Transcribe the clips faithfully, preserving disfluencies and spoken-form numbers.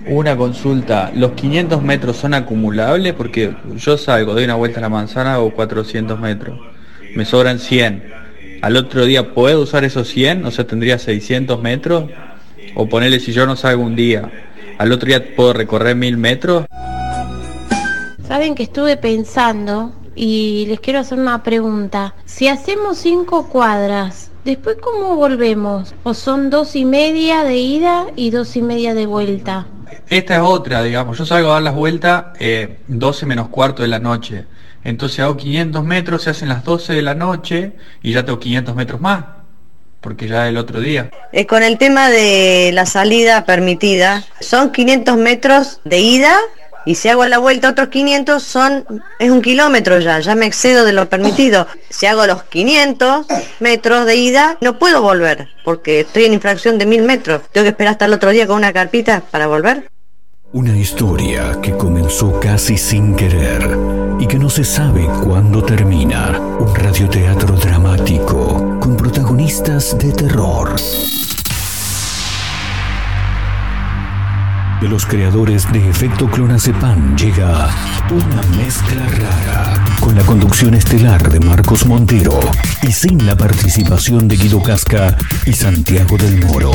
Una consulta, ¿los quinientos metros son acumulables? Porque yo salgo, doy una vuelta a la manzana o cuatrocientos metros, me sobran cien. ¿Al otro día puedo usar esos cien? O sea, ¿tendría seiscientos metros? O ponerle, si yo no salgo un día, ¿al otro día puedo recorrer mil metros? Saben que estuve pensando y les quiero hacer una pregunta. Si hacemos cinco cuadras, ¿después cómo volvemos? ¿O son dos y media de ida y dos y media de vuelta? Esta es otra, digamos, yo salgo a dar las vueltas eh, doce menos cuarto de la noche. Entonces hago quinientos metros, se hacen las doce de la noche y ya tengo quinientos metros más, porque ya es el otro día. Eh, con el tema de la salida permitida, son quinientos metros de ida y si hago la vuelta otros quinientos son es un kilómetro ya, ya me excedo de lo permitido. Si hago los quinientos metros de ida no puedo volver porque estoy en infracción de mil metros. Tengo que esperar hasta el otro día con una carpita para volver. Una historia que comenzó casi sin querer y que no se sabe cuándo termina. Un radioteatro dramático con protagonistas de terror. De los creadores de Efecto Clonazepam llega Una Mezcla Rara, con la conducción estelar de Marcos Montero y sin la participación de Guido Casca y Santiago del Moro.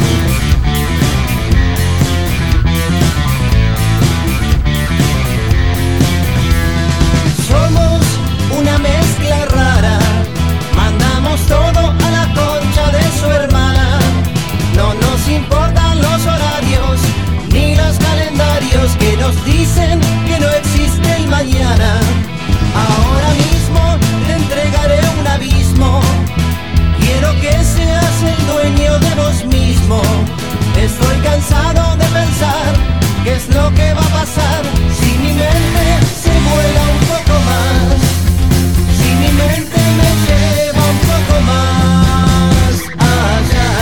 Somos una mezcla rara, mandamos todo a la concha de su hermana. No nos importan los horarios ni los calendarios que nos dicen que no existe el mañana. Ahora mismo te entregaré un abismo. Quiero que seas el dueño de vos mismo. Estoy cansado de pensar qué es lo que va a pasar si mi mente se vuela un poco más. Si mi mente me lleva un poco más allá.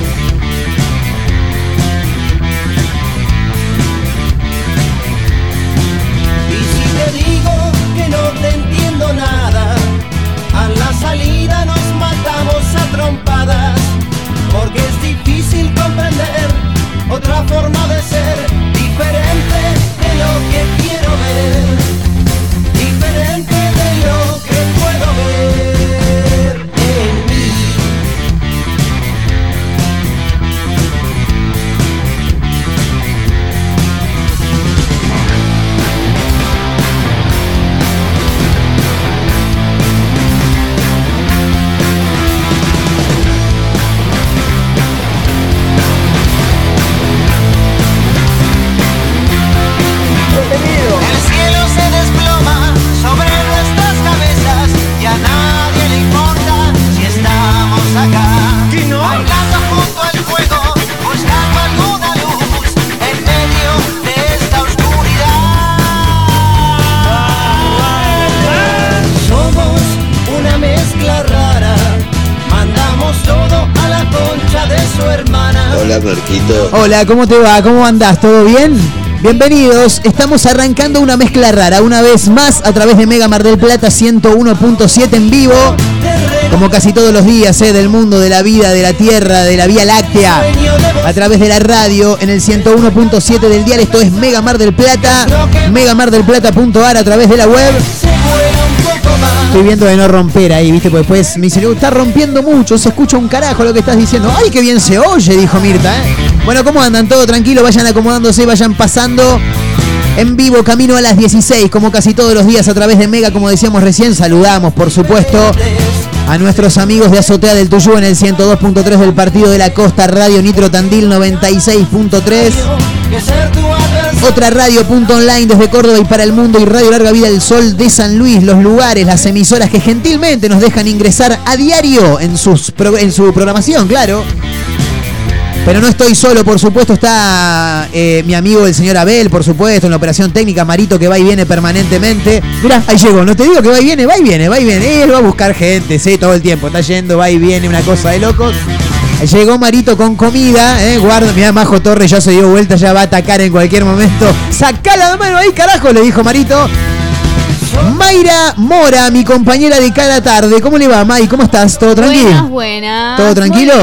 Y si te digo que no te entiendo nada, a la salida nos matamos a trompadas, porque es difícil comprender otra forma de ser, diferente de lo que quiero ver, diferente de lo que puedo ver en mí. El cielo se desploma sobre nuestras cabezas y a nadie le importa si estamos acá. ¿Qué no? Bailando junto al fuego, buscando alguna luz en medio de esta oscuridad. Somos una mezcla rara, mandamos todo a la concha de su hermana. Hola, Marquito. Hola, ¿cómo te va? ¿Cómo andás? ¿Todo bien? Bienvenidos, estamos arrancando una mezcla rara una vez más a través de Mega Mar del Plata ciento uno punto siete en vivo, como casi todos los días eh, del mundo, de la vida, de la tierra, de la Vía Láctea, a través de la radio en el ciento uno punto siete del dial. Esto es Mega Mar del Plata, mega mar del plata punto a r a través de la web. Estoy viendo de no romper ahí, ¿viste? Porque después me dicen, está rompiendo mucho, se escucha un carajo lo que estás diciendo. ¡Ay, qué bien se oye!, dijo Mirta, ¿eh? Bueno, ¿cómo andan? Todo tranquilo, vayan acomodándose, vayan pasando. En vivo, camino a las dieciséis, como casi todos los días a través de Mega, como decíamos recién. Saludamos, por supuesto, a nuestros amigos de Azotea del Tuyú en el ciento dos punto tres del Partido de la Costa, Radio Nitro Tandil noventa y seis punto tres. Otra radio punto online desde Córdoba y para el mundo, y Radio Larga Vida del Sol de San Luis, los lugares, las emisoras que gentilmente nos dejan ingresar a diario en, sus pro, en su programación, claro. Pero no estoy solo, por supuesto, está eh, mi amigo el señor Abel, por supuesto, en la operación técnica, Marito, que va y viene permanentemente. Mirá, ahí llegó, no te digo que va y viene, va y viene, va y viene. Él va a buscar gente, sí, todo el tiempo, está yendo, va y viene, una cosa de locos. Llegó Marito con comida, eh, guarda, mirá, Majo Torres ya se dio vuelta, ya va a atacar en cualquier momento. ¡Sacala de mano ahí, carajo!, le dijo Marito. Mayra Mora, mi compañera de cada tarde. ¿Cómo le va, May? ¿Cómo estás? ¿Todo tranquilo? Buenas, buenas. ¿Todo tranquilo?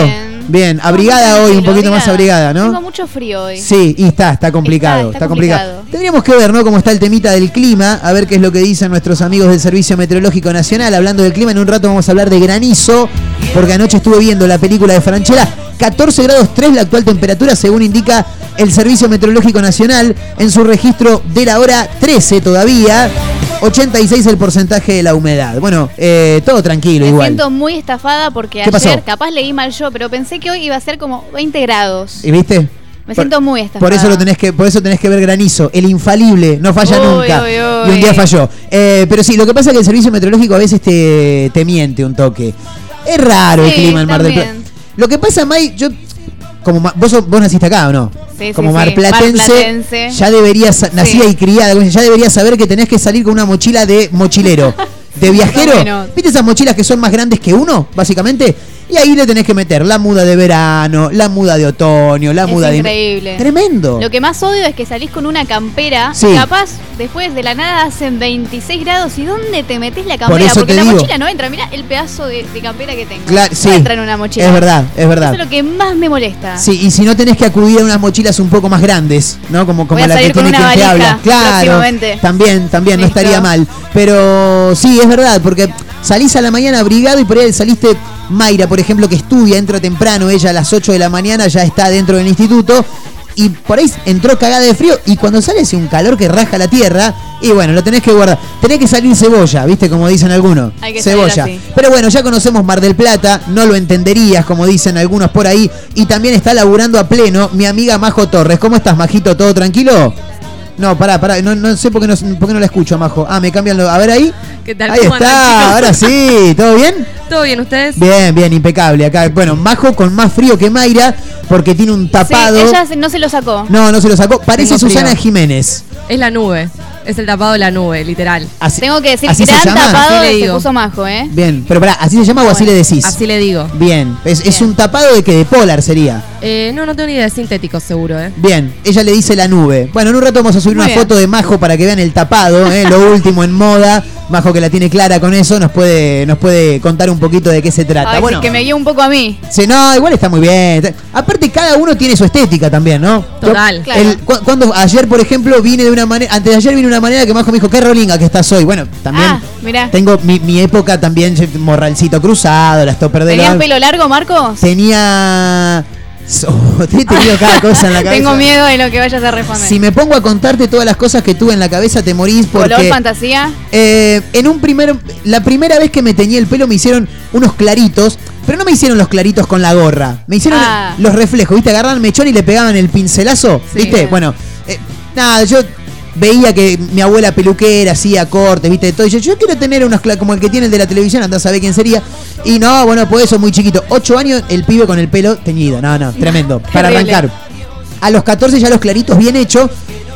Bien, abrigada hoy, un poquito más abrigada, ¿no? Tengo mucho frío hoy. Sí, y está, está complicado, está, está, está complicado. complicado. Tendríamos que ver, ¿no? Cómo está el temita del clima, a ver qué es lo que dicen nuestros amigos del Servicio Meteorológico Nacional. Hablando del clima, en un rato vamos a hablar de granizo, porque anoche estuve viendo la película de Franchella. catorce grados tres la actual temperatura, según indica el Servicio Meteorológico Nacional en su registro de la hora trece todavía. ochenta y seis el porcentaje de la humedad. Bueno, eh, todo tranquilo. Me igual. Me siento muy estafada porque ayer, pasó? capaz leí mal yo, pero pensé que hoy iba a ser como veinte grados. ¿Y viste? Me por, siento muy estafada. Por eso lo tenés que, por eso tenés que ver granizo, el infalible, no falla uy, nunca. Uy, uy. Y un día falló. Eh, pero sí, lo que pasa es que el servicio meteorológico a veces te, te miente un toque. Es raro sí, el clima en Mar del Plata. Lo que pasa, May, yo como vos, vos naciste acá, ¿o no? Sí, como sí, marplatense, marplatense, ya deberías, nacida sí. y criada, ya deberías saber que tenés que salir con una mochila de mochilero, de viajero. Bueno. ¿Viste esas mochilas que son más grandes que uno, básicamente? Y ahí le tenés que meter la muda de verano, la muda de otoño, la es muda increíble. de... Increíble. Tremendo. Lo que más odio es que salís con una campera, sí. y capaz después de la nada hacen veintiséis grados, ¿y dónde te metés la campera? Por Porque la digo. mochila no entra, mirá el pedazo de, de campera que tengo. Claro, sí. No entra en una mochila. Es verdad, es verdad. Eso es lo que más me molesta. Sí, y si no tenés que acudir a unas mochilas un poco más grandes, ¿no? Como, como Voy a la que salir con tiene una quien te valija habla. Claro, también, también, no estaría mal. Pero sí, es verdad, porque salís a la mañana abrigado y por ahí saliste... Mayra, por ejemplo, que estudia, entra temprano, ella a las ocho de la mañana ya está dentro del instituto y por ahí entró cagada de frío y cuando sale hace un calor que raja la tierra y bueno, lo tenés que guardar. Tenés que salir cebolla, ¿viste? Como dicen algunos. Hay que cebolla. Pero bueno, ya conocemos Mar del Plata, no lo entenderías, como dicen algunos por ahí, y también está laburando a pleno mi amiga Majo Torres. ¿Cómo estás, Majito? ¿Todo tranquilo? No, pará, pará, no, no sé por qué no, por qué no la escucho, Majo. Ah, me cambian lo... A ver ahí. ¿Qué tal? Ahí está, andan, ahora sí, ¿todo bien? ¿Todo bien, ustedes? Bien, bien, impecable. Acá, bueno, Majo con más frío que Mayra, porque tiene un tapado. Sí, ella no se lo sacó. No, no se lo sacó. Parece Susana Jiménez. Es la nube. Es el tapado de la nube, literal. Así, Tengo que decir, gran se tapado se, se puso Majo, ¿eh? Bien, pero pará, ¿así se llama bueno, o así le decís? Así le digo. Bien, es, Bien. es un tapado de que de polar sería. Eh, no, no tengo ni idea, de sintético seguro, ¿eh? Bien, ella le dice la nube. Bueno, en un rato vamos a subir Muy una bien. foto de Majo para que vean el tapado, ¿eh? Lo último en moda. Majo, que la tiene clara con eso, nos puede nos puede contar un poquito de qué se trata. Ay, bueno, que me guíe un poco a mí. Sí, no, igual está muy bien. Aparte, cada uno tiene su estética también, ¿no? Total. Yo, claro. el, cu cuando ayer, por ejemplo, vine de una manera, antes de ayer vine de una manera que Majo me dijo, qué rolinga que estás hoy. Bueno, también ah, mirá. tengo mi, mi época también, morralcito cruzado, las topper de ¿Tenías la... pelo largo, Marcos? Tenía... Oh, te he tenido cada cosa en la cabeza. Tengo miedo de lo que vayas a responder. Si me pongo a contarte todas las cosas que tuve en la cabeza, te morís porque... ¿Color fantasía? Eh, en un primer... La primera vez que me teñí el pelo me hicieron unos claritos, pero no me hicieron los claritos con la gorra. Me hicieron ah. los reflejos, ¿viste? Agarraban el mechón y le pegaban el pincelazo, sí, ¿viste? Bien. Bueno, eh, nada, yo... Veía que mi abuela peluquera hacía cortes, viste, de todo. Y yo, yo quiero tener unos como el que tiene el de la televisión, andá a saber quién sería. Y no, bueno, pues eso, muy chiquito. Ocho años, el pibe con el pelo teñido. No, no, tremendo. Para arrancar. A los catorce ya los claritos bien hechos.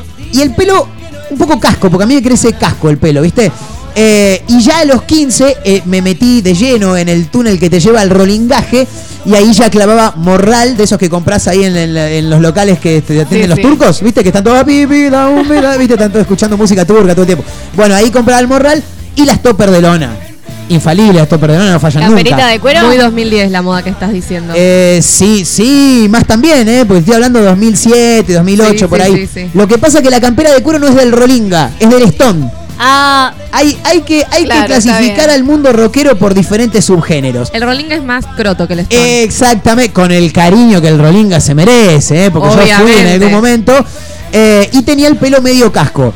Y el pelo un poco casco, porque a mí me crece casco el pelo, viste. Eh, y ya a los quince eh, me metí de lleno en el túnel que te lleva al rolingaje. Y ahí ya clavaba morral de esos que compras ahí en, en, en los locales que te atienden sí, los sí. turcos, ¿viste? Que están todos pipi, la humedad, ¿viste? Están todos escuchando música turca todo el tiempo. Bueno, ahí compraba el morral y las topper de lona. Infalible, las topper de lona no fallan nunca. ¿Camperita de cuero? Muy dos mil diez la moda que estás diciendo. Eh, sí, sí, más también, ¿eh? Porque estoy hablando de dos mil siete, dos mil ocho, sí, por sí, ahí. Sí, sí. Lo que pasa es que la campera de cuero no es del Rolinga, es del Stone. Ah, hay, hay que, hay claro, que clasificar al mundo rockero por diferentes subgéneros. El Rolinga es más croto que el Stone. Exactamente, con el cariño que el Rolinga se merece, ¿eh? Porque Obviamente. yo fui en algún momento. Eh, y tenía el pelo medio casco.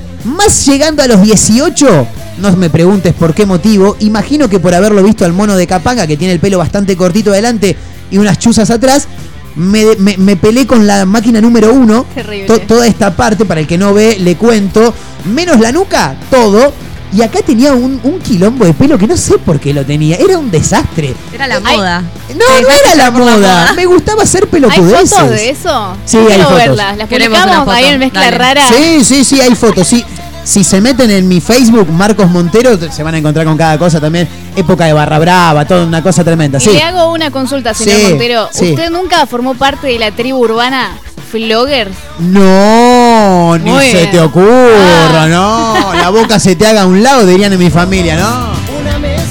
Más llegando a los dieciocho, no me preguntes por qué motivo, imagino que por haberlo visto al mono de Capanga, que tiene el pelo bastante cortito adelante y unas chuzas atrás, Me, me, me peleé con la máquina número uno. To, toda esta parte, para el que no ve, le cuento. Menos la nuca, todo. Y acá tenía un, un quilombo de pelo que no sé por qué lo tenía. Era un desastre. Era la moda. Ay, no, no era la moda. la moda. Me gustaba hacer pelotudeces. ¿Hay fotos de eso? Sí, hay fotos. Verlas. Las publicamos ahí en Mezcla Dale. Rara. Sí, sí, sí, hay fotos. Sí. Si se meten en mi Facebook, Marcos Montero, se van a encontrar con cada cosa también. Época de Barra Brava, toda una cosa tremenda. Y sí. le hago una consulta, señor sí, Montero. Sí. ¿Usted nunca formó parte de la tribu urbana Floggers? No, ni Muy se bien. te ocurra, ah. no. La boca se te haga a un lado, dirían en mi familia, ¿no? Una mezcla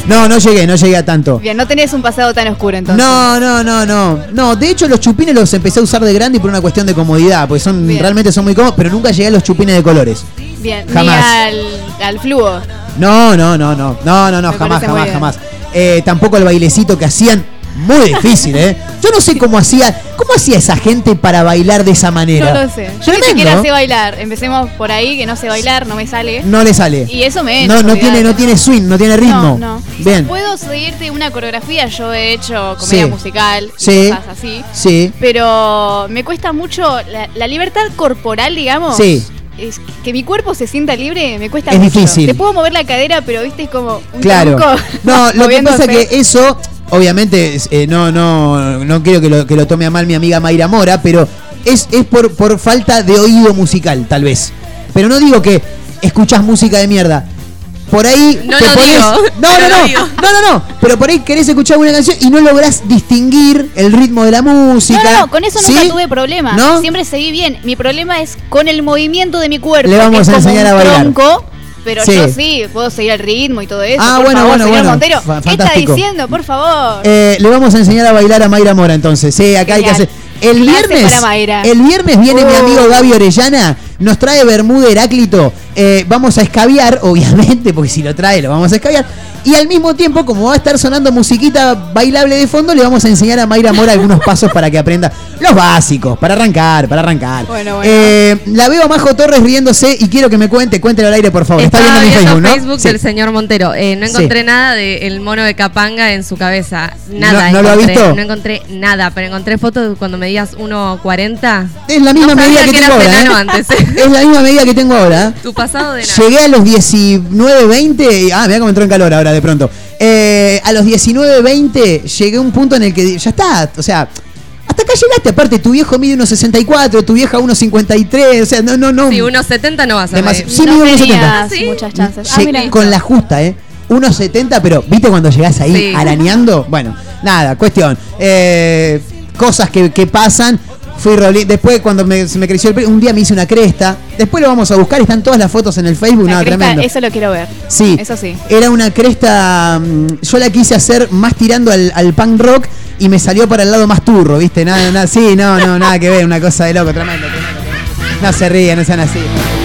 No, no llegué, no llegué a tanto. Bien, no tenés un pasado tan oscuro entonces. No, no, no, no. No, de hecho los chupines los empecé a usar de grande y por una cuestión de comodidad, porque son Bien. realmente son muy cómodos, pero nunca llegué a los chupines de colores. Bien, Jamás. ni al, al fluo. No, no, no, no. No, no, no, Me jamás, parece muy jamás, bien. jamás. Eh, tampoco el bailecito que hacían. Muy difícil, ¿eh? Yo no sé cómo hacía, cómo hacía esa gente para bailar de esa manera. No lo sé. Yo Tremendo. ni siquiera sé bailar. Empecemos por ahí, que no sé bailar, no me sale. No le sale. Y eso me No, echa, no olvidate. tiene, no tiene swing, no tiene ritmo. No, no. Bien. Puedo seguirte una coreografía, yo he hecho comedia Sí. musical y Sí. cosas así. Sí. Pero me cuesta mucho la, la libertad corporal, digamos. Sí. Es que mi cuerpo se sienta libre, me cuesta Es mucho. difícil. Te puedo mover la cadera, pero viste es como un Claro. tronco No, lo que moviéndose. pasa que eso, obviamente, es, eh, no, no, no quiero que lo, que lo tome a mal mi amiga Mayra Mora, pero es, es por, por falta de oído musical, tal vez. Pero no digo que escuchás música de mierda. Por ahí No te lo ponés. digo, No, no no, lo no, digo. no, no, no. Pero por ahí querés escuchar una canción y no lográs distinguir el ritmo de la música. No, no, con eso nunca ¿Sí? tuve problema. ¿No? Siempre seguí bien. Mi problema es con el movimiento de mi cuerpo. Le vamos que es a como enseñar un a bailar. tronco, pero Sí. yo sí, puedo seguir el ritmo y todo eso. Ah, por bueno, favor, bueno, señor bueno. Montero. Fa- ¿Qué está fantástico. diciendo? Por favor. Eh, le vamos a enseñar a bailar a Mayra Mora entonces. Sí, acá hay que Genial. hacer. El Clase viernes, para Mayra. el viernes viene mi Uh. amigo Gaby Orellana, nos trae Bermuda Heráclito. Eh, vamos a escabiar, obviamente, porque si lo trae lo vamos a escabiar. Y al mismo tiempo, como va a estar sonando musiquita bailable de fondo, le vamos a enseñar a Mayra Mora algunos pasos para que aprenda los básicos, para arrancar, para arrancar. Bueno, bueno. Eh, la veo a Majo Torres riéndose y quiero que me cuente, cuéntelo al aire, por favor. Está Estaba viendo mi viendo Facebook, Facebook, ¿no? Sí. del señor Montero. Eh, no Sí. encontré nada del mono de Capanga en su cabeza. Nada. ¿No- no lo ha encontré. visto? No encontré nada, pero encontré fotos de cuando medías uno cuarenta. Es la misma No sabía medida que, que tengo eras ahora. enano ¿eh? antes, ¿eh? Es la misma medida que tengo ahora. Tu pasado de nada. Llegué a los diecinueve veinte. Ah, mira cómo entró en calor ahora de pronto. Eh, a los diecinueve veinte llegué a un punto en el que ya está. O sea, hasta acá llegaste. Aparte, tu viejo mide uno sesenta y cuatro, tu vieja uno cincuenta y tres. O sea, no, no, no. Sí, unos setenta no vas a Demasi- medir. Sí, no mide uno setenta. tenías ¿Sí? muchas chances. Ah, Lle- mira. con la justa, ¿eh? uno setenta, pero ¿viste cuando llegás ahí Sí. arañando? Bueno, nada, cuestión. Eh, cosas que, que pasan. Fui roli- Después, cuando me, se me creció el pelo, un día me hice una cresta. Después lo vamos a buscar, están todas las fotos en el Facebook. La Nada, cresta, tremendo. eso lo quiero ver. Sí, Eso sí. era una cresta. mm, Yo la quise hacer más tirando al, al punk rock y me salió para el lado más turro, ¿viste? Nada, nada, sí, no, no, nada que ver, una cosa de loco, tremendo, tremendo, tremendo. No se ríen, no sean así.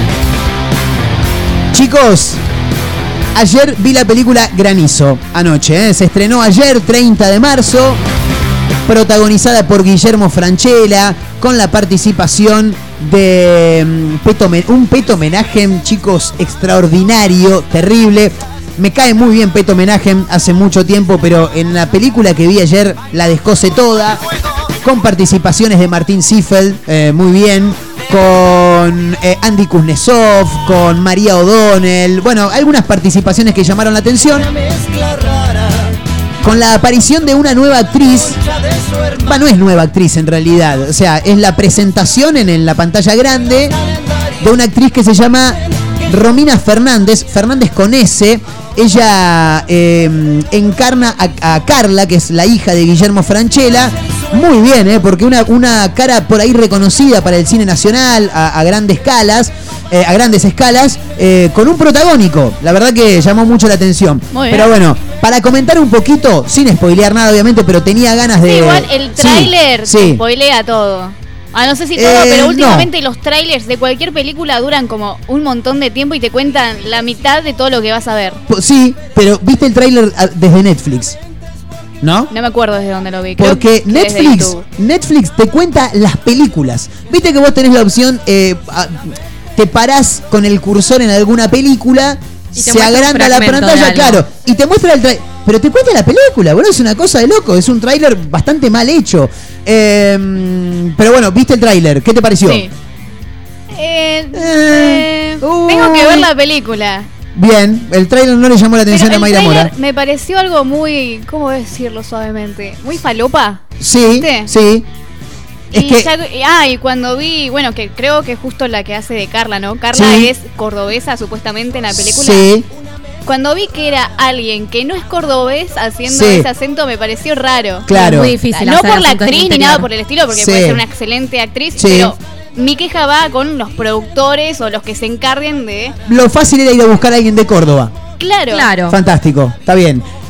Chicos, ayer vi la película Granizo, anoche, ¿eh? Se estrenó ayer, treinta de marzo, protagonizada por Guillermo Francella, con la participación de mm, Peto Men- un Peto Menagem, chicos, extraordinario, terrible. Me cae muy bien Peto Menagem hace mucho tiempo, pero en la película que vi ayer la descose toda, con participaciones de Martín Ziffel, eh, muy bien, con eh, Andy Kuznetsov, con María O'Donnell, bueno, algunas participaciones que llamaron la atención, con la aparición de una nueva actriz. Bah, no es nueva actriz en realidad, o sea, es la presentación en, en la pantalla grande de una actriz que se llama Romina Fernández, Fernández con S. Ella eh, encarna a, a Carla, que es la hija de Guillermo Francella. Muy bien, ¿eh? Porque una, una cara por ahí reconocida para el cine nacional a, a grandes escalas, eh, a grandes escalas, eh, con un protagónico. La verdad que llamó mucho la atención. Muy bien. Pero bueno, para comentar un poquito, sin spoilear nada obviamente, pero tenía ganas de... Sí, igual el Sí, tráiler sí. spoilea todo. Ah, no sé si todo, Eh, pero últimamente los trailers de cualquier película duran como un montón de tiempo y te cuentan la mitad de todo lo que vas a ver. Po- Sí, pero viste el tráiler ah, desde Netflix, ¿no? No me acuerdo desde dónde lo vi. Creo Porque que desde Netflix, YouTube. Netflix te cuenta las películas. Viste que vos tenés la opción, eh, a- te parás con el cursor en alguna película, Y te se muestra un agranda la fragmento de pantalla, algo. claro, y te muestra el tráiler. Pero te cuenta la película, boludo, es una cosa de loco, es un tráiler bastante mal hecho. Eh, pero bueno, viste el tráiler, ¿qué te pareció? Sí. Eh, Eh, eh, uy. tengo que ver la película. Bien, el tráiler no le llamó la atención Pero a el Mayra tráiler Mora. me pareció algo muy, ¿cómo decirlo suavemente? Muy falopa. Sí, ¿Viste? sí. Es y que ya- ah, y cuando vi, bueno, que creo que justo la que hace de Carla, ¿no? Carla Sí. es cordobesa supuestamente en la película. sí, Cuando vi que era alguien que no es cordobés haciendo Sí. ese acento me pareció raro. claro. Muy O difícil. sea, no hacer por la acentos del actriz ni interior. nada por el estilo, porque Sí. puede ser una excelente actriz, Sí. pero mi queja va con los productores o los que se encarguen de... Lo fácil era ir a buscar a alguien de Córdoba. Claro. Claro. Fantástico, está bien.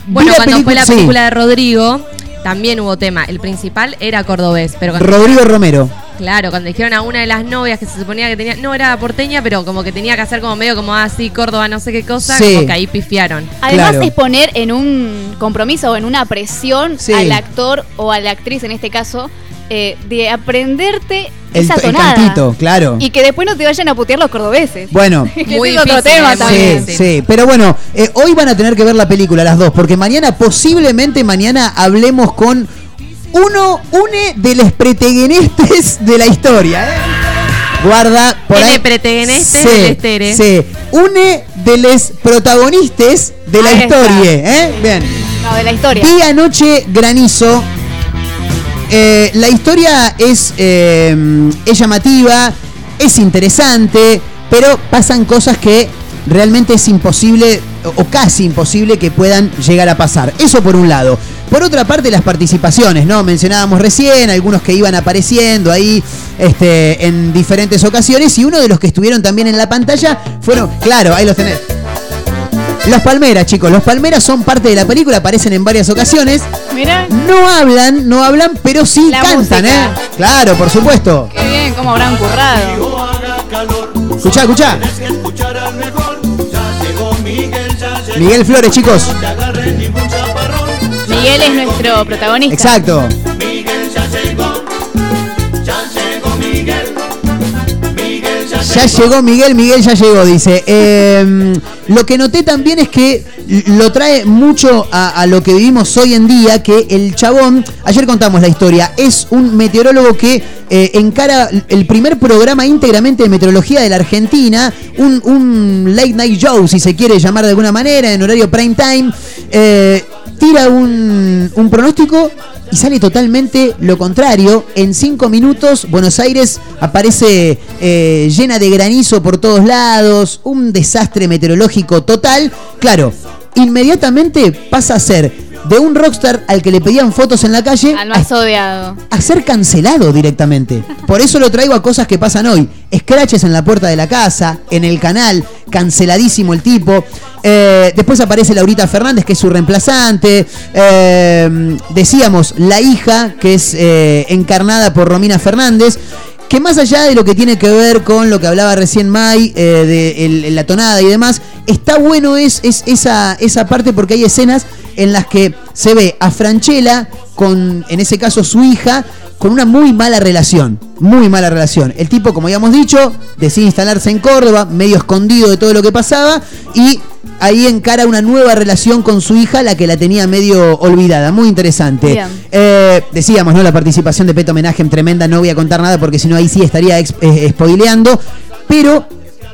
Bueno, la cuando pelicu- fue la sí. película de Rodrigo, también hubo tema. El principal era cordobés, pero cuando Rodrigo Romero. Claro, cuando dijeron a una de las novias que se suponía que tenía, no era porteña, pero como que tenía que hacer como medio como así, Córdoba, no sé qué cosa, Sí. como que ahí pifiaron. Además Claro. es poner en un compromiso o en una presión Sí. al actor o a la actriz, en este caso, eh, de aprenderte El, esa el tonada. cantito, claro. Y que después no te vayan a putear los cordobeses. Bueno. Que Muy ese es otro difícil, tema eh, muy también. Sí, sí, pero bueno, eh, hoy van a tener que ver la película las dos, porque mañana, posiblemente mañana hablemos con uno, une de los preteguenestes de la historia, ¿eh? Guarda, por N ahí. preteguenestes Sí, del estere. Sí, une de los protagonistas de la Ahí está. historia, ¿eh? Bien. No, de la historia. Día, noche, granizo. Eh, la historia es, eh, es llamativa, es interesante, pero pasan cosas que realmente es imposible o casi imposible que puedan llegar a pasar. Eso por un lado. Por otra parte, las participaciones, ¿no? Mencionábamos recién algunos que iban apareciendo ahí este, en diferentes ocasiones, y uno de los que estuvieron también en la pantalla fueron, claro, ahí los tenés. Los Palmeras, chicos, los Palmeras son parte de la película, aparecen en varias ocasiones. Mirá, No hablan, no hablan, pero sí La cantan, música. ¿eh? Claro, por supuesto. qué bien, cómo habrán currado. Escuchá, escuchá. Miguel Flores, chicos. Miguel es nuestro protagonista. Exacto. Ya llegó Miguel, Miguel ya llegó, dice. Eh, lo que noté también es que lo trae mucho a, a lo que vivimos hoy en día, que el chabón, ayer contamos la historia, es un meteorólogo que eh, encara el primer programa íntegramente de meteorología de la Argentina, un, un late night show, si se quiere llamar de alguna manera, en horario prime time. Eh, tira un, un pronóstico y sale totalmente lo contrario. En cinco minutos Buenos Aires aparece eh, llena de granizo por todos lados, un desastre meteorológico total. Claro, inmediatamente pasa a ser de un rockstar al que le pedían fotos en la calle Al más odiado. a ser cancelado directamente. Por eso lo traigo a cosas que pasan hoy. Scratches en la puerta de la casa, en el canal, canceladísimo el tipo. Eh, después aparece Laurita Fernández, que es su reemplazante. Eh, decíamos, la hija, que es eh, encarnada por Romina Fernández. Que más allá de lo que tiene que ver con lo que hablaba recién Mai, eh, de el, la tonada y demás, está bueno es, es esa, esa parte, porque hay escenas en las que se ve a Franchella con, en ese caso, su hija, con una muy mala relación, muy mala relación. El tipo, como habíamos dicho, decide instalarse en Córdoba, medio escondido de todo lo que pasaba, y ahí encara una nueva relación con su hija, la que la tenía medio olvidada. Muy interesante. Eh, decíamos, ¿no? La participación de Peto Menagem, tremenda. No voy a contar nada porque si no ahí sí estaría exp- eh, spoileando. Pero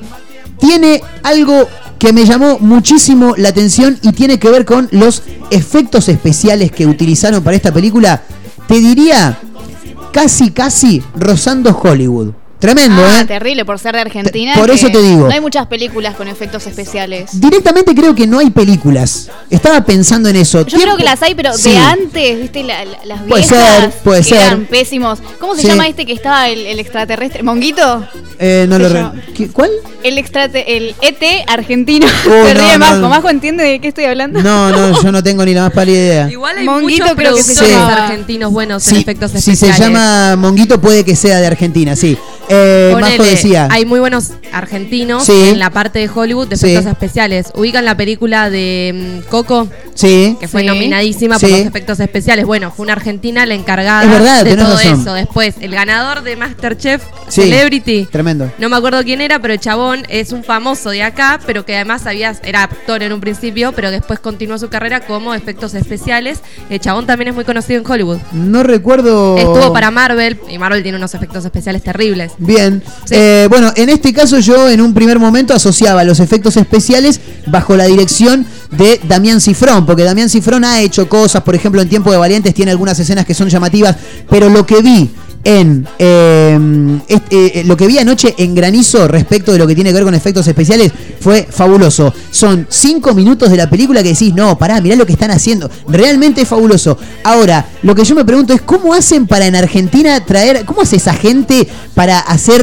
tiene algo que me llamó muchísimo la atención y tiene que ver con los efectos especiales que utilizaron para esta película. Te diría, casi, casi rozando Hollywood. Tremendo, Ah, ¿eh? terrible por ser de Argentina. Por que eso te digo. No hay muchas películas con efectos especiales. Directamente creo que no hay películas. Estaba pensando en eso. Yo Tiempo- creo que las hay, pero Sí. de antes, ¿viste? La- la- las viejas Puede ser, puede que ser. eran pésimos. ¿Cómo se Sí. llama este que estaba el, el extraterrestre? ¿Monguito? Eh, no Se lo llama- re- ¿Qué- ¿Cuál? El extrate, el E T argentino. Oh, Se no, ríe no, Majo. no. ¿Majo entiende de qué estoy hablando? No, no, yo no tengo ni la más pálida idea. Igual hay Monguito muchos creo que se productores llama. argentinos buenos Sí, en efectos si especiales. se llama Monguito puede que sea de Argentina, sí. Eh, Ponele, Majo decía. hay muy buenos argentinos Sí. en la parte de Hollywood de Sí. efectos especiales. Ubican la película de mm, Coco, Sí. que fue Sí. nominadísima Sí. por los efectos especiales. Bueno, fue una argentina la encargada Es verdad, de tenés todo razón. eso. Después, el ganador de MasterChef Sí. Celebrity. Tremendo. No me acuerdo quién era, pero el chabón es un famoso de acá, pero que además había, era actor en un principio, pero después continuó su carrera como efectos especiales. El chabón también es muy conocido en Hollywood. No recuerdo. Estuvo para Marvel, y Marvel tiene unos efectos especiales terribles. Bien. Sí. Eh, bueno, en este caso yo en un primer momento asociaba los efectos especiales bajo la dirección de Damián Cifrón, porque Damián Cifrón ha hecho cosas, por ejemplo, en Tiempo de Valientes tiene algunas escenas que son llamativas, pero lo que vi en eh, este, eh, lo que vi anoche en Granizo respecto de lo que tiene que ver con efectos especiales fue fabuloso. Son cinco minutos de la película que decís, no, pará, mirá lo que están haciendo. Realmente es fabuloso. Ahora, lo que yo me pregunto es cómo hacen para en Argentina traer, cómo hace esa gente para hacer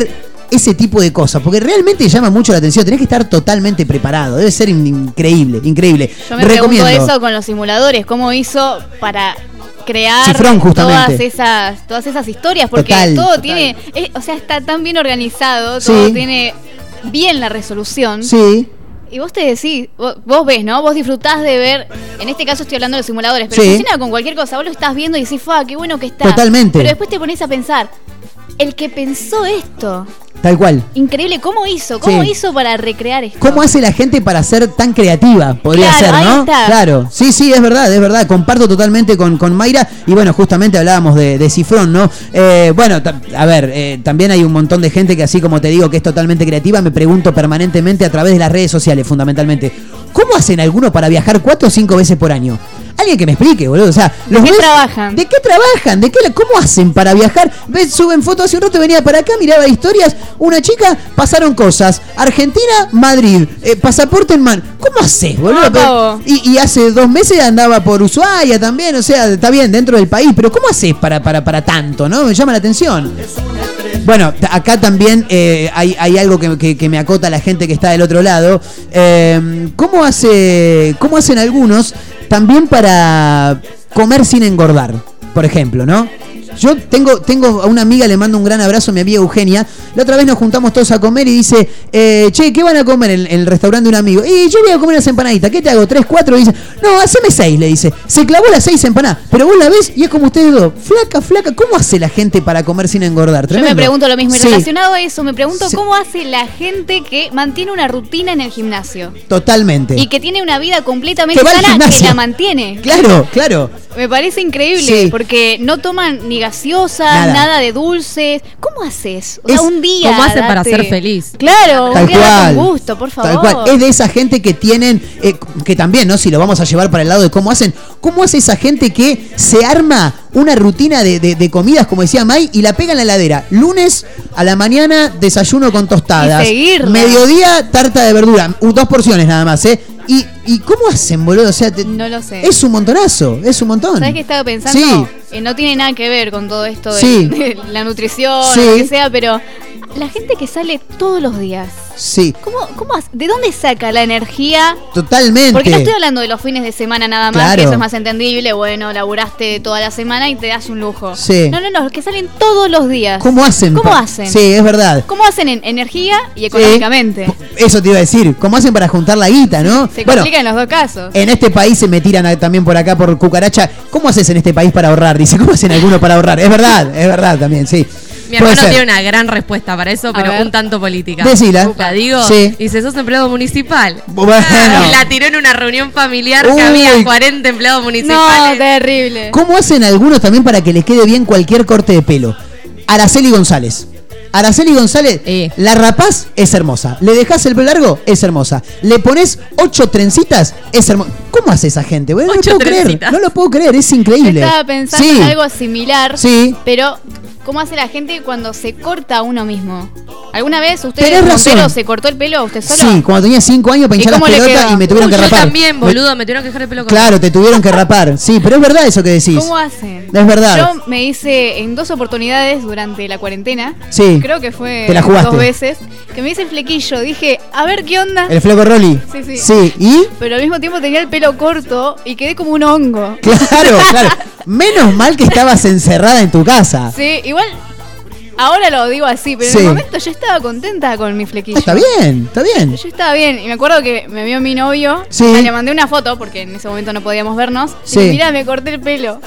ese tipo de cosas? Porque realmente llama mucho la atención. Tenés que estar totalmente preparado. Debe ser in- increíble, increíble. Yo me Recomiendo. pregunto eso con los simuladores. ¿Cómo hizo para crear Cifrón, justamente. todas esas todas esas historias? Porque Total, todo total. tiene... es- o sea, está tan bien organizado. Todo Sí. tiene bien la resolución. Sí. Y vos te decís, vos, vos ves, ¿no? Vos disfrutás de ver, en este caso estoy hablando de los simuladores, pero Sí. funciona con cualquier cosa. Vos lo estás viendo y decís, ¡fa, qué bueno que está! Totalmente. Pero después te pones a pensar, el que pensó esto, Tal cual. increíble, ¿cómo hizo? ¿Cómo Sí. hizo para recrear esto? ¿Cómo hace la gente para ser tan creativa? Podría Claro, ser, ahí ¿no? está. Claro, sí, sí, es verdad, es verdad. Comparto totalmente con, con Mayra. Y bueno, justamente hablábamos de, de Cifrón, ¿no? Eh, bueno, ta- a ver, eh, también hay un montón de gente que, así como te digo, que es totalmente creativa. Me pregunto permanentemente a través de las redes sociales, fundamentalmente. ¿Cómo hacen algunos para viajar cuatro o cinco veces por año? Alguien que me explique, boludo. O sea, ¿De ¿los qué ves? trabajan? ¿De qué trabajan? ¿De qué la- ¿Cómo hacen para viajar? ¿Ves? Suben fotos. Hace un rato venía para acá, miraba historias. Una chica, pasaron cosas. Argentina, Madrid. Eh, pasaporte en mano. ¿Cómo haces, boludo? No, pavo. y, y hace dos meses andaba por Ushuaia también. O sea, está bien, dentro del país. Pero ¿cómo haces para, para, para tanto, no? Me llama la atención. Bueno, t- acá también eh, hay, hay algo que, que- que me acota la gente que está del otro lado. Eh, ¿cómo, hace, ¿Cómo hacen algunos también para comer sin engordar? Por ejemplo, ¿no? Yo tengo, tengo a una amiga, le mando un gran abrazo, mi amiga Eugenia. La otra vez nos juntamos todos a comer y dice, eh, che, ¿qué van a comer en, en el restaurante de un amigo? Y yo voy a comer unas empanaditas. ¿Qué te hago? ¿Tres, cuatro? Y dice, no, haceme seis, le dice. Se clavó las seis empanadas. Pero vos la ves y es como ustedes dos. Flaca, flaca. ¿Cómo hace la gente para comer sin engordar? Yo Tremendo. me pregunto lo mismo. Y Sí, relacionado a eso, me pregunto Sí. cómo hace la gente que mantiene una rutina en el gimnasio. totalmente. Y que tiene una vida completamente Que va al sana, que gimnasio. la mantiene. Claro, claro. Me parece increíble, Sí. porque no toman ni gaseosa, Nada. nada, de dulces. ¿Cómo haces? O sea, Es- un día. ¿Cómo hacen para date- ser feliz? Claro, Tal un día date cual. un gusto, por favor. Tal cual. Es de esa gente que tienen, eh, que también, ¿no? Si lo vamos a llevar para el lado de cómo hacen, ¿cómo hace esa gente que se arma una rutina de, de- de comidas, como decía May, y la pega en la heladera? Lunes a la mañana, desayuno con tostadas. Y seguirla. Mediodía, tarta de verdura. Uh, dos porciones nada más, ¿eh? ¿Y, y cómo hacen, boludo? O sea, te- No lo sé. es un montonazo, es un montón. ¿Sabes qué estaba pensando? Sí. Eh, no tiene nada que ver con todo esto de, Sí. de la nutrición, Sí. o lo que sea, pero la gente que sale todos los días, Sí, ¿cómo, cómo hace- ¿de dónde saca la energía? totalmente. Porque no estoy hablando de los fines de semana nada más, Claro. que eso es más entendible. Bueno, laburaste toda la semana y te das un lujo. Sí. No, no, no, los que salen todos los días. ¿Cómo hacen? ¿Cómo pa- hacen? Sí, es verdad. ¿Cómo hacen en energía y económicamente? Eso te iba a decir. ¿Cómo hacen para juntar la guita, no? Se Bueno, complica en los dos casos. en este país se me tiran a- también por acá por cucaracha. ¿Cómo haces en este país para ahorrar? Dice, ¿cómo hacen algunos para ahorrar? Es verdad, es verdad también, sí. Mi Puede hermano ser. tiene una gran respuesta para eso, A pero ver. un tanto política. Decila. La digo. Sí. Dice, sos empleado municipal. Bueno. Ah, la tiró en una reunión familiar Uy. que había cuarenta empleados No, municipales. terrible. ¿Cómo hacen algunos también para que les quede bien cualquier corte de pelo? Araceli González. Araceli González, Eh. la rapaz es hermosa. Le dejas el pelo largo, es hermosa. Le pones ocho trencitas, es hermosa. ¿Cómo hace esa gente? Bueno, no lo Ocho puedo creer. trencitas. No lo puedo creer, es Yo increíble. estaba pensando Sí. en algo similar, Sí. pero ¿cómo hace la gente cuando se corta a uno mismo? ¿Alguna vez usted, Tenés razón. Montero, se cortó el pelo usted solo? Sí, cuando tenía cinco años pinché ¿Y las cómo le pelotas quedó? y me tuvieron Uy, que yo rapar. también, boludo, me tuvieron que dejar el pelo corto. Claro, te tuvieron que rapar. Sí, pero es verdad eso que decís. ¿Cómo hacen? Es verdad. Yo me hice en dos oportunidades durante la cuarentena. Sí. Creo que fue Te la jugaste. dos veces. Que me hice el flequillo. Dije, a ver qué onda. El fleco Rolly. Sí, sí. Sí, ¿y? Pero al mismo tiempo tenía el pelo corto y quedé como un hongo. Claro, claro. Menos mal que estabas encerrada en tu casa. Sí, igual. Ahora lo digo así, pero Sí. en el momento yo estaba contenta con mi flequillo. Está bien, está bien. Yo estaba bien, y me acuerdo que me vio mi novio, Sí. o sea, le mandé una foto, porque en ese momento no podíamos vernos, Sí. y mirá, me corté el pelo.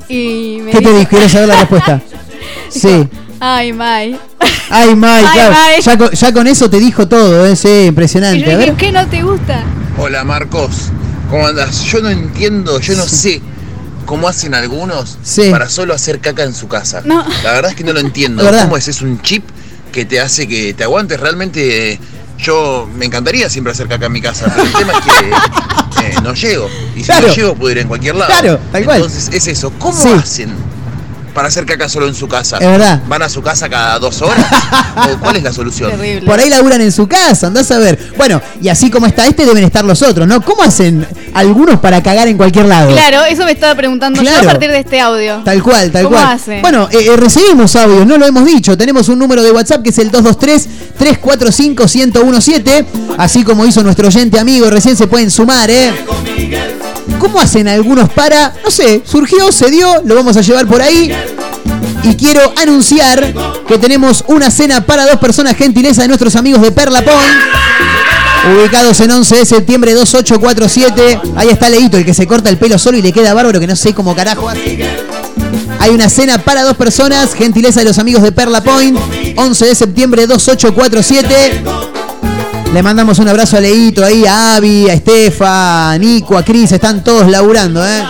Y me ¿Qué te dijo- dijo? Quiero saber la respuesta. Sí. Ay, Mai. Ay, May, Ay, claro. May. Ya, con, ya con eso te dijo todo, ¿eh? Sí, Y impresionante. yo A dije, ver. ¿qué no te gusta? Hola Marcos, ¿cómo andás? Yo no entiendo, yo no sé cómo hacen algunos Sí. para solo hacer caca en su casa. No. La verdad es que no lo entiendo. La verdad. ¿Cómo es? ¿Es un chip que te hace que te aguantes? Realmente eh, yo me encantaría siempre hacer caca en mi casa, pero el tema es que eh, no llego. Y si Claro. no llego puedo ir en cualquier lado. Claro, tal cual. Entonces es eso. ¿Cómo Sí. hacen para hacer caca solo en su casa? Es verdad. ¿Van a su casa cada dos horas? ¿O cuál es la solución? Terrible. Por ahí laburan en su casa, andás a ver. Bueno, y así como está este, deben estar los otros, ¿no? ¿Cómo hacen algunos para cagar en cualquier lado? Claro, eso me estaba preguntando Claro. yo a partir de este audio. Tal cual, tal ¿Cómo cual. hacen? Bueno, eh, eh, recibimos audios, no lo hemos dicho. Tenemos un número de WhatsApp que es el dos dos tres, tres cuatro cinco, uno cero uno siete. Así como hizo nuestro oyente amigo, recién se pueden sumar, ¿eh? ¿Cómo hacen algunos para, no sé, surgió, se dio, lo vamos a llevar por ahí? Y quiero anunciar que tenemos una cena para dos personas, gentileza de nuestros amigos de Perla Point, ubicados en once de septiembre dos ocho cuatro siete. Ahí está Leito, el que se corta el pelo solo y le queda bárbaro, que no sé cómo carajo hace. Hay una cena para dos personas, gentileza de los amigos de Perla Point, once de septiembre dos ocho cuatro siete. Le mandamos un abrazo a Leito, ahí a Avi, a Estefa, a Nico, a Cris, están todos laburando, ¿eh?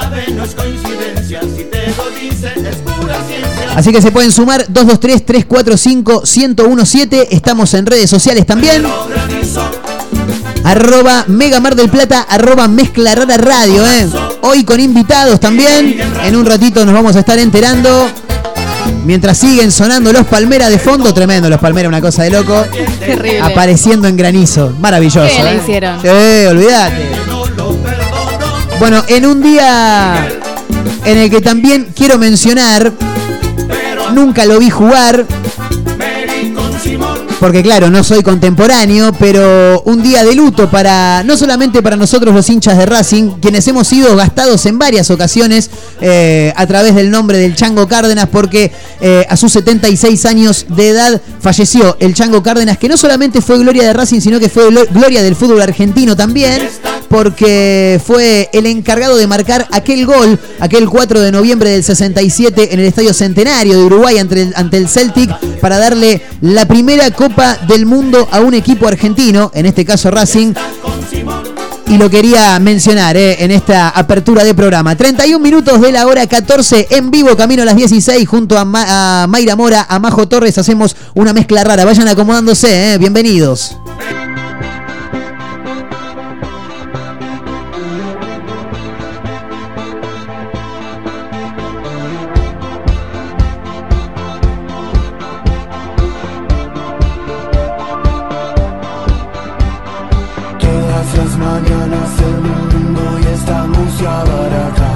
Así que se pueden sumar dos dos tres, tres cuatro cinco, uno cero uno siete. Estamos en redes sociales también. Arroba Mega Mar del Plata, arroba Mezcla Rara Radio, ¿eh? Hoy con invitados también. En un ratito nos vamos a estar enterando. Mientras siguen sonando los Palmeras de fondo, tremendo los Palmeras, una cosa de loco. Terrible. Apareciendo en granizo, maravilloso. ¿Qué le ¿eh? hicieron? Sí, olvídate. Bueno, en un día en el que también quiero mencionar, nunca lo vi jugar, porque claro, no soy contemporáneo, pero un día de luto para, no solamente para nosotros los hinchas de Racing, quienes hemos sido gastados en varias ocasiones eh, a través del nombre del Chango Cárdenas, porque eh, a sus setenta y seis años de edad falleció el Chango Cárdenas, que no solamente fue gloria de Racing, sino que fue gloria del fútbol argentino también, porque fue el encargado de marcar aquel gol, aquel cuatro de noviembre del sesenta y siete en el Estadio Centenario de Uruguay ante el, ante el Celtic, para darle la primera Copa del Mundo a un equipo argentino, en este caso Racing, y lo quería mencionar eh, en esta apertura de programa. treinta y un minutos de la hora catorce, en vivo, camino a las dieciséis, junto a, Ma- a Mayra Mora, a Majo Torres, hacemos una mezcla rara. Vayan acomodándose, eh, bienvenidos. Las mañanas del mundo y estamos ya barata.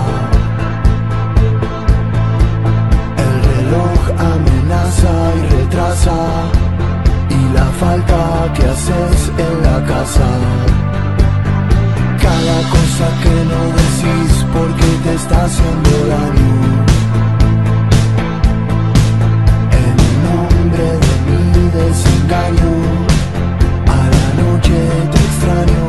El reloj amenaza y retrasa, y la falta que haces en la casa. Cada cosa que no decís porque te está haciendo daño. En nombre de mi desengaño, a la noche te extraño.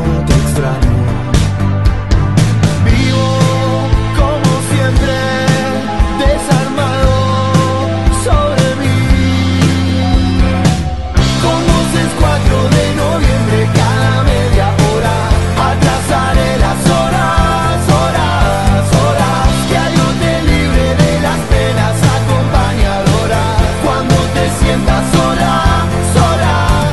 Vivo como siempre, desarmado sobre mí. Con voces cuatro de noviembre cada media hora, atrasaré las horas, horas, horas. Que algo te libre de las penas acompañadoras. Cuando te sientas sola, sola.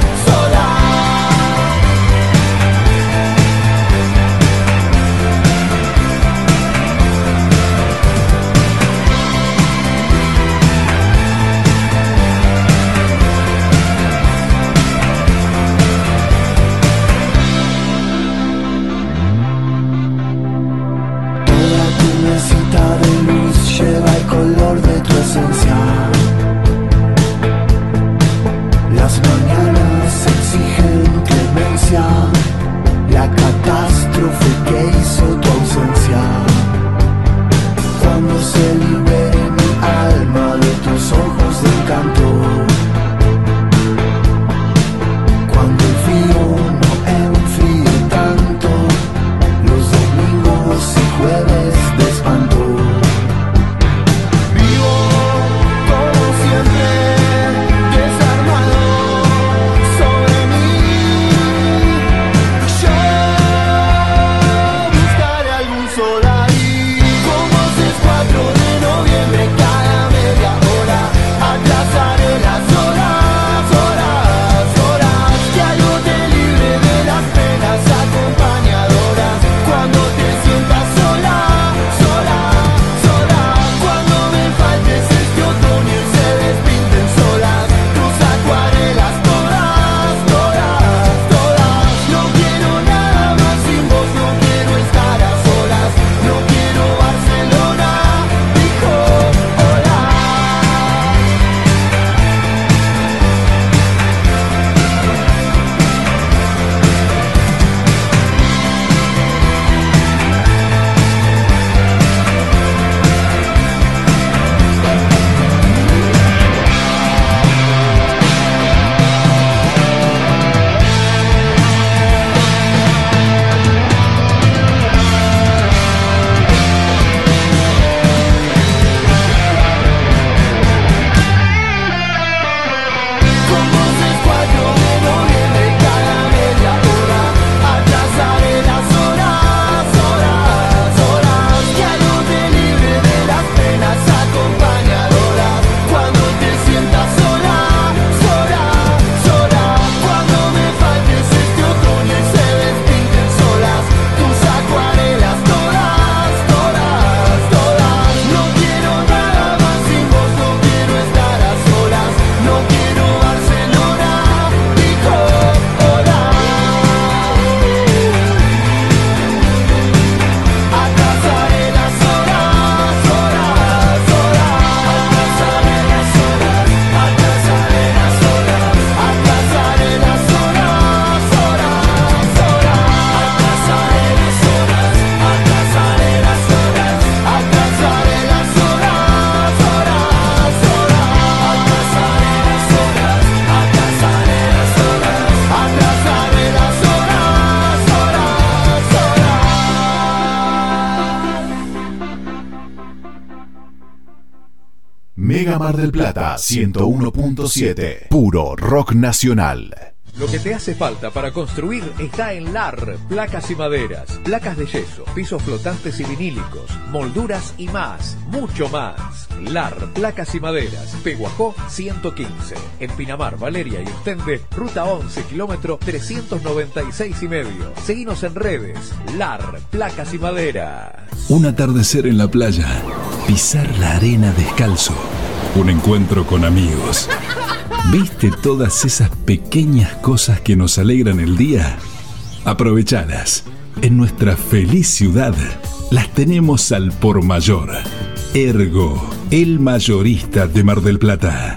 Mega Mar del Plata ciento uno punto siete. Puro rock nacional. Lo que te hace falta para construir está en L A R, placas y maderas, placas de yeso, pisos flotantes y vinílicos, molduras y más, mucho más. L A R, placas y maderas, Peguajó ciento quince, en Pinamar, Valeria y Ostende, ruta once, kilómetro trescientos noventa y seis y medio. Seguinos en redes, L A R, placas y maderas. Un atardecer en la playa, pisar la arena descalzo, un encuentro con amigos. ¿Viste todas esas pequeñas cosas que nos alegran el día? Aprovechalas. En nuestra feliz ciudad las tenemos al por mayor. Ergo, el mayorista de Mar del Plata.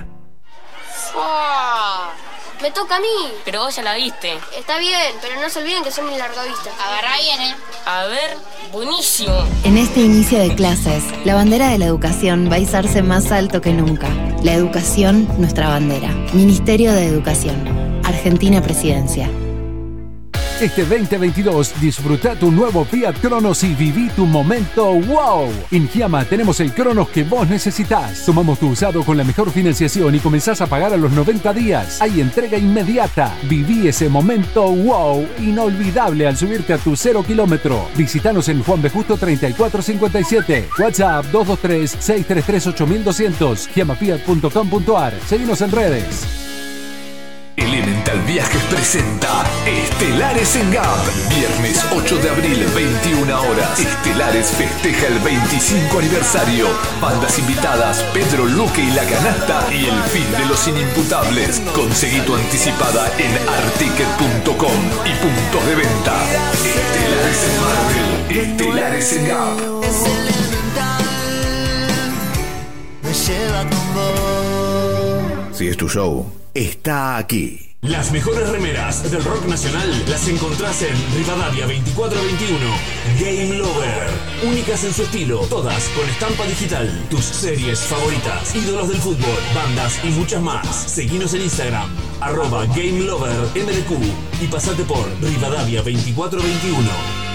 Oh, me toca a mí. Pero vos ya la viste. Está bien, pero no se olviden que son mis largavistas. Agarrá bien, ¿eh? A ver, buenísimo. En este inicio de clases, la bandera de la educación va a izarse más alto que nunca. La educación, nuestra bandera. Ministerio de Educación. Argentina Presidencia. Este veinte veintidós disfruta tu nuevo Fiat Cronos y viví tu momento wow. En Giamma tenemos el Cronos que vos necesitas. Tomamos tu usado con la mejor financiación y comenzás a pagar a los noventa días. Hay entrega inmediata. Viví ese momento wow inolvidable al subirte a tu cero kilómetro. Visítanos en Juan B. Justo treinta y cuatro cincuenta y siete. WhatsApp dos dos tres, seis tres tres, ocho mil doscientos. giamma fiat punto com punto ar. Seguinos en redes. Elemental Viajes presenta Estelares en Gap. Viernes ocho de abril, veintiuna horas. Estelares festeja el veinticinco aniversario. Bandas invitadas, Pedro Luque y La Canasta y el fin de los inimputables. Conseguí tu anticipada en articket punto com y puntos de venta. Estelares en Marvel, Estelares en Gap. Es elemental, me lleva con vos. Si es tu show, está aquí. Las mejores remeras del rock nacional las encontrás en Rivadavia veinticuatro veintiuno. Game Lover. Únicas en su estilo, todas con estampa digital. Tus series favoritas, ídolos del fútbol, bandas y muchas más. Seguinos en Instagram, arroba Game Lover M D Q y pasate por Rivadavia veinticuatro veintiuno.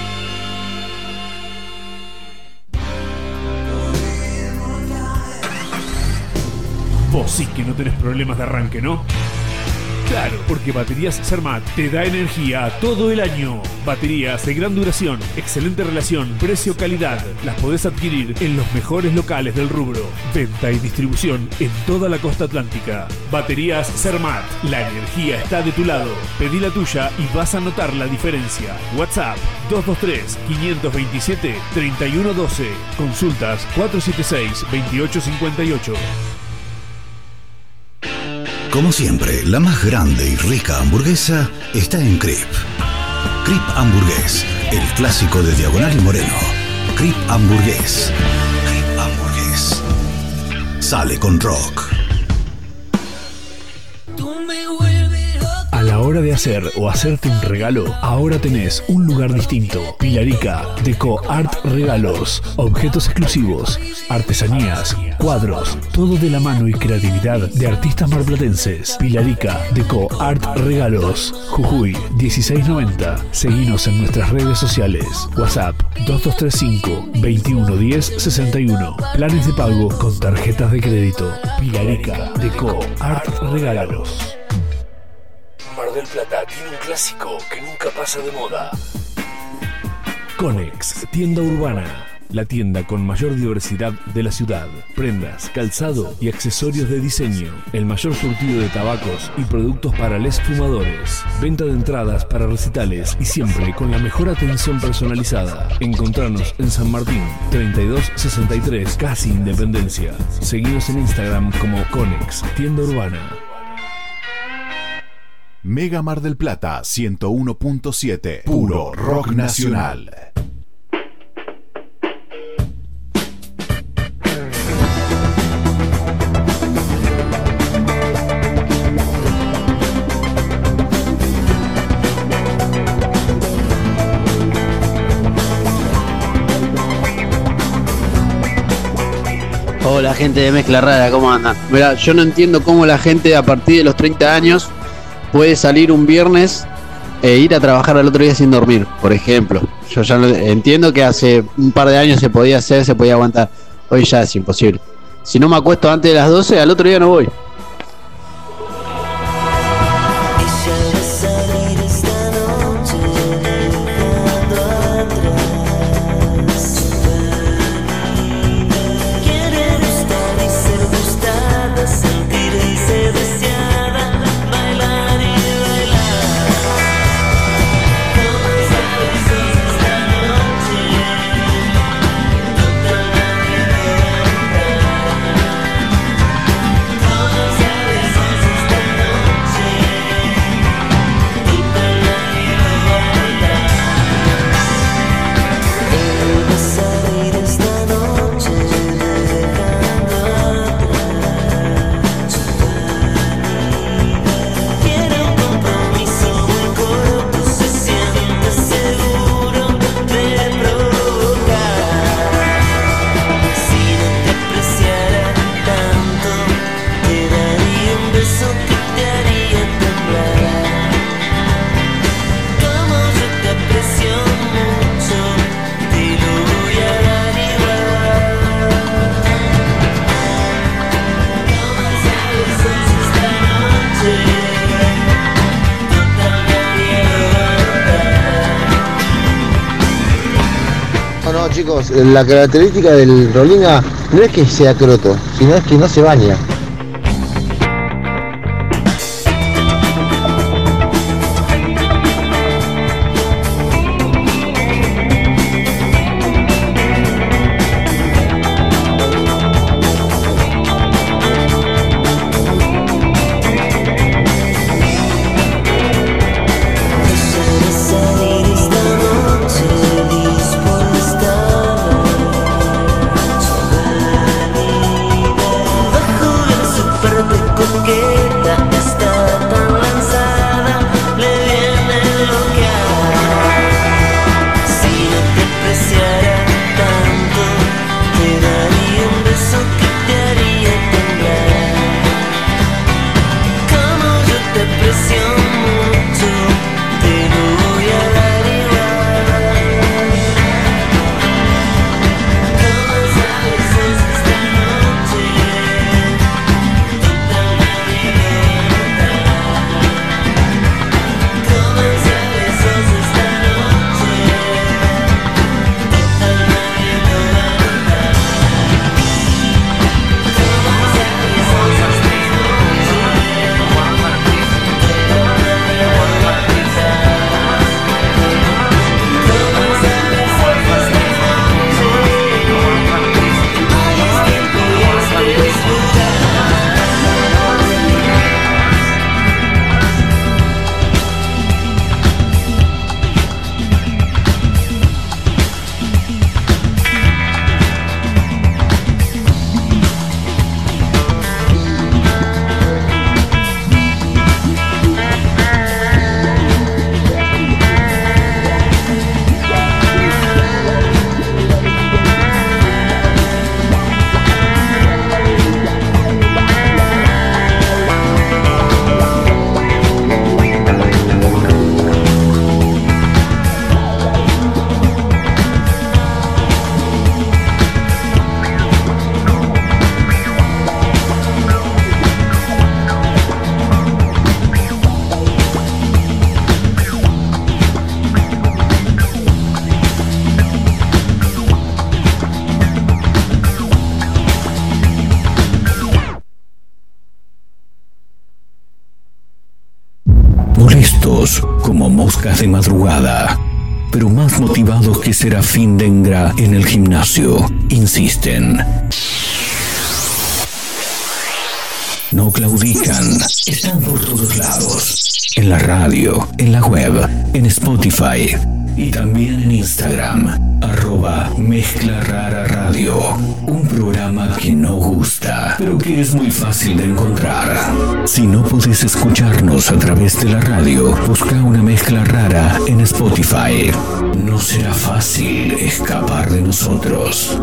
Vos sí que no tenés problemas de arranque, ¿no? Claro, porque Baterías Zermatt te da energía todo el año. Baterías de gran duración, excelente relación, precio-calidad. Las podés adquirir en los mejores locales del rubro. Venta y distribución en toda la costa atlántica. Baterías Zermatt, la energía está de tu lado. Pedí la tuya y vas a notar la diferencia. WhatsApp dos dos tres, cinco dos siete, tres uno uno dos. Consultas cuatro siete seis, dos ocho cinco ocho. Como siempre, la más grande y rica hamburguesa está en Crip. Crip Hamburgués, el clásico de Diagonal y Moreno. Crip Hamburgués. Crip Hamburgués. Sale con rock. A la hora de hacer o hacerte un regalo, ahora tenés un lugar distinto. Pilarica, Deco Art Regalos, objetos exclusivos, artesanías, cuadros, todo de la mano y creatividad de artistas marplatenses. Pilarica, Deco Art Regalos, Jujuy dieciséis noventa. Seguinos en nuestras redes sociales. WhatsApp dos dos tres cinco, veintiuno diez sesenta y uno. Planes de pago con tarjetas de crédito. Pilarica, Deco Art Regalos. Mar del Plata tiene un clásico que nunca pasa de moda. Conex, tienda urbana. La tienda con mayor diversidad de la ciudad. Prendas, calzado y accesorios de diseño. El mayor surtido de tabacos y productos para les fumadores. Venta de entradas para recitales y siempre con la mejor atención personalizada. Encontranos en San Martín, treinta y dos sesenta y tres, casi Independencia. Seguinos en Instagram como Conex, tienda urbana. Mega Mar del Plata ciento uno punto siete. Puro rock nacional. Hola gente de Mezcla Rara, ¿cómo andan? Mirá, yo no entiendo cómo la gente a partir de los treinta años puede salir un viernes e ir a trabajar al otro día sin dormir, por ejemplo. Yo ya no, entiendo que hace un par de años se podía hacer, se podía aguantar. Hoy ya es imposible. Si no me acuesto antes de las doce, al otro día no voy. No, chicos, la característica del Rolinga no es que sea croto, sino es que no se baña. Molestos como moscas de madrugada, pero más motivados que Serafín Dengra en el gimnasio, insisten. No claudican, están por todos lados, en la radio, en la web, en Spotify y también en Instagram, arroba Mezcla Rara Radio, un programa que no gusta, pero que es muy fácil de encontrar. Si no podés escucharnos a través de la radio, busca una mezcla rara en Spotify. No será fácil escapar de nosotros.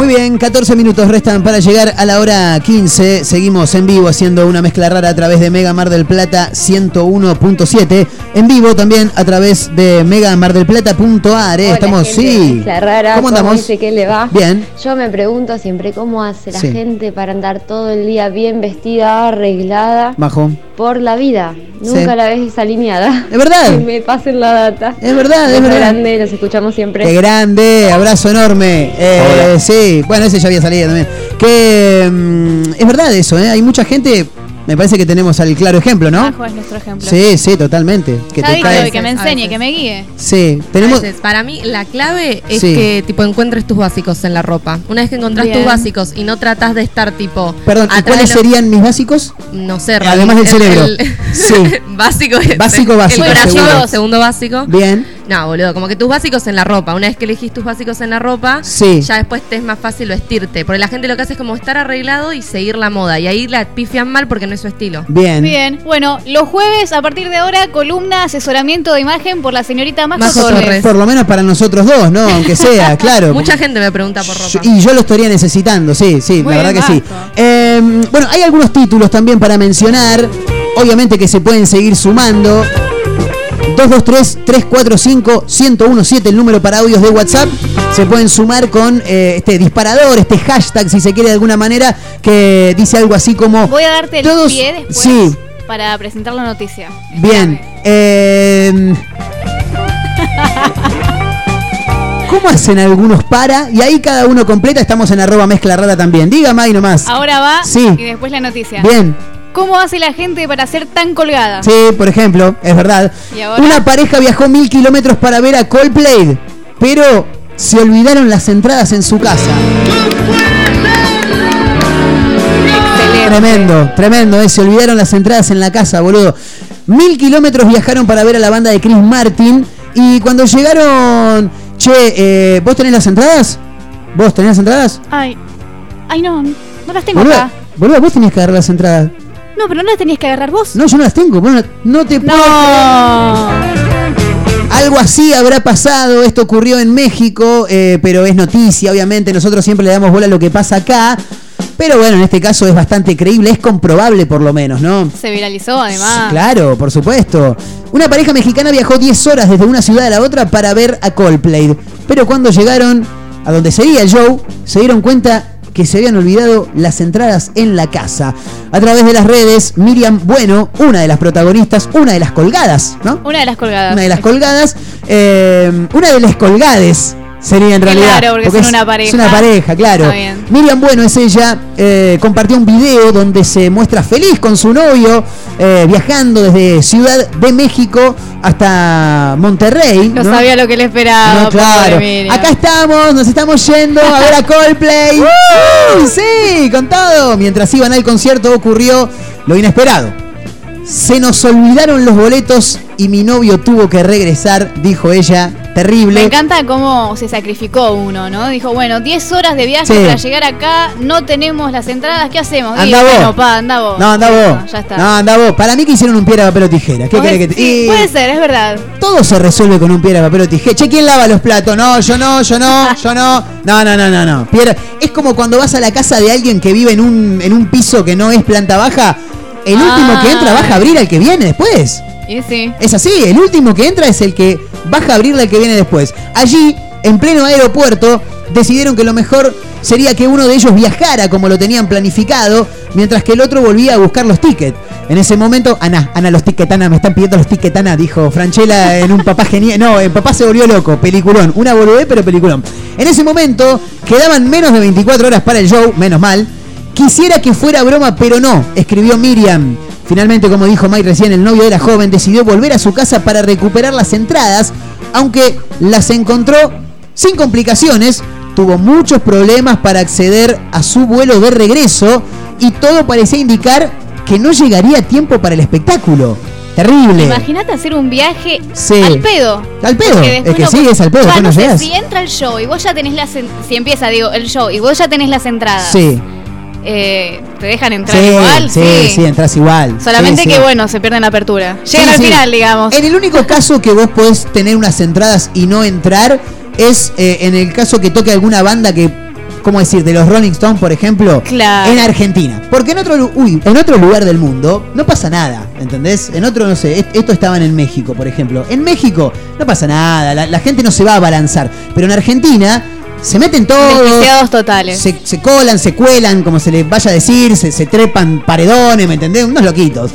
Muy bien, catorce minutos restan para llegar a la hora quince. Seguimos en vivo haciendo una mezcla rara a través de Mega Mar del Plata ciento uno punto siete. En vivo también a través de mega mar del plata punto a r. Estamos, gente, sí. Mezcla rara, ¿Cómo andamos? Dice que le va. Bien. Yo me pregunto siempre cómo hace la Sí. gente para andar todo el día bien vestida, arreglada Bajo. por la vida. Nunca Sí. la ves desalineada. Es verdad. Que me pasen la data. Es verdad, es Beso verdad. grande, los escuchamos siempre. Qué grande, abrazo enorme. Eh, sí, bueno, ese ya había salido también. Que mm, es verdad eso, ¿eh? Hay mucha gente, me parece que tenemos al claro ejemplo, ¿no? Majo es nuestro ejemplo. Sí, sí, totalmente. Que Ya te dijo, cae- que me A enseñe, veces. que me guíe. Sí, tenemos. A veces, para mí la clave es Sí. que tipo encuentres tus básicos en la ropa. Una vez que encontrás Bien. tus básicos y no tratás de estar tipo Perdón, ¿y atrás cuáles de lo- serían mis básicos? no sé, Además del el- cerebro. el- Sí. básico ese. Básico, básico, El corazón, seguro. segundo básico. Bien. No, boludo, como que tus básicos en la ropa. Una vez que elegís tus básicos en la ropa, Sí. ya después te es más fácil vestirte. Porque la gente lo que hace es como estar arreglado y seguir la moda. Y ahí la pifian mal porque no es su estilo. Bien. Bien, bueno, los jueves a partir de ahora, columna asesoramiento de imagen por la señorita Majo Majo Torres. Torres. Por lo menos para nosotros dos, ¿no? Aunque sea, claro. Mucha gente me pregunta por ropa. Y yo lo estaría necesitando, sí, sí, Muy la verdad bien, que sí. Majo. Eh, bueno, hay algunos títulos también para mencionar. Obviamente que se pueden seguir sumando. dos dos tres, tres cuatro cinco, uno cero uno siete, el número para audios de WhatsApp. Se pueden sumar con eh, este disparador, este hashtag, si se quiere de alguna manera, que dice algo así como... Voy a darte el Todos- pie después sí. para presentar la noticia. Bien. Eh, ¿Cómo hacen algunos para? Y ahí cada uno completa. Estamos en arroba mezcla rara también. Dígame ahí nomás. Ahora va Sí. y después la noticia. Bien. ¿Cómo hace la gente para ser tan colgada? Sí, por ejemplo, es verdad. ¿Y ahora? Una pareja viajó mil kilómetros para ver a Coldplay, pero se olvidaron las entradas en su casa. Tremendo, tremendo, eh. Se olvidaron las entradas en la casa, boludo. Mil kilómetros viajaron para ver a la banda de Chris Martin y cuando llegaron, che, eh, ¿vos tenés las entradas? ¿Vos tenés las entradas? Ay, ay no, no las tengo Boludo, acá. boludo, vos tenías que agarrar las entradas. No, pero no las tenías que agarrar vos. No, yo no las tengo, vos no, no te puedo No. Algo así habrá pasado, esto ocurrió en México, eh, pero es noticia, obviamente, nosotros siempre le damos bola a lo que pasa acá, pero bueno, en este caso es bastante creíble, es comprobable por lo menos, ¿no? Se viralizó además. Claro, por supuesto. Una pareja mexicana viajó diez horas desde una ciudad a la otra para ver a Coldplay, pero cuando llegaron a donde sería el show, se dieron cuenta que se habían olvidado las entradas en la casa. A través de las redes, Miriam Bueno, una de las protagonistas, una de las colgadas, ¿no? Una de las colgadas. Una de las colgadas, eh, una de las colgades sería en realidad. Claro, porque son es, una pareja. Es una pareja, claro. Está bien. Miriam Bueno es ella, eh, compartió un video donde se muestra feliz con su novio, eh, viajando desde Ciudad de México hasta Monterrey. No, ¿no? sabía lo que le esperaba. No, claro. pobre Miriam. Acá estamos, nos estamos yendo a ver a Coldplay. ¡Uh! Sí, con todo. Mientras iban al concierto ocurrió lo inesperado. Se nos olvidaron los boletos y mi novio tuvo que regresar, dijo ella. Terrible. Me encanta cómo se sacrificó uno, ¿no? Dijo, bueno, diez horas de viaje Sí. para llegar acá, no tenemos las entradas, ¿qué hacemos? Anda Digo, vos. bueno, pa, anda vos. No, anda Listo, vos. Ya está. No, anda vos. Para mí que hicieron un piedra, papel o tijera. ¿Qué ¿Vos querés que ves? te... Sí, y- puede ser, es verdad. Todo se resuelve con un piedra, papel o tijera. Che, ¿quién lava los platos? No, yo no, yo no, yo no. No, no, no, no, no. Piedra... Es como cuando vas a la casa de alguien que vive en un, en un piso que no es planta baja. El último que entra baja a abrir al que viene después. Y sí. Es así, el último que entra es el que baja a abrirle al que viene después. Allí, en pleno aeropuerto, decidieron que lo mejor sería que uno de ellos viajara como lo tenían planificado, mientras que el otro volvía a buscar los tickets. En ese momento, Ana, Ana, los tickets, Ana, me están pidiendo los tickets, Ana, dijo Franchella en un papá genial. No, el papá se volvió loco, peliculón. Una boludez, pero peliculón. En ese momento, quedaban menos de veinticuatro horas para el show, menos mal. Quisiera que fuera broma, pero no, escribió Miriam. Finalmente, como dijo Mike recién, el novio de la joven decidió volver a su casa para recuperar las entradas, aunque las encontró sin complicaciones. Tuvo muchos problemas para acceder a su vuelo de regreso y todo parecía indicar que no llegaría a tiempo para el espectáculo. Terrible. Imagínate hacer un viaje Sí. al pedo. Al pedo, Porque es después que no- sí, es al pedo, Ya después no no sé, llegás. si entra el show y vos ya tenés las... en- Si empieza, digo, el show y vos ya tenés las entradas. Sí. Eh, te dejan entrar Sí, igual, sí, sí. sí, entras igual. Solamente Sí, que, sí. bueno, se pierden la apertura. Llegan Sí, al sí. final, digamos. En el único caso que vos podés tener unas entradas y no entrar es eh, en el caso que toque alguna banda que ¿cómo decir? De los Rolling Stones, por ejemplo, claro. en Argentina. Porque en otro, uy, en otro lugar del mundo no pasa nada, ¿entendés? En otro, no sé, esto estaban en México, por ejemplo. En México no pasa nada, la, la gente no se va a abalanzar. Pero en Argentina se meten todos. Desquiciados totales. Se, se colan, se cuelan, como se les vaya a decir, se, se trepan paredones, ¿me entendés? Unos loquitos.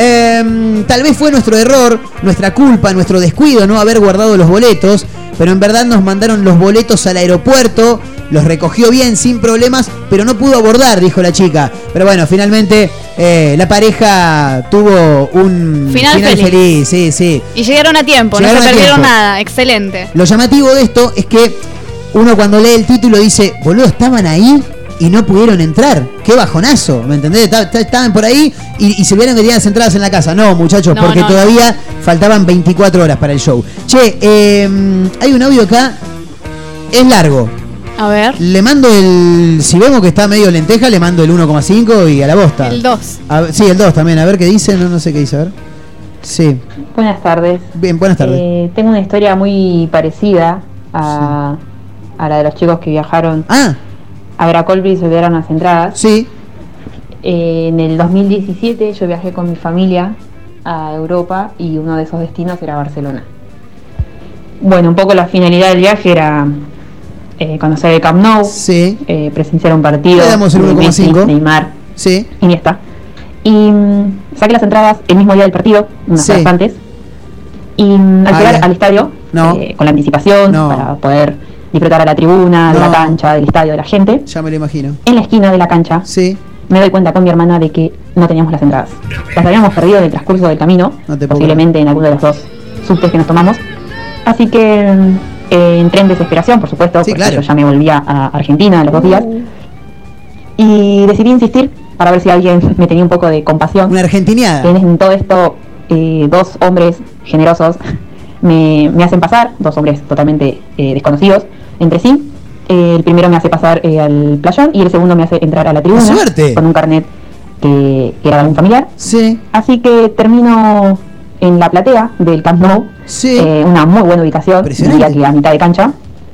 Eh, tal vez fue nuestro error, nuestra culpa, nuestro descuido no haber guardado los boletos, pero en verdad nos mandaron los boletos al aeropuerto, los recogió bien, sin problemas, pero no pudo abordar, dijo la chica. Pero bueno, finalmente eh, la pareja tuvo un final, final feliz. feliz, sí, sí. Y llegaron a tiempo, Llegaron no se a perdieron tiempo. nada, excelente. Lo llamativo de esto es que uno cuando lee el título dice, boludo, estaban ahí y no pudieron entrar. Qué bajonazo, ¿me entendés? Estaban por ahí y, y se vieron que tenían las entradas en la casa. No, muchachos, No, porque no, todavía no. faltaban veinticuatro horas para el show. Che, eh, hay un audio acá, es largo. A ver. Le mando el, si vemos que está medio lenteja, le mando el uno coma cinco y a la bosta. El dos. A, sí, el dos también, a ver qué dice, no, no sé qué dice, a ver. Sí. Buenas tardes. Bien, buenas tardes. Eh, tengo una historia muy parecida a, sí. a la de los chicos que viajaron ah. a ver a Coldplay y se olvidaron las entradas. Sí. Eh, en el dos mil diecisiete yo viajé con mi familia a Europa y uno de esos destinos era Barcelona. Bueno, un poco la finalidad del viaje era eh, conocer el Camp Nou, sí. eh, presenciar un partido, le damos el uno coma cinco. Neymar, sí. Iniesta. Y um, saqué las entradas el mismo día del partido, unas horas sí. antes. Y um, al llegar ah, al estadio, no. eh, con la anticipación, no. para poder disfrutar a la tribuna, no. de la cancha, del estadio, de la gente. Ya me lo imagino. En la esquina de la cancha, sí. me doy cuenta con mi hermana de que no teníamos las entradas. Las habíamos perdido en el transcurso del camino, no te posiblemente en alguno de los dos subtes que nos tomamos. Así que eh, entré en desesperación, por supuesto, sí, porque claro. yo ya me volvía a Argentina a los dos días. Y decidí insistir para ver si alguien me tenía un poco de compasión. Una argentiniada. En todo esto, eh, dos hombres generosos me, me hacen pasar, dos hombres totalmente eh, desconocidos entre sí. Eh, el primero me hace pasar eh, al playón y el segundo me hace entrar a la tribuna. ¡Suerte! Con un carnet que, que era de algún familiar. Sí. Así que termino en la platea del Camp Nou. Sí. Eh, una muy buena ubicación, diría que a mitad de cancha.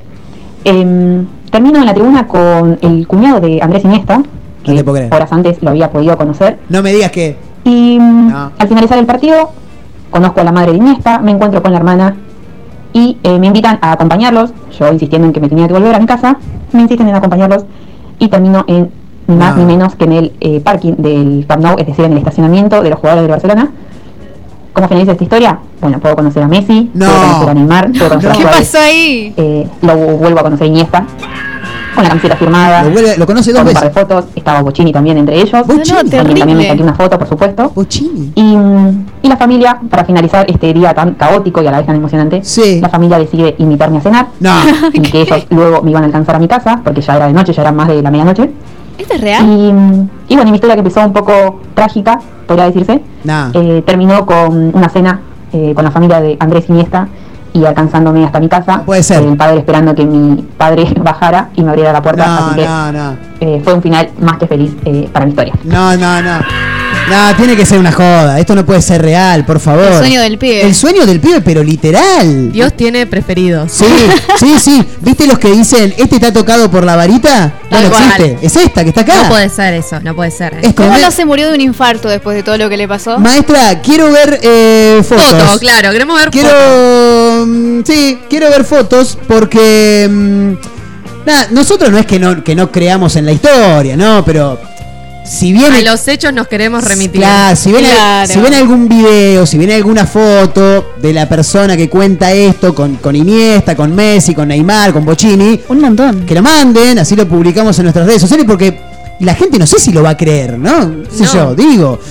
Eh, termino en la tribuna con el cuñado de Andrés Iniesta, que no te horas antes lo había podido conocer. No me digas que... Y no. al finalizar el partido, conozco a la madre de Iniesta, me encuentro con la hermana y eh, me invitan a acompañarlos. Yo insistiendo en que me tenía que volver a mi casa, me insisten en acompañarlos y termino en ni más no. ni menos que en el eh, parking del Camp Nou, es decir, en el estacionamiento de los jugadores de Barcelona. ¿Cómo finaliza esta historia? Bueno, puedo conocer a Messi, no. puedo conocer a Neymar, puedo conocer no. a Suárez. ¿Qué pasó ahí? Eh, lo vuelvo a conocer a Iniesta, con la camiseta firmada. Lo, vuelve, lo conoce dos con veces. un par de fotos, estaba Bochini también entre ellos. Bochini. No, no, también, también me saqué una foto, por supuesto. Bochini. Y, y la familia, para finalizar este día tan caótico y a la vez tan emocionante, sí. la familia decide invitarme a cenar. No. Y que ellos luego me iban a alcanzar a mi casa, porque ya era de noche, ya era más de la medianoche. ¿Esto es real? Y, y bueno, mi historia, que empezó un poco trágica, podría decirse, no. eh, terminó con una cena eh, con la familia de Andrés Iniesta y alcanzándome hasta mi casa. No puede ser. El padre esperando que mi padre bajara y me abriera la puerta. No, así que no, no. Eh, fue un final más que feliz eh, para mi historia. No, no, no. No, tiene que ser una joda. Esto no puede ser real, por favor. El sueño del pibe. El sueño del pibe, pero literal. Dios tiene preferidos. Sí, sí, sí. ¿Viste los que dicen, este está tocado por la varita? No, no existe. Es esta que está acá. No puede ser eso, no puede ser. Es ¿Cómo tremendo. no se murió de un infarto después de todo lo que le pasó? Maestra, quiero ver eh, fotos. Fotos, claro, queremos ver quiero, fotos. Mm, sí, quiero ver fotos porque... Mm, nada, nosotros no es que no, que no creamos en la historia, ¿no? Pero... Si viene, a los hechos nos queremos remitir. Claro, si viene, claro. si viene algún video, si viene alguna foto de la persona que cuenta esto con, con Iniesta, con Messi, con Neymar, con Bochini, un montón. Que lo manden, así lo publicamos en nuestras redes sociales, porque la gente no sé si lo va a creer, ¿no? Si no. yo digo.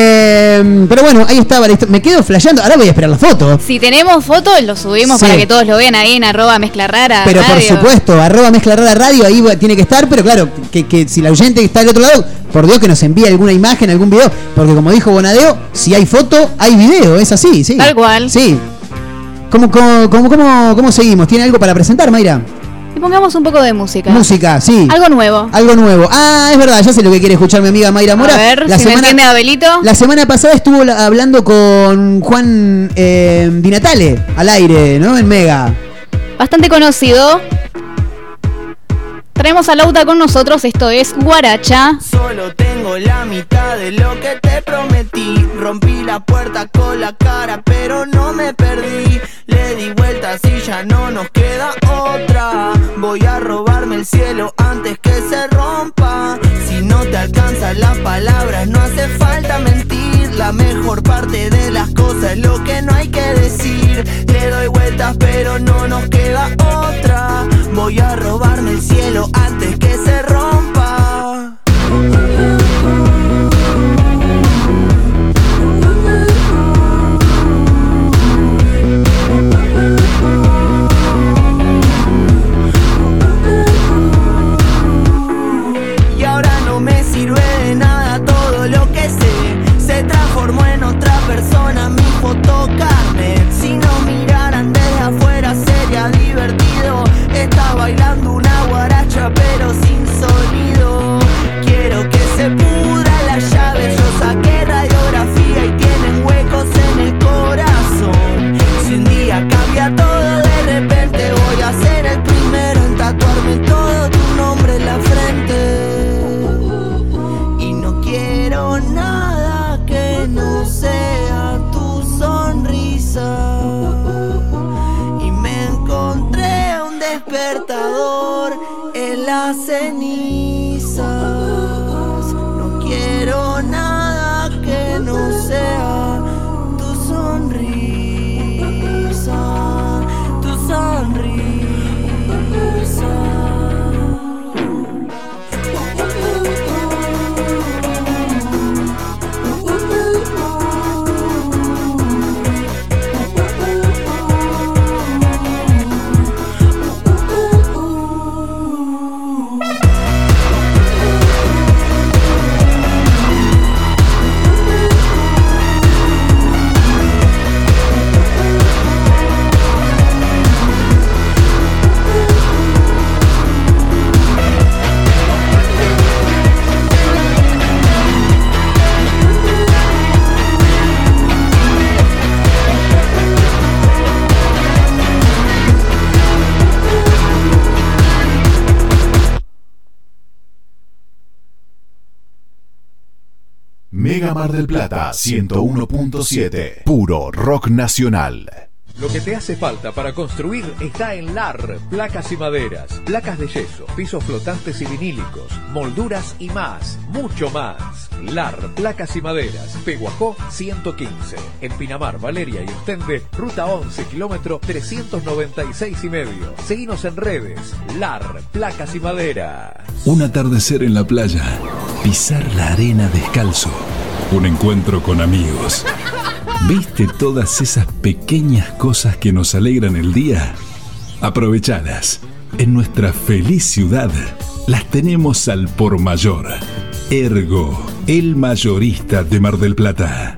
Eh, pero bueno, ahí estaba. Me quedo flasheando. Ahora voy a esperar la foto. Si tenemos fotos, lo subimos sí. para que todos lo vean ahí en arroba mezcla rara. Pero radio. por supuesto, arroba mezcla rara radio, ahí tiene que estar. Pero claro, que, que si la oyente está del otro lado, por Dios que nos envíe alguna imagen, algún video. Porque como dijo Bonadeo, si hay foto, hay video. Es así, sí. Tal cual. Sí. ¿Cómo, cómo, cómo, cómo, cómo seguimos? ¿Tiene algo para presentar, Mayra? Y pongamos un poco de música. Música, sí. Algo nuevo. Algo nuevo. Ah, es verdad, ya sé lo que quiere escuchar mi amiga Mayra Mora. A ver, la si semana, me entiende Abelito. La semana pasada estuvo la, hablando con Juan eh, Di Natale al aire, ¿no? En Mega. Bastante conocido. traemos a Lauta con nosotros, esto es Guaracha. Solo tengo la mitad de lo que te prometí. Rompí la puerta con la cara, pero no me perdí. Le di vueltas y ya no nos queda otra. Voy a robarme el cielo antes que se rompa. Si no te alcanzan las palabras, no hace falta mentir. La mejor parte de las cosas es lo que no hay que decir. Le doy vueltas, pero no nos queda otra. Voy a robarme el cielo antes que se rompa. Y ahora no me sirve de nada todo lo que sé. Se transformó en otra persona mi fotocarnet. Si no miraran desde afuera sería divertido. Está bailando una guaracha pero sin sonido. Quiero que se pudra la llave. Yo saqué radiografía y tienen huecos en el corazón. Si un día cambia todo de repente, voy a ser el primero en tatuarme todo tu nombre en la frente. Y no quiero nada que no sea tu sonrisa. Y me encontré un despertador en las cenizas. No quiero nada que no sea tu sonrisa, tu sonrisa. Mega Mar del Plata ciento uno punto siete. Puro rock nacional. Lo que te hace falta para construir está en L A R, placas y maderas, placas de yeso, pisos flotantes y vinílicos, molduras y más, mucho más. L A R, placas y maderas, Peguajó ciento quince, en Pinamar, Valeria y Ostende, ruta once, kilómetro trescientos noventa y seis y medio. Seguinos en redes, L A R, placas y maderas. Un atardecer en la playa, pisar la arena descalzo, un encuentro con amigos. ¿Viste todas esas pequeñas cosas que nos alegran el día? Aprovechalas. En nuestra feliz ciudad las tenemos al por mayor. Ergo, el mayorista de Mar del Plata.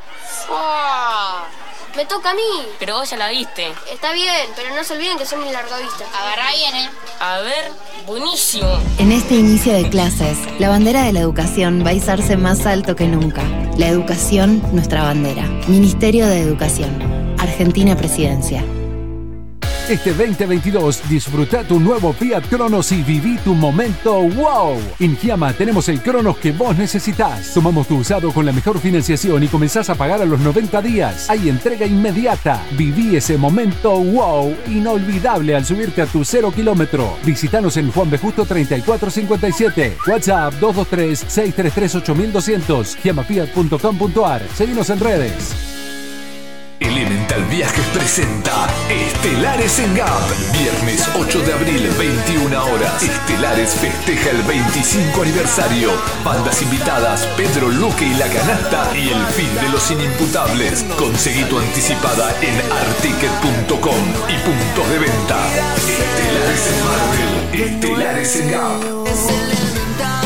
Oh, me toca a mí. Pero vos ya la viste. Está bien, pero no se olviden que soy mi largavista. Agarrá bien, eh. A ver, buenísimo. En este inicio de clases, la bandera de la educación va a izarse más alto que nunca. La educación, nuestra bandera. Ministerio de Educación. Argentina Presidencia. Este veinte veintidós disfruta tu nuevo Fiat Cronos y viví tu momento wow. En Giamma tenemos el Cronos que vos necesitas. Tomamos tu usado con la mejor financiación y comenzás a pagar a los noventa días. Hay entrega inmediata. Viví ese momento wow inolvidable al subirte a tu cero kilómetro. Visítanos en Juan B. Justo treinta y cuatro cincuenta y siete. WhatsApp dos dos tres, seis tres tres, ocho mil doscientos. giamma fiat punto com punto ar. Seguinos en redes. Elemental Viajes presenta Estelares en Gap. Viernes ocho de abril, veintiuna horas. Estelares festeja el veinticinco aniversario. Bandas invitadas, Pedro Luque y La Canasta y el fin de los inimputables. Conseguí tu anticipada en articket punto com y puntos de venta. Estelares en Marvel, Estelares en Gap. Es elemental,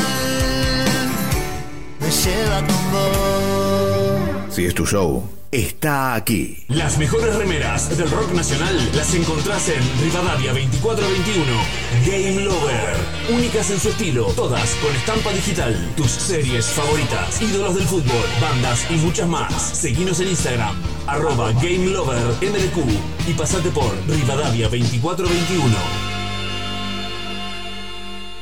me lleva con vos. Si es tu show, está aquí. Las mejores remeras del rock nacional las encontrás en Rivadavia veinticuatro veintiuno. Game Lover. Únicas en su estilo, todas con estampa digital. Tus series favoritas, ídolos del fútbol, bandas y muchas más. Seguinos en Instagram, arroba Game Lover M D Q y pasate por Rivadavia veinticuatro veintiuno.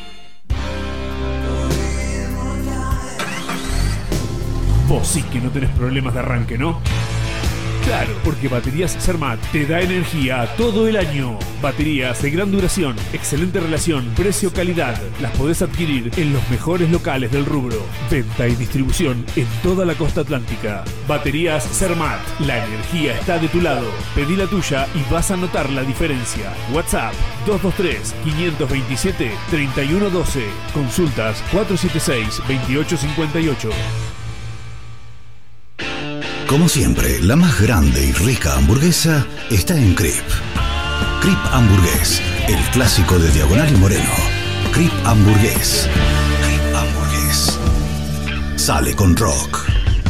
Vos sí que no tenés problemas de arranque, ¿no? Claro, porque Baterías Zermatt te da energía todo el año. Baterías de gran duración, excelente relación, precio-calidad. Las podés adquirir en los mejores locales del rubro. Venta y distribución en toda la costa atlántica. Baterías Zermatt. La energía está de tu lado. Pedí la tuya y vas a notar la diferencia. WhatsApp dos dos tres, cinco dos siete, tres uno uno dos. Consultas cuatro siete seis, dos ocho cinco ocho. Como siempre, la más grande y rica hamburguesa está en Crip. Crip Hamburgués, el clásico de Diagonal y Moreno. Crip Hamburgués. Crip Hamburgués. Sale con rock.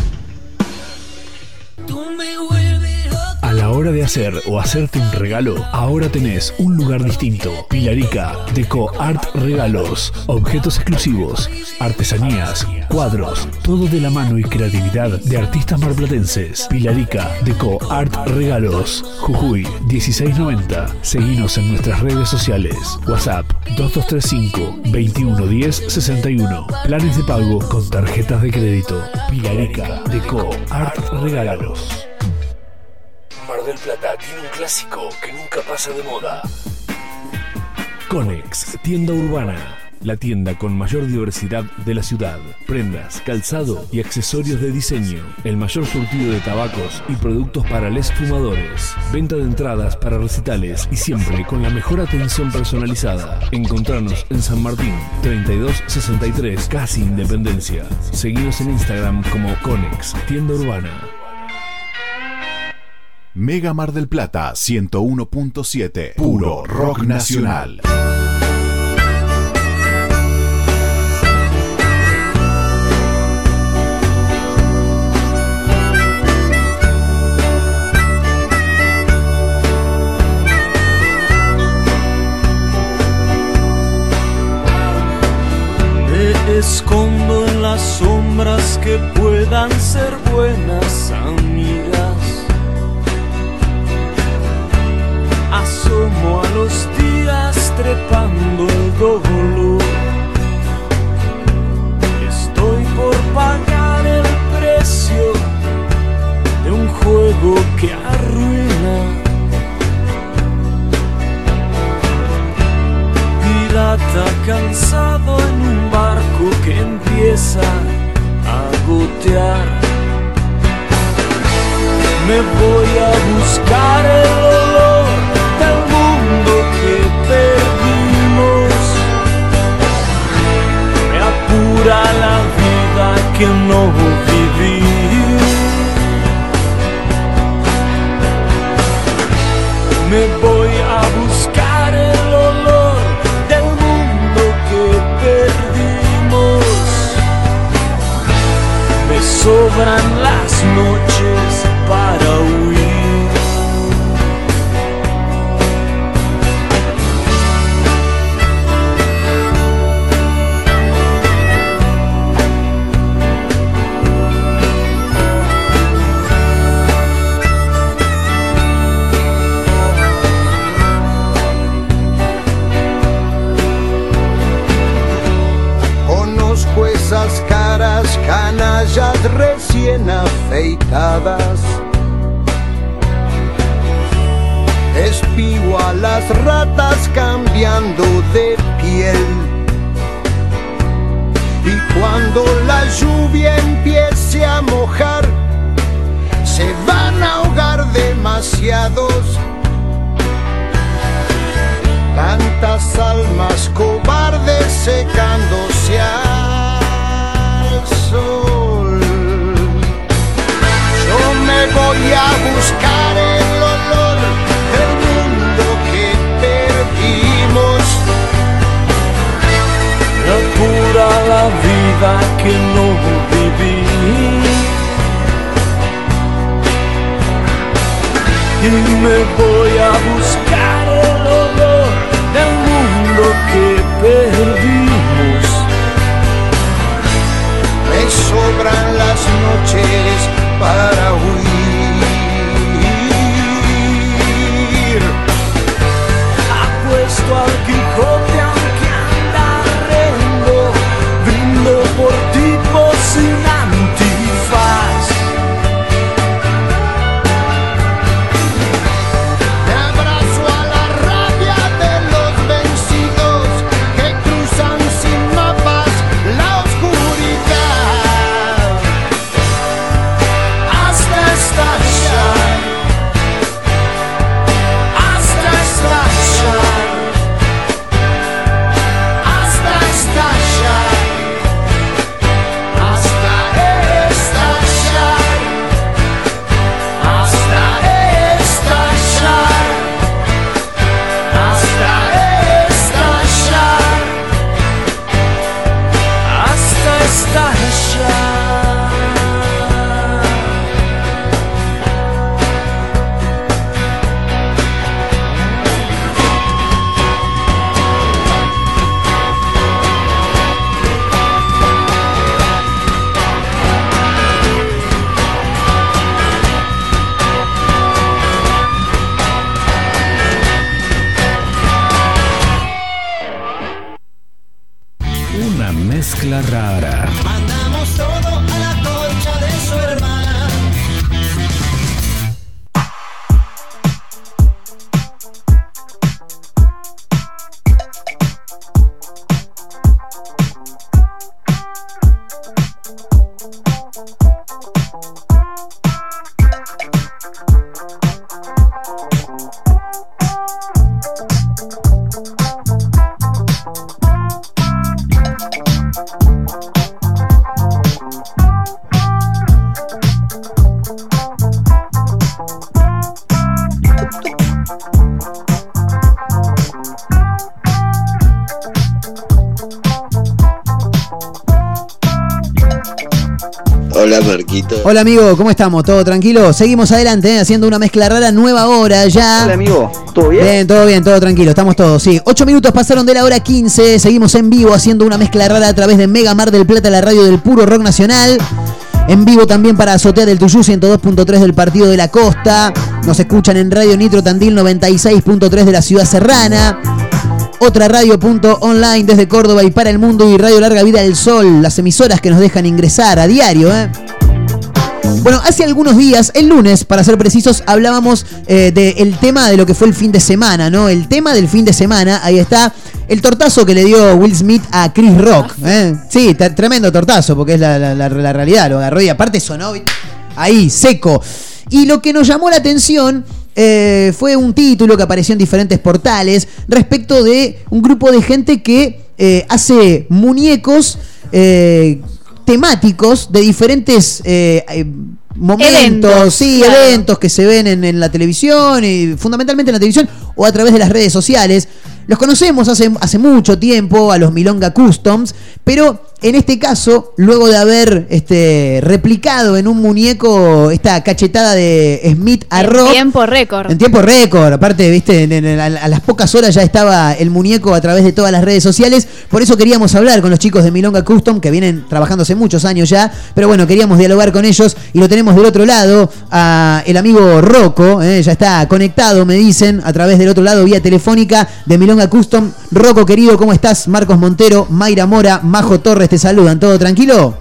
A la hora de hacer o hacerte un regalo, ahora tenés un lugar distinto. Pilarica, Deco Art Regalos. Objetos exclusivos, artesanías, cuadros, todo de la mano y creatividad de artistas marplatenses. Pilarica, Deco Art Regalos. Jujuy, dieciséis noventa. Seguinos en nuestras redes sociales. WhatsApp dos dos tres cinco, veintiuno diez sesenta y uno. Planes de pago con tarjetas de crédito. Pilarica, Deco Art Regalos. Mar del Plata tiene un clásico que nunca pasa de moda. Conex, tienda urbana. La tienda con mayor diversidad de la ciudad. Prendas, calzado y accesorios de diseño. El mayor surtido de tabacos y productos para les fumadores. Venta de entradas para recitales y siempre con la mejor atención personalizada. Encontranos en San Martín, treinta y dos sesenta y tres, casi Independencia. Seguinos en Instagram como Conex, tienda urbana. Mega Mar del Plata ciento uno punto siete. Puro rock nacional. Me escondo en las sombras que puedan ser buenas amigas. Asomo a los días trepando el dolor. Estoy por pagar el precio de un juego que arruina. Pirata cansado en un barco que empieza a gotear. Me voy a buscar el olor del mundo que perdimos. Me apura la vida que no viví. Me voy a buscar el olor del mundo que perdimos. Me sobran las noches para huir. Conozco esas caras canallas recién afeitadas. Espigo a las ratas cambiando de piel. Y cuando la lluvia empiece a mojar, se van a ahogar demasiados. Tantas almas cobardes secándose al sol. Yo me voy a buscar el olor del mundo que perdimos. Me apura la vida que no viví. Y me voy a buscar el olor del mundo que perdimos. Me sobran las noches para huir. Apuesto al Quijote aunque anda rendo, brindo por tipos sin antifaz. Una mezcla rara. Mandamos todo a la concha de su hermana. Hola Marquito. Hola amigo, ¿cómo estamos? ¿Todo tranquilo? Seguimos adelante, ¿eh? Haciendo una mezcla rara, nueva hora ya. Hola amigo, ¿todo bien? Bien, todo bien, todo tranquilo, estamos todos, sí. Ocho minutos pasaron de la hora quince, seguimos en vivo haciendo una mezcla rara a través de Mega Mar del Plata, la radio del puro rock nacional. En vivo también para Azotea del Tuyú, ciento dos punto tres del Partido de la Costa. Nos escuchan en Radio Nitro Tandil noventa y seis punto tres de la Ciudad Serrana. Otra radio punto online desde Córdoba y para el mundo, y Radio Larga Vida del Sol, las emisoras que nos dejan ingresar a diario, ¿eh? Bueno, hace algunos días, el lunes, para ser precisos, hablábamos eh, del tema de lo que fue el fin de semana, ¿no? El tema del fin de semana, ahí está, el tortazo que le dio Will Smith a Chris Rock, ¿eh? Sí, t- tremendo tortazo, porque es la, la, la, la realidad, lo agarró y aparte sonó ahí, seco. Y lo que nos llamó la atención eh, fue un título que apareció en diferentes portales respecto de un grupo de gente que eh, hace muñecos eh, temáticos de diferentes eh, eh, momentos, eventos, sí, claro. eventos que se ven en, en la televisión, y fundamentalmente en la televisión o a través de las redes sociales. Los conocemos hace, hace mucho tiempo, a los Milonga Customs, pero en este caso, luego de haber este, replicado en un muñeco esta cachetada de Smith a Rock. En tiempo récord. En tiempo récord, aparte, viste, en, en, a, a las pocas horas ya estaba el muñeco a través de todas las redes sociales. Por eso queríamos hablar con los chicos de Milonga Custom, que vienen trabajando hace muchos años ya, pero bueno, queríamos dialogar con ellos y lo tenemos del otro lado, a el amigo Rocco, eh, ya está conectado, me dicen, a través del otro lado, vía telefónica de Milonga Custom. Rocco, querido, ¿cómo estás? Marcos Montero, Mayra Mora, Majo Torres te saludan. ¿Todo tranquilo?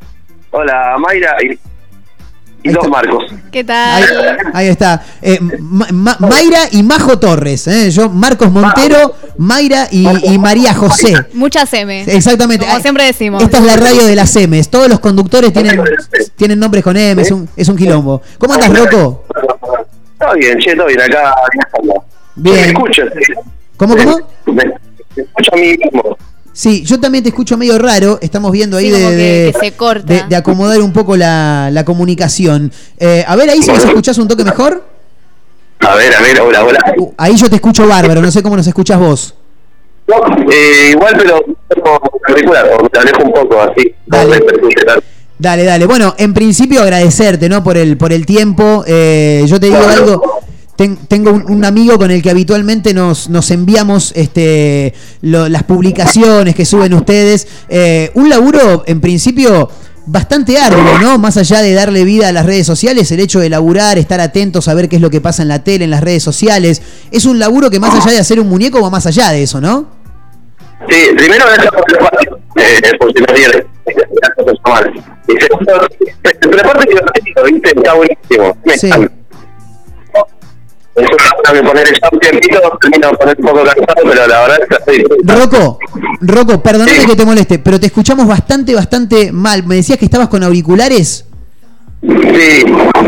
Hola, Mayra y, y dos Marcos. ¿Qué tal? Ahí, ahí está. Eh, Ma- Ma- Mayra y Majo Torres. Eh. Yo, Marcos Montero, Mayra y, y María José. Muchas M. Exactamente. Como siempre decimos. Esta es la radio de las M's. Todos los conductores tienen, tienen nombres con M. Es un, es un quilombo. ¿Cómo andas, Rocco? Todo bien, che, todo bien. Acá. Bien. ¿Me escuchas? ¿Cómo, cómo? Me, me escucho a mí mismo. Sí, yo también te escucho medio raro. Estamos viendo ahí Sí, de, como que- de, que se corta. de- de acomodar un poco la, la comunicación. Eh, a ver, ahí si nos escuchás un toque mejor. A ver, a ver, hola, hola. Uh, ahí yo te escucho bárbaro. No sé cómo nos escuchás vos. Eh, igual, pero auricular, o te alejo un poco así. Dale. Dale, dale. Bueno, en principio agradecerte, ¿no? Por el, por el tiempo. Eh, yo te digo algo. Ten- tengo un, un amigo con el que habitualmente nos, nos enviamos este, lo- las publicaciones que suben ustedes. Eh, un laburo, en principio, bastante arduo, ¿no? Más allá de darle vida a las redes sociales, el hecho de laburar, estar atentos a ver qué es lo que pasa en la tele, en las redes sociales. Es un laburo que más allá de hacer un muñeco va más allá de eso, ¿no? Sí, primero gracias por el espacio, eh, por si me dieron. Gracias por llamar. Y segundo, el reporte divertido, ¿viste? Está buenísimo. Me Sí. encanta. Eso tengo que poner ya un tiempito, termino de poner un poco cansado, pero la verdad es que estoy... Rocco, Rocco, perdóname que te moleste, pero te escuchamos bastante, bastante mal. ¿Me decías que estabas con auriculares? Sí. Eh,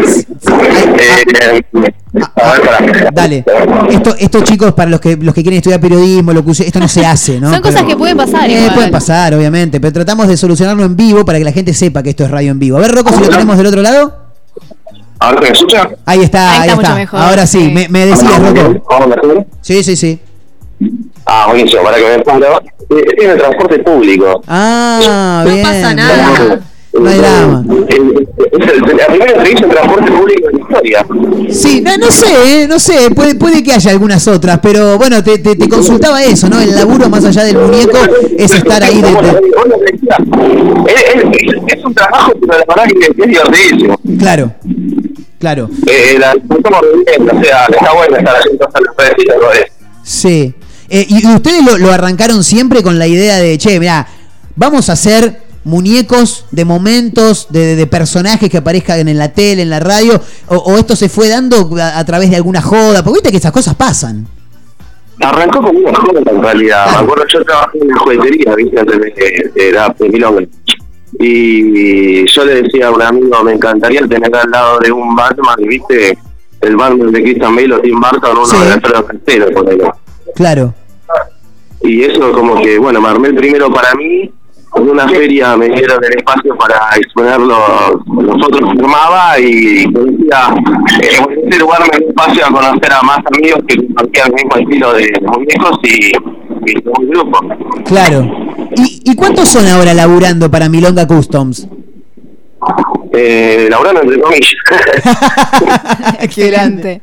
a ver, pará. Dale. Esto, esto chicos, para los que los que quieren estudiar periodismo, locución, esto no se hace, ¿no? Son cosas Pero- que pueden pasar. Eh, igual. pueden pasar, obviamente, pero tratamos de solucionarlo en vivo para que la gente sepa que esto es radio en vivo. A ver, Rocco, si lo tenemos del otro lado. ¿Ahora me escucha? Ahí está, Ahí ahí, está está. mucho mejor, Ahora sí, sí. me, me decías, Rocco. ¿Cómo me escuchas? Sí, sí, sí. Ah, buenísimo, para que me ponga. Estoy en el transporte público. Ah, bien. pasa nada. No hay drama. Es el- la primera entrevista en transporte público en la historia. Sí, no, no sé, eh, no sé, puede, puede que haya algunas otras, pero bueno, te, te, te consultaba eso, ¿no? El laburo más allá del muñeco es estar ahí de, de- Es, es, es un trabajo, pero la verdad que es divertidísimo. Claro, claro. Eh, la estamos viviendo, o sea, está bueno estar haciendo cosas en las redes y todo eso. Sí. Eh, y, y ustedes lo, lo arrancaron siempre con la idea de, che, mirá, vamos a hacer muñecos de momentos, de, de personajes que aparezcan en la tele, en la radio, o, o esto se fue dando a, a través de alguna joda, porque viste que esas cosas pasan. Arrancó como una joda en realidad. Me acuerdo, yo trabajé en una juguetería, ¿viste? Antes de, de, de, de Milonga. Y yo le decía a un amigo, me encantaría tener al lado de un Batman, ¿viste? El Batman de Christian Bale o Tim Burton, uno sí. de Alfredo Castelo, por ahí. Claro. Y eso como que, bueno, me armé el primero para mí. En una feria me dieron el espacio para exponerlo, nosotros firmaba y decía, eh, en este lugar me dio espacio a conocer a más amigos que compartían el mismo estilo de muñecos y, y un grupo. Claro. ¿Y, ¿Y cuántos son ahora laburando para Milonga Customs? Eh, laburando entre comillas. Qué grande.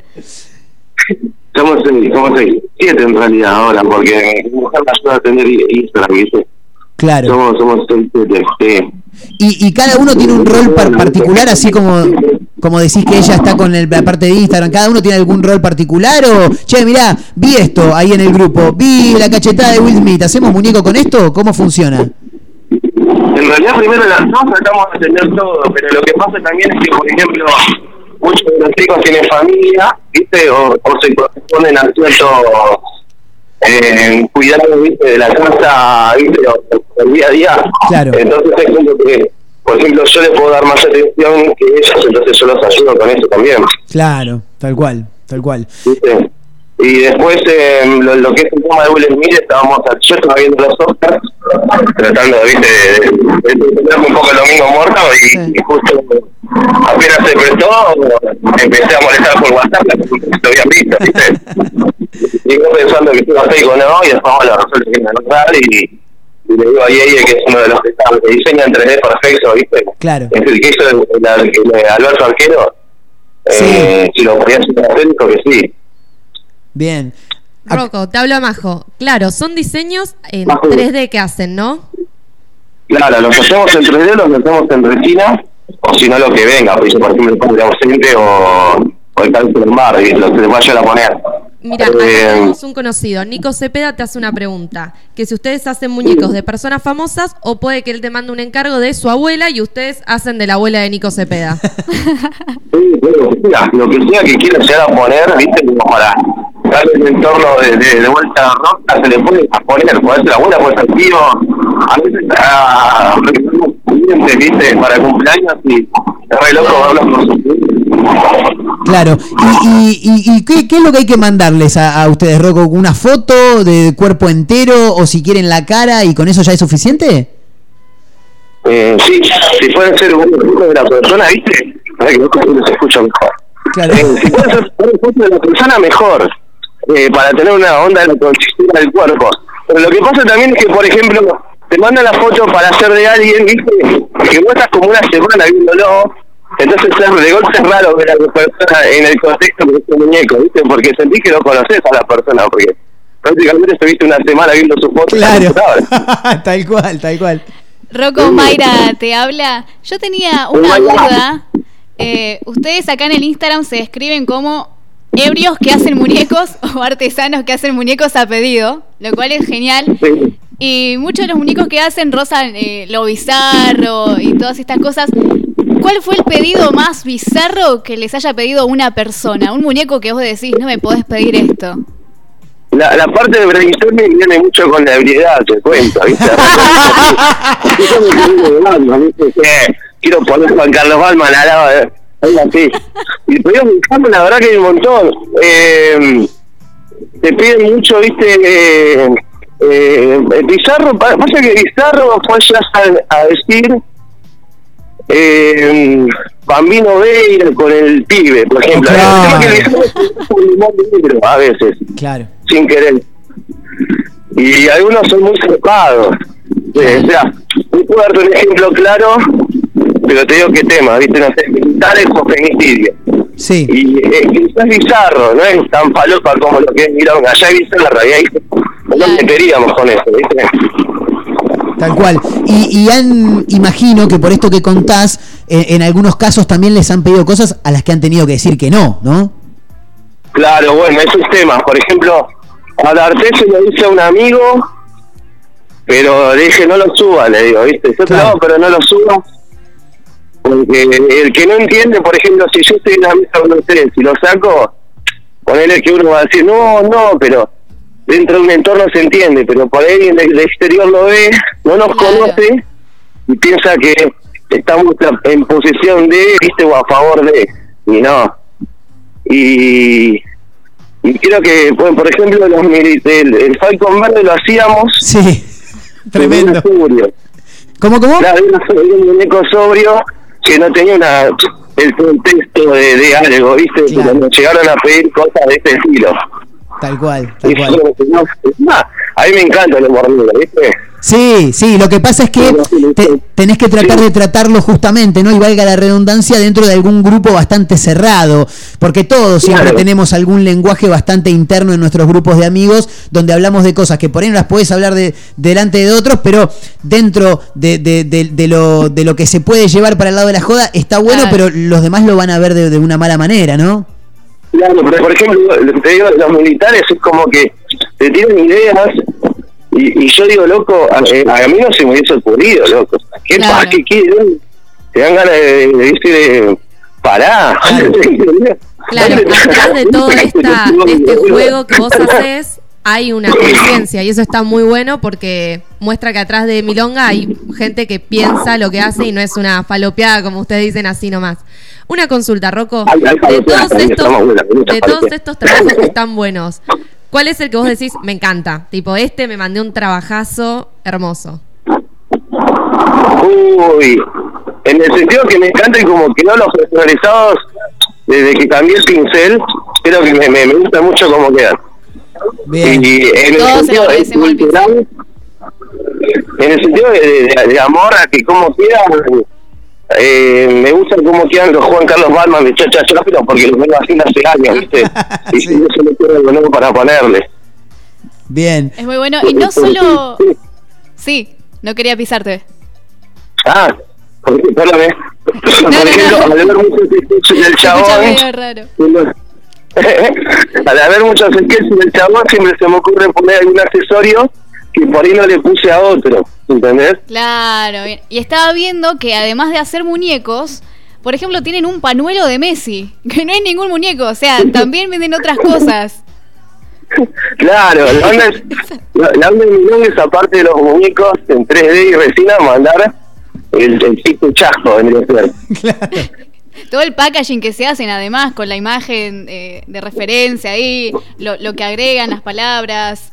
Somos seis, somos seis, siete en realidad ahora, porque mi mujer me ayuda a atender Instagram, ¿viste? Claro. Somos, somos seis, siete, sí. Y, y cada uno tiene un rol par particular, así como como decís que ella está con el, la parte de Instagram, ¿cada uno tiene algún rol particular? O, che, mirá, vi esto ahí en el grupo, vi la cachetada de Will Smith, ¿hacemos muñeco con esto? ¿Cómo funciona? En realidad primero las dos tratamos de atender todo, pero lo que pasa también es que, por ejemplo, muchos de los chicos tienen familia, ¿viste? O, o se corresponden a ciertos eh, cuidados, ¿viste? De la casa, ¿viste? O el día a día. Claro. Entonces es como que, por ejemplo, yo les puedo dar más atención que ellos, entonces yo los ayudo con eso también. Claro, tal cual, tal cual. ¿Viste? Y después, eh, lo, lo que es el tema de Will Smith, estábamos, yo estaba viendo los Oscars, tratando, ¿viste? De, de, de tener un poco el domingo muerto y, sí. y justo apenas se prestó, empecé a molestar por WhatsApp, lo habían visto, ¿viste? Y yo pensando que estaba fake o no, y después lo resuelve que no es y, y le digo a Yeye, que es uno de los que, está, que diseña en tres D perfecto, ¿viste? Claro. Es el que hizo el, el, el, el Alberto Arquero, sí. eh, si lo podía hacer, dijo que sí. Bien. Rocco, te hablo a Majo. Claro, son diseños en Majo. tres D que hacen, ¿no? Claro, los hacemos en tres D, los hacemos en resina, o si no lo que venga, por ejemplo el padre ausente o, o el cáncer del mar, y lo que le vayan a poner. Mira, acá eh, tenemos un conocido, Nico Cepeda te hace una pregunta, que si ustedes hacen muñecos de personas famosas o puede que él te mande un encargo de su abuela y ustedes hacen de la abuela de Nico Cepeda. Sí, bueno, mira, lo que sea que quiera llegar a poner, viste, como para darle el entorno de, de, de vuelta a la roca, se le puede poner, puede ser la abuela, puede ser tío, a veces a clientes, viste, para cumpleaños y es re loco verlos con sus clientes. Claro, y, y, y, y ¿qué, ¿qué es lo que hay que mandarles a, a ustedes, Rocco? ¿Una foto de cuerpo entero o si quieren la cara y con eso ya es suficiente? Eh, sí, si puede ser un foto de la persona, ¿viste? A ver que no se escucha mejor. Claro. Eh, si puede ser una foto de la persona, mejor, eh, para tener una onda de la consistencia del cuerpo. Pero lo que pasa también es que, por ejemplo, te mandan la foto para hacer de alguien, ¿viste? Que vos estás como una semana viéndolo. Entonces de golpe es raro ver a la persona en el contexto de este muñeco, ¿viste? Porque sentís que no conoces a la persona, porque prácticamente estuviste una semana viendo su foto. Claro, tal cual, tal cual. Rocco, Mayra te habla. Yo tenía una duda. Eh, ustedes acá en el Instagram se describen como ebrios que hacen muñecos o artesanos que hacen muñecos a pedido, lo cual es genial. Sí. Y muchos de los muñecos que hacen rozan eh, lo bizarro y todas estas cosas. ¿Cuál fue el pedido más bizarro que les haya pedido una persona? Un muñeco que vos decís, no me podés pedir esto. La, la parte de brainstorming viene mucho con la ebriedad, te cuento, ¿viste? Quiero poner Juan Carlos Balman al lado de algo así. Y pedidos bizarros, la verdad que hay un montón. Eh, te piden mucho, ¿viste? Eh, eh, bizarro, pasa que bizarro fue ya a, a decir... Eh, Bambino Veira con el pibe, por ejemplo. Claro. El tema que es un humor negro a veces, claro, sin querer. Y algunos son muy zarpados. Eh, o sea, no puedo darte un ejemplo claro, pero te digo qué tema, ¿viste? No sé, militares con femicidio. Sí. Y eh, es bizarro, no es tan falopa como lo que es Milonga. Allá hay bizarra, y ahí no te queríamos con eso, ¿viste? Tal cual. Y, y han, imagino que por esto que contás, eh, en algunos casos también les han pedido cosas a las que han tenido que decir que no, ¿no? Claro, bueno, esos temas. Por ejemplo, a D'Artés se lo dice a un amigo pero le dije, no lo suba, le digo, ¿viste? Yo te lo hago, pero no lo suba. Porque el que no entiende, por ejemplo, si yo estoy en la mesa con ustedes, si lo saco, ponele que uno va a decir, no, no, pero dentro de un entorno se entiende, pero por ahí en el exterior lo ve, no nos claro. conoce y piensa que estamos en posesión de, ¿viste? O a favor de, y no. Y, y creo que, bueno, por ejemplo, los el, el Falcon Verde lo hacíamos. Sí, tremendo. ¿Cómo, cómo? Claro, era un muñeco sobrio que no tenía una el contexto de, de algo, ¿viste? Claro. Pero nos llegaron a pedir cosas de este estilo. Tal cual, tal y cual. Yo, no, no, a mí me encanta el humor negro, ¿viste? Sí, sí, lo que pasa es que te, tenés que tratar de tratarlo justamente, ¿no? Y valga la redundancia, dentro de algún grupo bastante cerrado, porque todos siempre claro. tenemos algún lenguaje bastante interno en nuestros grupos de amigos, donde hablamos de cosas que por ahí no las podés hablar de, delante de otros, pero dentro de, de, de, de, lo, de lo que se puede llevar para el lado de la joda, está bueno, claro. pero los demás lo van a ver de, de una mala manera, ¿no? Claro, pero por ejemplo, te digo, los militares es como que te tiran ideas. Y, y yo digo, loco, a, a mí no se me hubiese ocurrido, loco. ¿Qué claro. pasa? ¿Qué quieren? Te dan ganas de, de decir, de, pará. Claro, claro, atrás de todo esta, de este juego que vos haces, hay una conciencia, y eso está muy bueno porque muestra que atrás de Milonga hay gente que piensa lo que hace y no es una falopeada, como ustedes dicen, así nomás. Una consulta, Rocco. De todos estos, de todos estos trabajos que están buenos, ¿cuál es el que vos decís, me encanta? Tipo, este me mandé un trabajazo hermoso. Uy, en el sentido que me encanta y como que no los personalizados, desde que cambié el pincel, creo que me, me, me gusta mucho cómo quedan. Bien. Y en el sentido de cultural, en el sentido de, de, de amor a que cómo quedan, eh, me gusta cómo quedan los Juan Carlos Balman de Chacha Chapiro, porque los vengo haciendo hace años, ¿viste? Y sí. Eso me queda algo nuevo para ponerle. Bien. Es muy bueno, y no solo... Sí, no quería pisarte. Ah, perdóname. No, por ejemplo, no, no. al haber muchos sketches del chabón... raro. Al haber muchos sketches del chabón, siempre se me ocurre poner algún accesorio que por ahí no le puse a otro, ¿entendés? Claro, bien. Y estaba viendo que además de hacer muñecos, por ejemplo, tienen un panuelo de Messi, que no es ningún muñeco, o sea, también venden otras cosas. Claro, la onda es, la, la onda de Milonga es, aparte de los muñecos en tres D y resina, mandar el, el tipo chasco en el ser. Claro. Todo el packaging que se hacen, además, con la imagen eh, de referencia ahí, lo, lo que agregan, las palabras.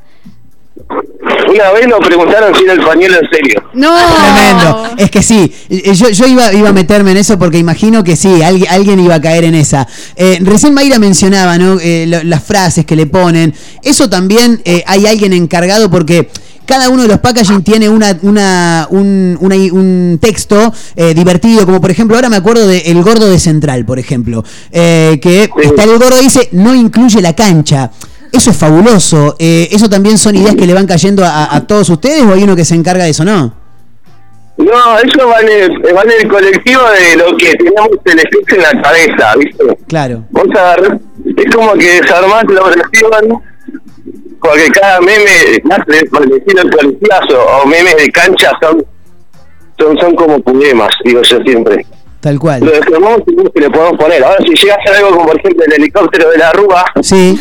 Una vez nos preguntaron si era el pañuelo en serio. No, tremendo. Es que sí, yo, yo iba, iba a meterme en eso porque imagino que sí, alguien, alguien iba a caer en esa. Eh, recién Mayra mencionaba, ¿no? Eh, lo, las frases que le ponen. Eso también eh, hay alguien encargado porque cada uno de los packaging tiene una, una, un, una, un texto eh, divertido, como por ejemplo, ahora me acuerdo de El Gordo de Central, por ejemplo, eh, que sí. Está el gordo, dice, no incluye la cancha. Eso es fabuloso. Eh, ¿Eso también son ideas que le van cayendo a, a todos ustedes o hay uno que se encarga de eso, no? No, eso va en el, va en el colectivo de lo que tenemos el sketch en la cabeza, ¿viste? Claro. Vos agarrás, es como que desarmás la oración, porque cada meme, nace por el estilo colegiazo o memes de cancha son, son, son como poemas, digo yo siempre. Tal cual. Lo desarmamos y que le podemos poner. Ahora, si llega a ser algo como, por ejemplo, el helicóptero de la Rúa... Sí.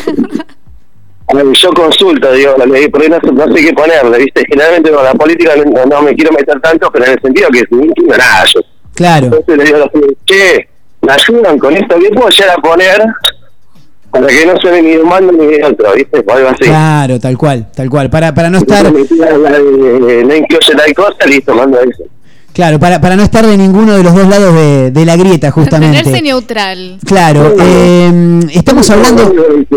Yo consulto, digo, por ahí no, no sé qué ponerle, ¿viste? Generalmente con la política no, no me quiero meter tanto, pero en el sentido que no entiendo nada yo. Claro. Entonces le digo a los chicos, che, ¿me ayudan con esto? ¿Qué puedo llegar a poner para que no suene ni de un mando ni de otro, ¿viste? O algo así. Claro, tal cual, tal cual. Para, para no estar... No incluye tal cosa, listo, mando eso. Claro, para, para no estar de ninguno de los dos lados de, de la grieta, justamente. Mantenerse neutral. Claro, eh, estamos hablando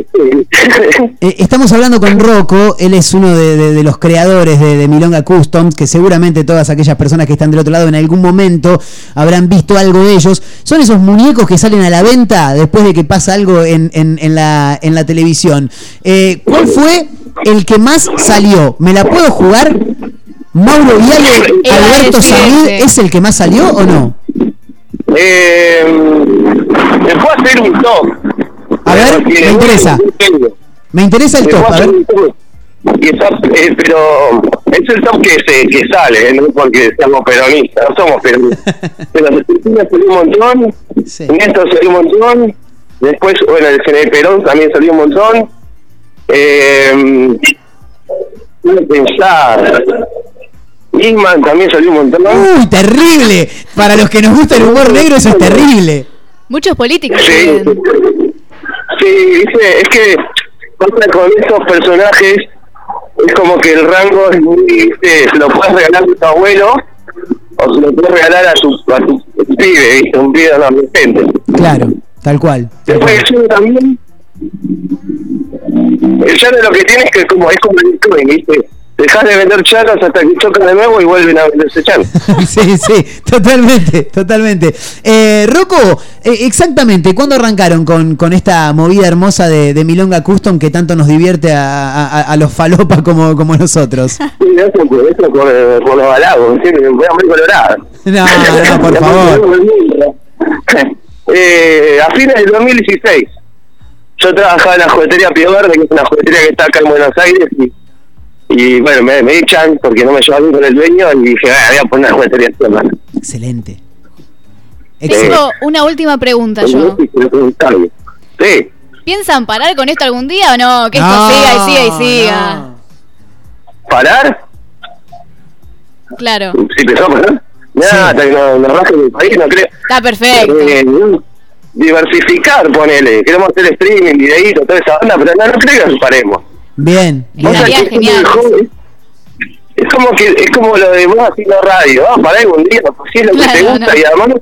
eh, estamos hablando con Rocco, él es uno de, de, de los creadores de, de Milonga Customs, que seguramente todas aquellas personas que están del otro lado en algún momento habrán visto algo de ellos. Son esos muñecos que salen a la venta después de que pasa algo en, en, en, la, en la televisión. Eh, ¿Cuál fue el que más salió? ¿Me la puedo jugar? ¿Mauro Viale, Alberto Samid es el que más salió o no? Eh, me puedo hacer un top. A ver, me interesa. Me interesa el top, a ver. Y el top, eh, pero es el top que se que sale, ¿eh? No porque seamos peronistas, no somos peronistas. Pero Argentina salió un montón, Sí. Néstor salió un montón, después, bueno, el G N Perón también salió un montón. Eh, no pensar. Nisman también salió un montón. ¡Uy, terrible! Para los que nos gusta el humor negro, eso es terrible. Muchos políticos. Sí, también. sí, dice, es que pasa con estos personajes, es como que el rango es muy, ¿viste? Se lo puedes regalar a tu abuelo o se lo puedes regalar a tu, a tu pibe, ¿viste? Un pibe adolescente. Claro, tal cual. Después el Llano también, el Llano lo que tiene es que como, es como el Bitcoin, ¿viste? Dejás de vender chanos hasta que chocan de nuevo y vuelven a venderse chanos. Sí, sí, totalmente, totalmente. Eh, Rocco, eh, exactamente, ¿cuándo arrancaron con, con esta movida hermosa de, de Milonga Custom que tanto nos divierte a, a, a los falopas como, como nosotros? Sí, eso, eso por, por los halagos, ¿sí? Me voy a morir colorado. No, no, por favor. Eh, a fines del dos mil dieciséis, yo trabajaba en la juguetería Pío Verde, que es una juguetería que está acá en Buenos Aires, y Y bueno, me, me echan porque no me llevaba bien con el dueño y dije, ah, voy a poner una juguetería en hermano. Excelente. Tengo una última pregunta yo. Sí. ¿Piensan parar con esto algún día o no? Que esto No, siga y siga y siga. ¿Parar? Claro. ¿Sí empezó a parar? Nada, hasta que no, no raje del país, no creo. Está perfecto. Eh, diversificar, ponele. Queremos hacer streaming, videíto, toda esa onda, pero no, no creo que paremos. Bien, O sea, bien. que es, como, es como que es como lo de vos haciendo radio, ah, para algún día, pues si es lo Claro, que te gusta no. y además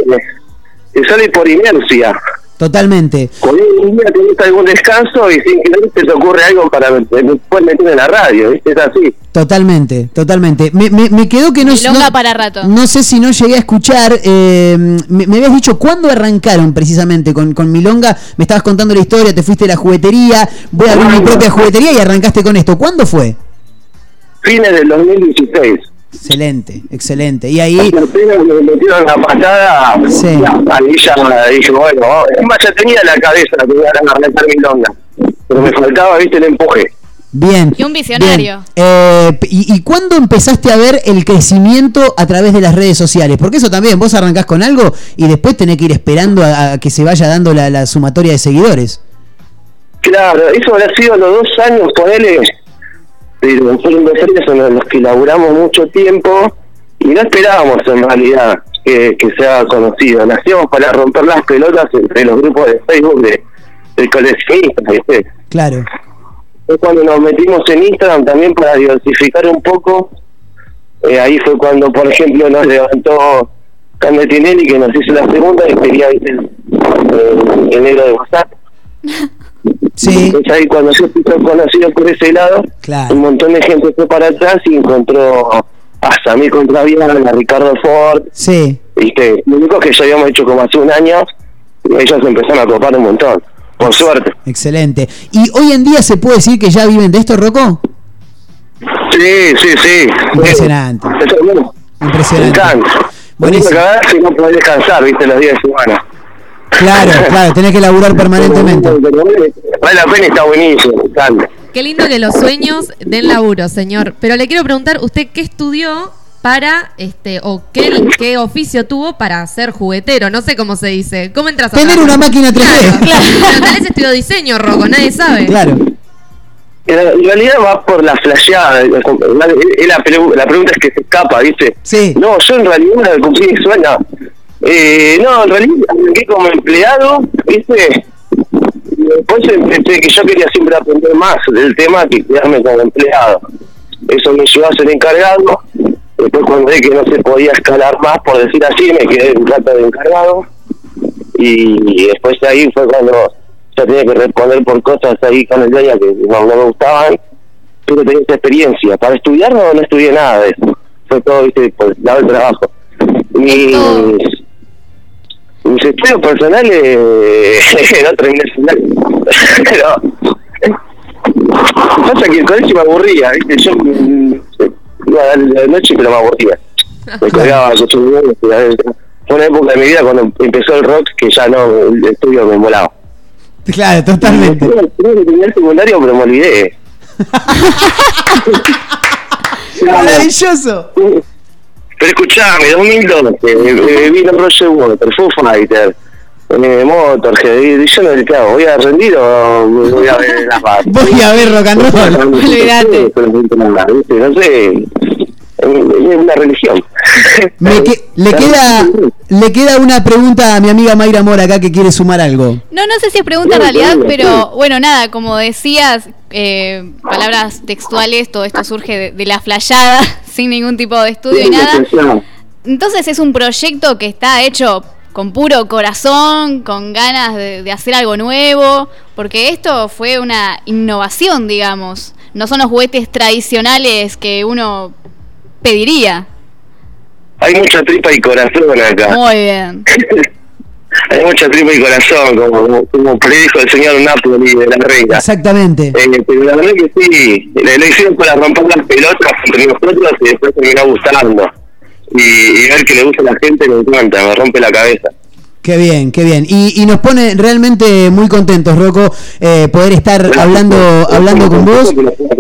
te sale por inercia. Totalmente. Cuando un día tenés algún descanso y sin querer te te ocurre algo para después meter en la radio, ¿viste? Es así. Totalmente, totalmente. Me, me, me quedó que no, Milonga no, para rato. no sé si no llegué a escuchar, eh, me, me habías dicho cuándo arrancaron precisamente con, con Milonga, me estabas contando la historia, te fuiste a la juguetería, voy a abrir mi propia juguetería y arrancaste con esto. ¿Cuándo fue? Fines del dos mil dieciséis. Excelente, excelente. Y ahí... Apenas me metieron la patada, Sí. ahí ya dije, bueno, es más, ya tenía en la cabeza que iba a arrancar Milonga, pero me faltaba, viste, el empuje. Bien. Y un visionario. Bien. Eh, y, ¿Y cuándo empezaste a ver el crecimiento a través de las redes sociales? Porque eso también, vos arrancás con algo y después tenés que ir esperando a, a que se vaya dando la, la sumatoria de seguidores. Claro, eso habrá sido los dos años, ponele, pero fueron dos años en los que laburamos mucho tiempo y no esperábamos en realidad que, que sea conocido. Nacíamos para romper las pelotas entre los grupos de Facebook de, de coleccionistas, ¿viste? Claro. Fue cuando nos metimos en Instagram también para diversificar un poco. Eh, ahí fue cuando, por ejemplo, nos levantó Candetinelli, que nos hizo la pregunta y quería ir el, el, el negro de WhatsApp. Sí. Entonces ahí cuando yo fui conocido por ese lado, Claro. un montón de gente fue para atrás y encontró a Samir Contraviana, a Ricardo Ford, Sí. viste, lo único que ya habíamos hecho como hace un año, ellos empezaron a copar un montón, por suerte. Excelente. ¿Y hoy en día se puede decir que ya viven de esto, Rocco? Sí, sí, sí. Impresionante. Eso es bueno. Impresionante. Me encanta. Buenísimo. Lo único que hagas es no poder descansar, viste, los días de semana. Claro, claro, tenés que laburar permanentemente. Vale la pena, está buenísimo, me encanta. Qué lindo que los sueños den laburo, señor. Pero le quiero preguntar, ¿usted qué estudió para, este, o qué, qué oficio tuvo para ser juguetero? No sé cómo se dice. ¿Cómo entras a Tener una máquina tres D. Claro, claro. Pero tal vez estudió diseño, Rocco, nadie sabe. Claro. En realidad va por la flasheada. La, la, la pregunta es que se escapa, ¿viste? Sí. No, yo en realidad cumplí mi sueño. Eh, no, en realidad arranqué como empleado, ¿viste? Y después empecé que yo quería siempre aprender más del tema que quedarme como empleado. Eso me llevó a ser encargado. Después cuando vi que no se podía escalar más, por decir así, me quedé en plata de encargado. Y después de ahí fue cuando ya tenía que responder por cosas ahí con el dueño que no, no me gustaban, pero tenía esa experiencia. Para estudiar no, no estudié nada de eso. Fue todo, viste, por el lado del trabajo. Mis, mis estudios personales no terminé el final. Pero pasa que el colegio me aburría, viste, yo mm, iba a dar la noche pero me aburría. Me colgaba a ocho millones. Fue una época de mi vida cuando empezó el rock que ya no, el estudio me molaba. Claro, totalmente. Creo que tenía el secundario, pero me olvidé. Maravilloso. Pero escuchame, dos mil doce, eh, vino Roger Water, Foo Fighter, eh, Motorhead, y yo no sé qué hago, ¿voy a rendir o voy a ver las bases? Voy a ver rock and roll. Olvídate. No sé, es una religión. Me que, le queda le queda una pregunta a mi amiga Mayra Mora acá que quiere sumar algo. No, no sé si es pregunta en realidad, pero bueno, nada, como decías, eh, palabras textuales, todo esto surge de, de la flayada, sin ningún tipo de estudio y nada. Entonces es un proyecto que está hecho con puro corazón, con ganas de, de hacer algo nuevo, porque esto fue una innovación, digamos. No son los juguetes tradicionales que uno pediría. Hay mucha tripa y corazón acá. Muy bien. Hay mucha tripa y corazón, como, como predijo el señor Napoli de la Reina. Exactamente. Eh, pero la verdad que sí, le, le hicieron para romper las pelotas entre nosotros y después terminó gustando. Y, y ver que le gusta a la gente me encanta, me rompe la cabeza. Qué bien, qué bien. Y, y nos pone realmente muy contentos, Rocco, eh, poder estar hablando hablando con vos.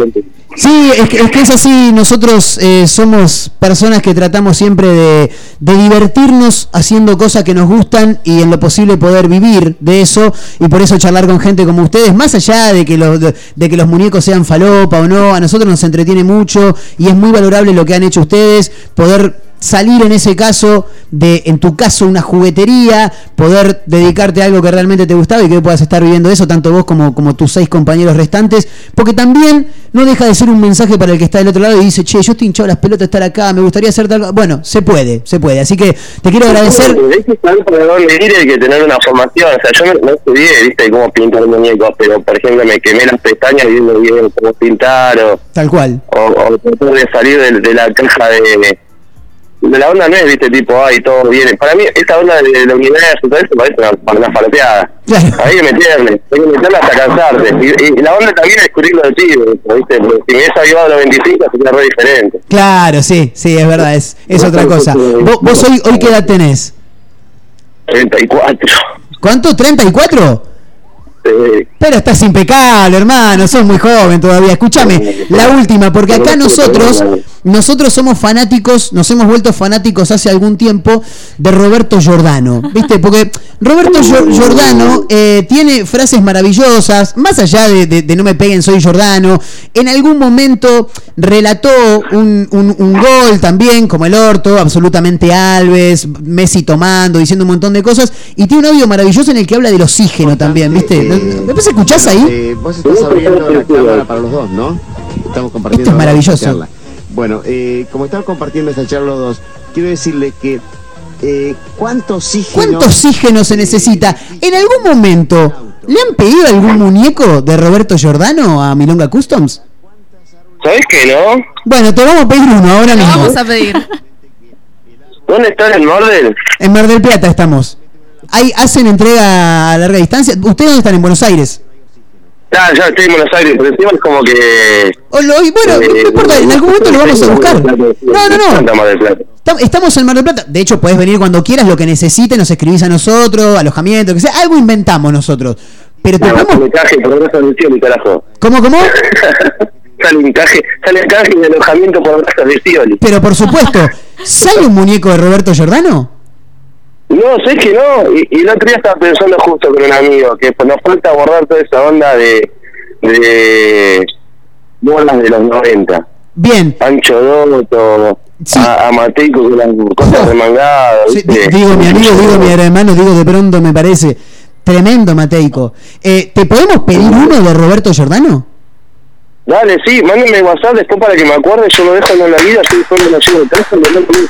Sí, es que es, que es así. Nosotros eh, somos personas que tratamos siempre de, de divertirnos haciendo cosas que nos gustan y en lo posible poder vivir de eso. Y por eso charlar con gente como ustedes, más allá de que los, de, de que los muñecos sean falopa o no, a nosotros nos entretiene mucho y es muy valorable lo que han hecho ustedes, poder salir en ese caso de, en tu caso, una juguetería, poder dedicarte a algo que realmente te gustaba y que puedas estar viviendo eso, tanto vos como, como tus seis compañeros restantes, porque también no deja de ser un mensaje para el que está del otro lado y dice, che, yo estoy hinchado las pelotas de estar acá, me gustaría hacer tal... Bueno, se puede, se puede, así que te quiero agradecer. Es que para dónde ir hay que tener una formación, o sea, yo no, no estudié, viste, cómo pintar muñecos, pero por ejemplo me quemé las pestañas viendo bien cómo pintar, o... Tal cual. O, o tratar de salir de, de la caja de... de la onda no es, viste, tipo, ay, todo viene. Para mí, esa onda de la universo, todo eso, parece una, una falopeada. Claro. Hay que meterle, hay que meterla hasta cansarte. Y, y la onda también es descubrirlo de chivos, viste, porque si me hubiese avivado a los veinticinco sería re diferente. Claro, sí, sí, es verdad, es, es otra cosa. ¿Vos, vos hoy, hoy qué edad tenés? treinta y cuatro. ¿Cuánto? ¿treinta y cuatro? Sí. Pero estás impecable, hermano, sos muy joven todavía. Escúchame, la última, porque acá nosotros nosotros somos fanáticos, nos hemos vuelto fanáticos hace algún tiempo de Roberto Giordano, ¿viste? Porque Roberto Giordano eh, tiene frases maravillosas, más allá de, de, de no me peguen, soy Giordano. En algún momento relató un, un, un gol también, como el orto, absolutamente Alves, Messi tomando, diciendo un montón de cosas, y tiene un audio maravilloso en el que habla del oxígeno también, ¿viste? ¿Después escuchás ahí? Eh, vos estás abriendo la cámara para los dos, ¿no? Estamos compartiendo. Esto es maravilloso. Bueno, eh, como están compartiendo esta charla los dos, quiero decirle que eh, ¿cuánto oxígeno? ¿Cuánto oxígeno se necesita? ¿En algún momento le han pedido algún muñeco de Roberto Giordano a Milonga Customs? ¿Sabés que no? Bueno, te vamos a pedir uno ahora mismo. Vamos a pedir. ¿Dónde están en Mar del? En Mar del Plata estamos. Ahí hacen entrega a larga distancia. ¿Ustedes dónde están? ¿En Buenos Aires? Ah, ya estoy en Buenos Aires, pero encima es como que... O lo, bueno, eh, no importa, en algún momento lo vamos a buscar. No, no, no. Estamos en Mar del Plata. De hecho, podés venir cuando quieras, lo que necesites, nos escribís a nosotros, alojamiento, que sea. Algo inventamos nosotros. Pero te no, podemos... Encaje, por brazo del cielo, carajo. ¿Cómo, cómo? Sale encaje, sale encaje de alojamiento por brazos de Scioli. Pero por supuesto, ¿sale un muñeco de Roberto Giordano? No, sé que no, y, y el otro día estaba pensando justo con un amigo, que nos falta abordar toda esa onda de de bolas de los noventa. Bien. Pancho Dotto, sí. a, a Mateico con las cosas oh. remangadas. Sí, digo mi amigo, digo mi hermano, digo de pronto me parece tremendo Mateico. Eh, ¿Te podemos pedir uno de Roberto Giordano? Dale, sí, mándenme WhatsApp después para que me acuerde, yo lo dejo en la vida, yo después me lo llevo de casa y lo meto.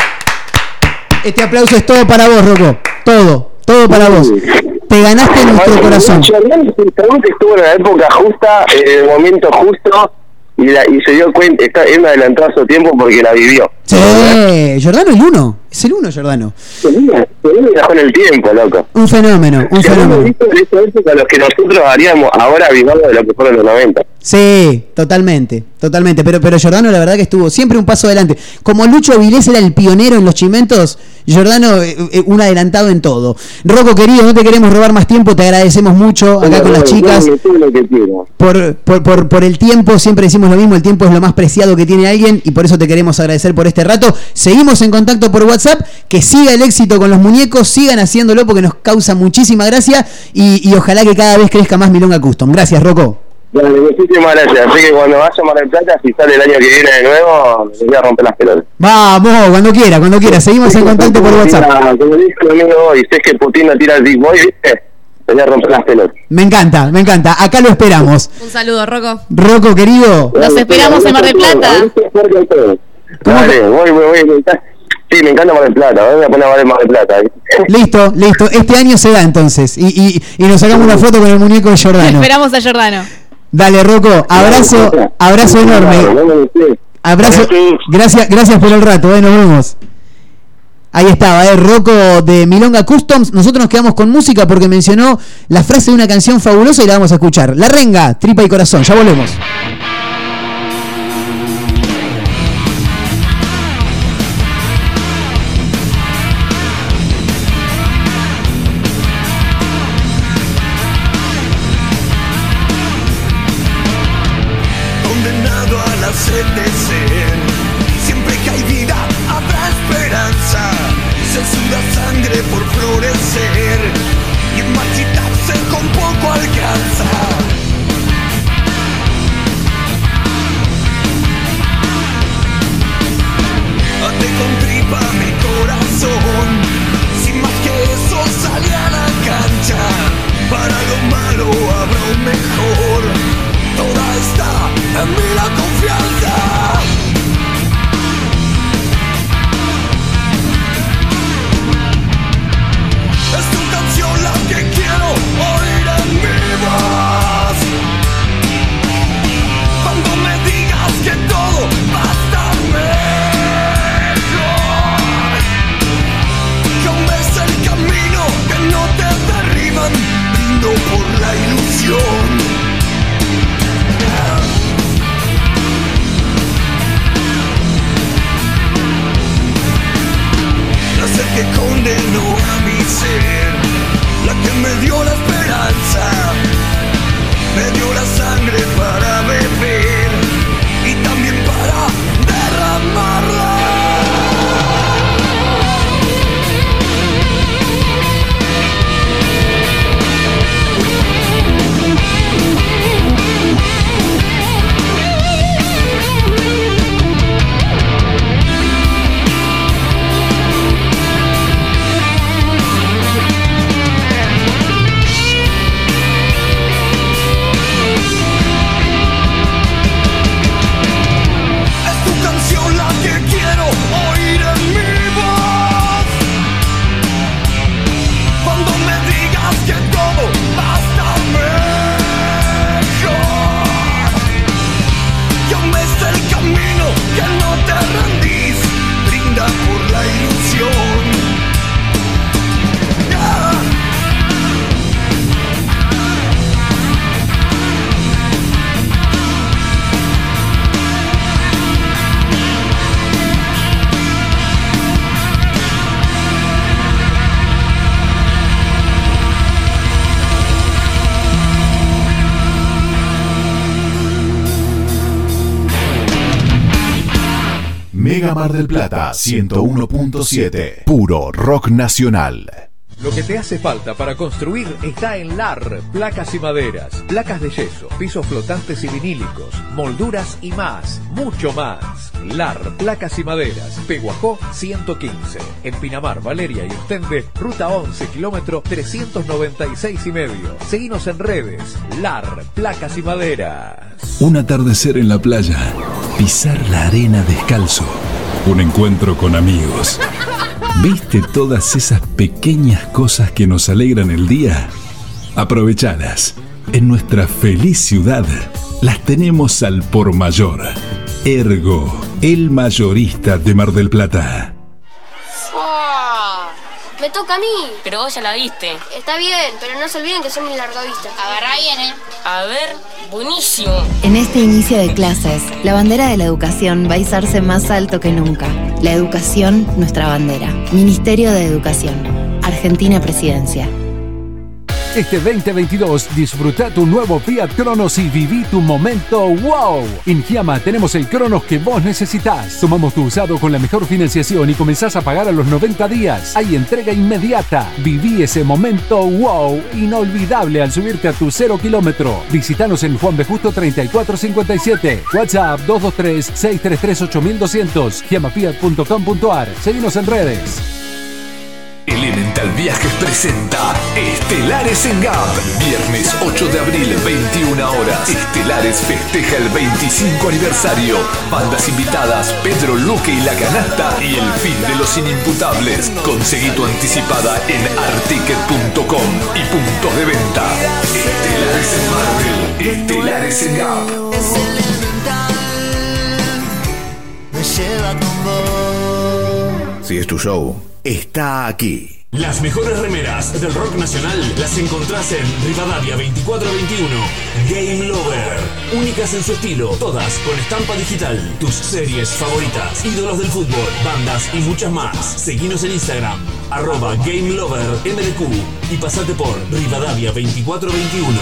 Este aplauso es todo para vos, Rocco. Todo, todo para vos. Te ganaste nuestro Ay, corazón. Giordano estuvo en la época justa, en el momento justo, y, la, y se dio cuenta, está, él me adelantó a su tiempo porque la vivió. Sí, Giordano el uno. Es el uno, Giordano. Giordano viajó en el tiempo, loco. Un fenómeno, un fenómeno. En esa época los que nosotros haríamos ahora vivamos de lo que fueron los noventa. Sí, totalmente, totalmente. Pero, pero Giordano, la verdad que estuvo siempre un paso adelante. Como Lucho Vilés era el pionero en los chimentos, Giordano eh, eh, un adelantado en todo. Rocco, querido, no te queremos robar más tiempo, te agradecemos mucho acá con las chicas. Por, por, por, por el tiempo, siempre decimos lo mismo, el tiempo es lo más preciado que tiene alguien y por eso te queremos agradecer por este rato. Seguimos en contacto por WhatsApp, que siga el éxito con los muñecos, sigan haciéndolo porque nos causa muchísima gracia y, y ojalá que cada vez crezca más Milonga Custom. Gracias, Rocco. Dale, muchísimas gracias. Así que cuando vaya a Mar del Plata, si sale el año que viene de nuevo, me voy a romper las pelotas. Vamos, cuando quiera, cuando quiera. Seguimos en contacto por WhatsApp. Como dice el amigo hoy, si es que Putin no tira el Big Boy, ¿viste? Me voy a romper las pelotas. Me encanta, me encanta. Acá lo esperamos. Un saludo, Rocco. Rocco, querido. Nos esperamos en Mar del Plata. Dale, voy, voy, voy. Sí, me encanta Mar del Plata. Voy a poner a Mar del Plata. Listo, listo. Este año se da entonces. Y, y, y nos sacamos una foto con el muñeco de Giordano. Esperamos a Giordano. Dale, Rocco, abrazo, abrazo enorme. Abrazo, gracias, gracias por el rato, eh, nos vemos. Ahí estaba, eh, Rocco de Milonga Customs. Nosotros nos quedamos con música porque mencionó la frase de una canción fabulosa y la vamos a escuchar. La Renga, Tripa y Corazón, ya volvemos. Sed de ser. Siempre que hay vida habrá esperanza. Se suda sangre por florecer y en marchitarse con poco alcanza. Ate con tripa mi corazón. Sin más que eso salí a la cancha. Para lo malo habrá un mejor. Toda está en mí la confianza. Es tu canción la que quiero oír en mi voz. Cuando me digas que todo va a estar mejor, que aún ves el camino, que no te derriban. Brindo por la ilusión. Que condenó a mi ser, la que me dio la esperanza, me dio la sangre para beber y también para derramarla. Mega Mar del Plata ciento uno punto siete, puro rock nacional. Lo que te hace falta para construir está en L A R, placas y maderas, placas de yeso, pisos flotantes y vinílicos, molduras y más, mucho más. L A R, placas y maderas, Peguajó ciento quince, en Pinamar, Valeria y Ostende, ruta once, kilómetro trescientos noventa y seis y medio. Seguinos en redes, L A R, placas y maderas. Un atardecer en la playa, pisar la arena descalzo, un encuentro con amigos. ¿Viste todas esas pequeñas cosas que nos alegran el día? Aprovechalas. En nuestra feliz ciudad las tenemos al por mayor. Ergo, el mayorista de Mar del Plata. Me toca a mí. Pero vos ya la viste. Está bien, pero no se olviden que soy mi largavista. Agarrá bien, ¿eh? A ver, buenísimo. En este inicio de clases, la bandera de la educación va a izarse más alto que nunca. La educación, nuestra bandera. Ministerio de Educación. Argentina Presidencia. Este veinte veintidós disfruta tu nuevo Fiat Cronos y viví tu momento wow. En Giamma tenemos el Cronos que vos necesitas. Tomamos tu usado con la mejor financiación y comenzás a pagar a los noventa días. Hay entrega inmediata. Viví ese momento wow inolvidable al subirte a tu cero kilómetro. Visítanos en Juan B. Justo treinta y cuatro cincuenta y siete. WhatsApp dos dos tres, seis tres tres, ocho dos cero cero. giamma fiat punto com punto ar. Seguinos en redes. Elemental Viajes presenta Estelares en Gap. Viernes ocho de abril, veintiuna horas. Estelares festeja el veinticinco aniversario. Bandas invitadas, Pedro Luque y La Canasta y el fin de los inimputables. Conseguí tu anticipada en articket punto com y puntos de venta. Estelares en Marvel, Estelares en Gap. Es elemental, me lleva con vos. Si es tu show, está aquí. Las mejores remeras del rock nacional las encontrás en Rivadavia veinticuatro veintiuno. Game Lover. Únicas en su estilo, todas con estampa digital. Tus series favoritas, ídolos del fútbol, bandas y muchas más. Seguinos en Instagram, arroba Game Lover M D Q y pasate por Rivadavia veinticuatro veintiuno.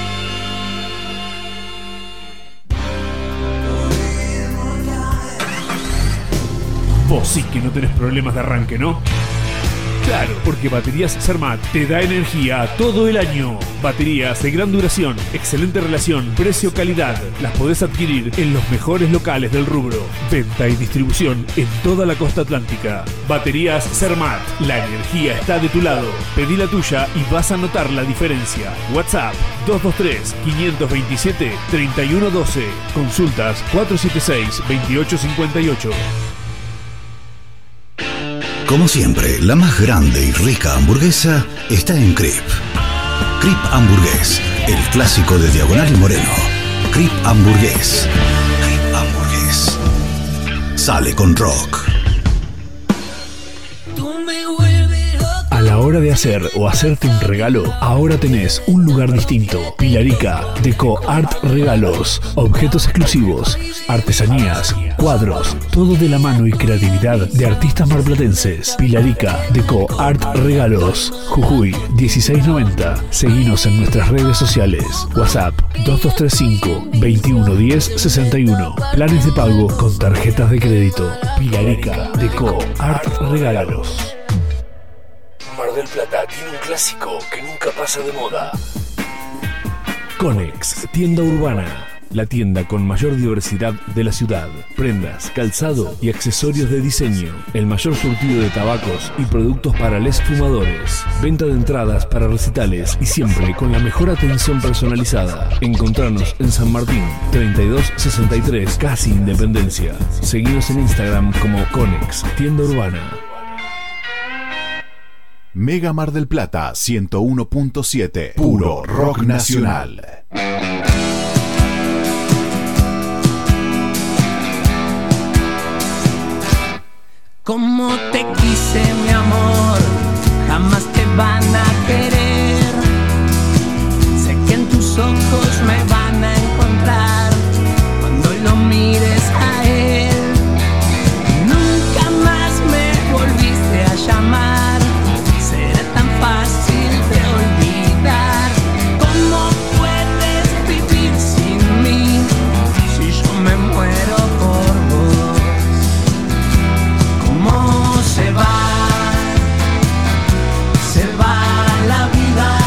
Vos sí que no tenés problemas de arranque, ¿no? Claro, porque Baterías Zermatt te da energía todo el año. Baterías de gran duración, excelente relación, precio-calidad. Las podés adquirir en los mejores locales del rubro. Venta y distribución en toda la costa atlántica. Baterías Zermatt, la energía está de tu lado. Pedí la tuya y vas a notar la diferencia. WhatsApp dos dos tres, cinco dos siete, tres uno uno dos. Consultas cuatro siete seis, dos ocho cinco ocho. Como siempre, la más grande y rica hamburguesa está en Crip. Crip Hamburgués, el clásico de Diagonal y Moreno. Crip Hamburgués. Crip Hamburgués. Sale con rock. A la hora de hacer o hacerte un regalo, ahora tenés un lugar distinto. Pilarica, Deco Art Regalos, objetos exclusivos, artesanías, cuadros, todo de la mano y creatividad de artistas marplatenses. Pilarica, Deco Art Regalos, Jujuy dieciséis noventa. Seguinos en nuestras redes sociales. WhatsApp dos dos tres cinco, veintiuno diez sesenta y uno. Planes de pago con tarjetas de crédito. Pilarica, Deco Art Regalos. Mar del Plata tiene un clásico que nunca pasa de moda. Conex, tienda urbana. La tienda con mayor diversidad de la ciudad. Prendas, calzado y accesorios de diseño. El mayor surtido de tabacos y productos para les fumadores. Venta de entradas para recitales y siempre con la mejor atención personalizada. Encontranos en San Martín, treinta y dos sesenta y tres, casi Independencia. Seguinos en Instagram como Conex, tienda urbana. Mega Mar del Plata ciento uno punto siete. Puro rock nacional. Como te quise, mi amor, jamás te van a querer. Sé que en tus ojos me van a encontrar cuando lo mires a él. Nunca más me volviste a llamar. Será tan fácil de olvidar. ¿Cómo puedes vivir sin mí si yo me muero por vos? ¿Cómo se va? Se va la vida.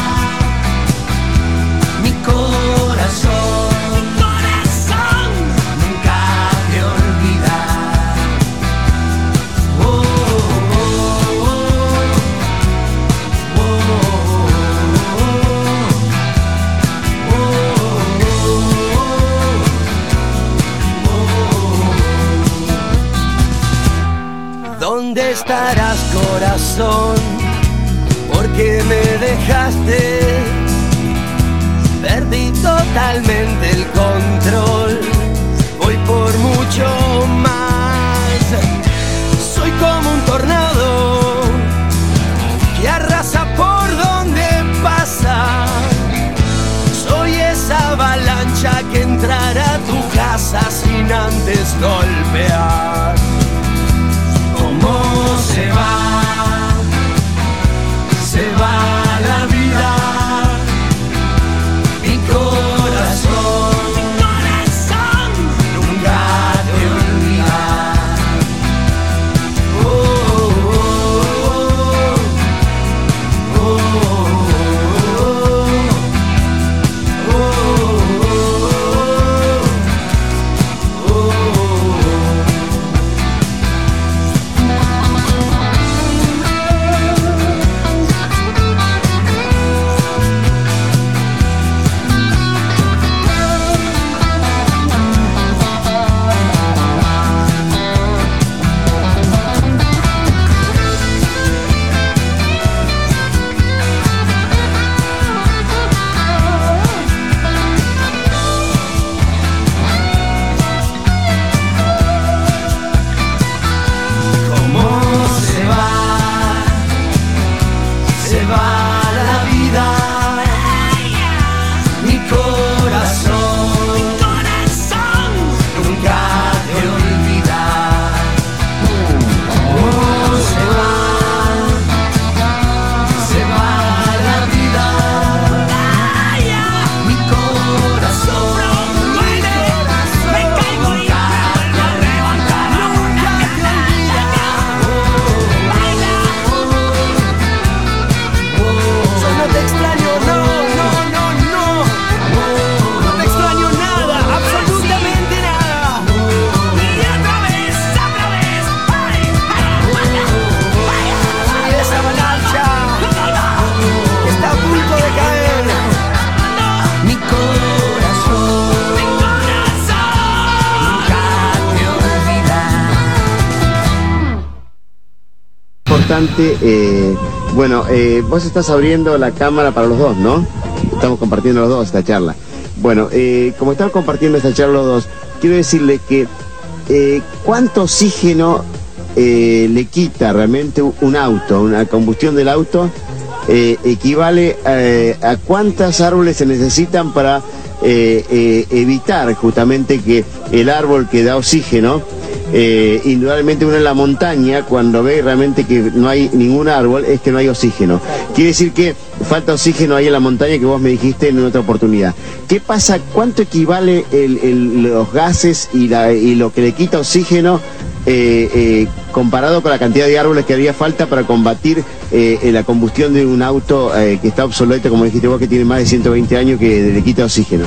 Mi corazón, mi corazón nunca te olvida. Oh, oh, oh, oh, oh, oh. ¿Dónde estarás, corazón? ¿Por qué me dejaste? Perdí totalmente el control. Voy por mucho más. Soy como un tornado importante, eh, bueno, eh, vos estás abriendo la cámara para los dos, ¿no? Estamos compartiendo los dos esta charla. Bueno, eh, como estamos compartiendo esta charla los dos, quiero decirle que eh, ¿cuánto oxígeno eh, le quita realmente un auto, una combustión del auto? Eh, equivale eh, a cuántos árboles se necesitan para eh, eh, evitar justamente que el árbol que da oxígeno, eh, indudablemente uno en la montaña, cuando ve realmente que no hay ningún árbol, es que no hay oxígeno. Quiere decir que falta oxígeno ahí en la montaña, que vos me dijiste en otra oportunidad. ¿Qué pasa? ¿Cuánto equivale el, el, los gases y, la, y lo que le quita oxígeno eh, eh, comparado con la cantidad de árboles que haría falta para combatir eh, la combustión de un auto eh, que está obsoleto, como dijiste vos, que tiene más de ciento veinte años, que le quita oxígeno?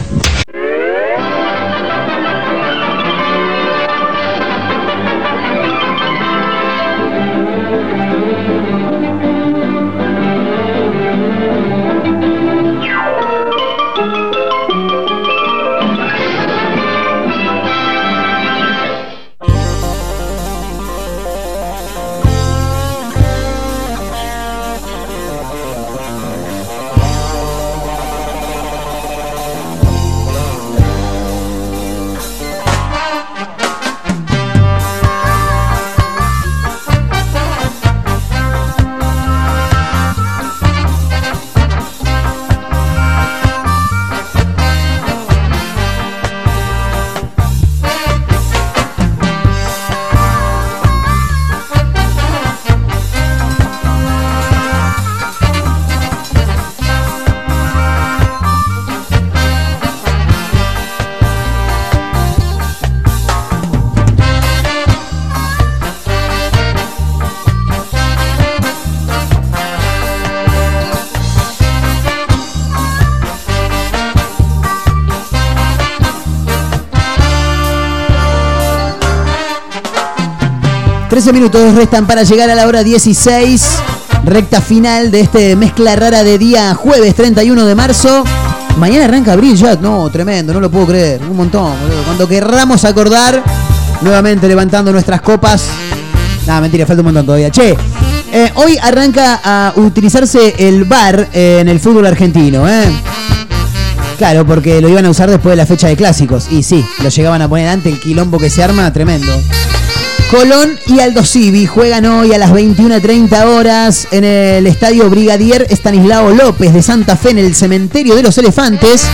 trece minutos restan para llegar a la hora dieciséis, recta final de este mezcla rara de día jueves treinta y uno de marzo. Mañana arranca abril ya, no, tremendo, no lo puedo creer, un montón, boludo. Cuando querramos acordar, nuevamente levantando nuestras copas. Nada, mentira, falta un montón todavía. Che, eh, hoy arranca a utilizarse el V A R eh, en el fútbol argentino, ¿eh? Claro, porque lo iban a usar después de la fecha de clásicos. Y sí, lo llegaban a poner antes, el quilombo que se arma, tremendo. Colón y Aldo Civi juegan hoy a las veintiuna treinta horas en el estadio Brigadier Estanislao López de Santa Fe, en el cementerio de los Elefantes.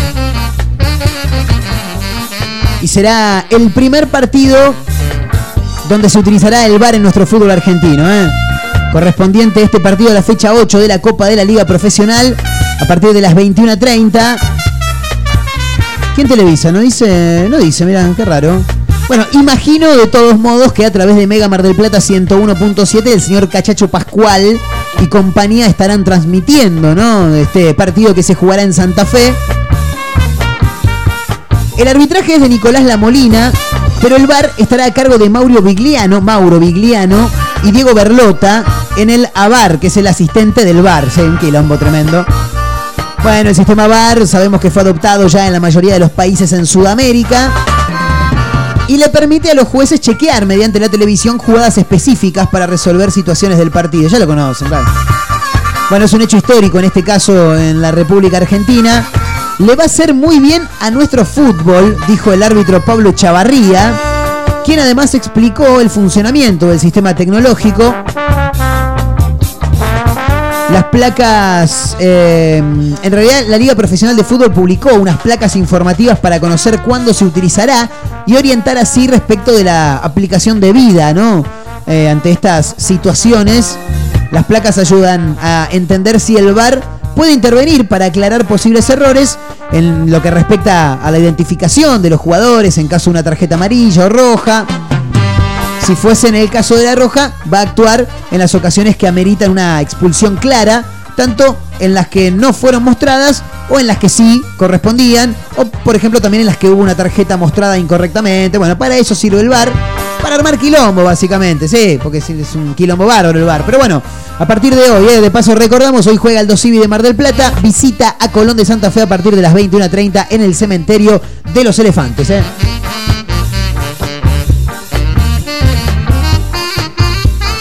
Y será el primer partido donde se utilizará el V A R en nuestro fútbol argentino, ¿eh? Correspondiente a este partido a la fecha ocho de la Copa de la Liga Profesional, a partir de las veintiuna treinta. ¿Quién televisa? No dice, no dice, mirá, qué raro. Bueno, imagino de todos modos que a través de Mega Mar del Plata ciento uno punto siete el señor Cachacho Pascual y compañía estarán transmitiendo, ¿no?, este partido que se jugará en Santa Fe. El arbitraje es de Nicolás La Molina, pero el V A R estará a cargo de Mauro Vigliano, Mauro Vigliano y Diego Berlota en el A V A R, que es el asistente del V A R. ¿Sí? Un quilombo tremendo. Bueno, el sistema V A R sabemos que fue adoptado ya en la mayoría de los países en Sudamérica y le permite a los jueces chequear mediante la televisión jugadas específicas para resolver situaciones del partido. Ya lo conocen, claro. Bueno, es un hecho histórico en este caso en la República Argentina. Le va a hacer muy bien a nuestro fútbol, dijo el árbitro Pablo Chavarría, quien además explicó el funcionamiento del sistema tecnológico. Las placas, eh, en realidad la Liga Profesional de Fútbol publicó unas placas informativas para conocer cuándo se utilizará y orientar así respecto de la aplicación debida, ¿no? Eh, ante estas situaciones, las placas ayudan a entender si el V A R puede intervenir para aclarar posibles errores en lo que respecta a la identificación de los jugadores en caso de una tarjeta amarilla o roja. Si fuese en el caso de la roja, va a actuar en las ocasiones que ameritan una expulsión clara, tanto en las que no fueron mostradas o en las que sí correspondían, o por ejemplo también en las que hubo una tarjeta mostrada incorrectamente. Bueno, para eso sirve el V A R, para armar quilombo básicamente, sí, porque es un quilombo bárbaro el V A R. Pero bueno, a partir de hoy, eh, de paso recordamos, hoy juega Aldo Civi de Mar del Plata, visita a Colón de Santa Fe a partir de las veintiuna treinta en el cementerio de los Elefantes, eh.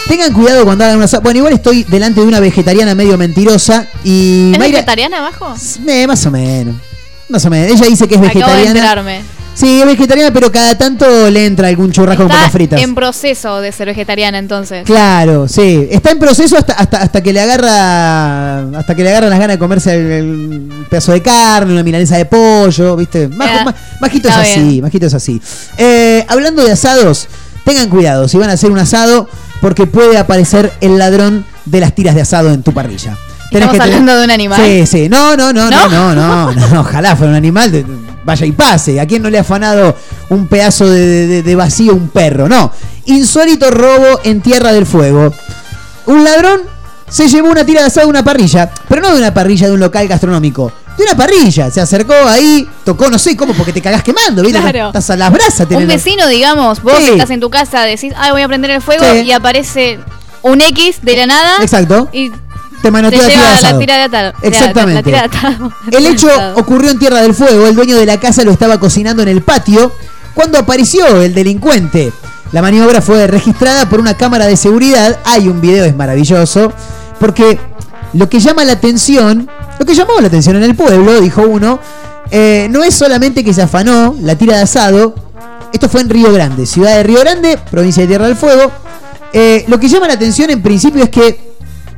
Tengan cuidado cuando hagan un asado. Bueno, igual estoy delante de una vegetariana medio mentirosa y ¿Es Mayra, vegetariana abajo? Eh, más o menos. Más o menos. Ella dice que es Acabo de vegetariana. enterarme. Sí, es vegetariana, pero cada tanto le entra algún churrasco con papas Está fritas. en proceso de ser vegetariana, entonces. Claro, sí. Está en proceso hasta, hasta, hasta que le agarra. Hasta que le agarran las ganas de comerse el, el pedazo de carne, una milanesa de pollo, ¿viste? Majo, Ya, ma- Majito es está así, bien. Majito es así. Eh, hablando de asados, tengan cuidado si van a hacer un asado, porque puede aparecer el ladrón de las tiras de asado en tu parrilla. Tenés ¿Estamos que tener- hablando de un animal? Sí, sí. No, no, no, no, ¿No? no, no, no, no, ojalá fuera un animal. de- Vaya y pase. ¿A quién no le ha afanado un pedazo de, de- de vacío un perro? No. Insólito robo en Tierra del Fuego. Un ladrón se llevó una tira de asado de una parrilla, pero no de una parrilla de un local gastronómico, de una parrilla. Se acercó ahí, tocó, no sé cómo, porque te cagás quemando, ¿viste? Claro. Estás a las brasas. Un tenés- vecino, digamos, vos Sí. estás en tu casa, decís, ay, voy a prender el fuego, Sí. y aparece un X de la nada. Exacto. Y Te manotea te la tira de lleva asado. la tira de atado. Exactamente. La tira de atado. El hecho ocurrió en Tierra del Fuego. El dueño de la casa lo estaba cocinando en el patio cuando apareció el delincuente. La maniobra fue registrada por una cámara de seguridad. Hay un video, es maravilloso, porque lo que llama la atención, lo que llamó la atención en el pueblo, dijo uno, eh, no es solamente que se afanó la tira de asado. Esto fue en Río Grande, ciudad de Río Grande, provincia de Tierra del Fuego. Eh, lo que llama la atención en principio es que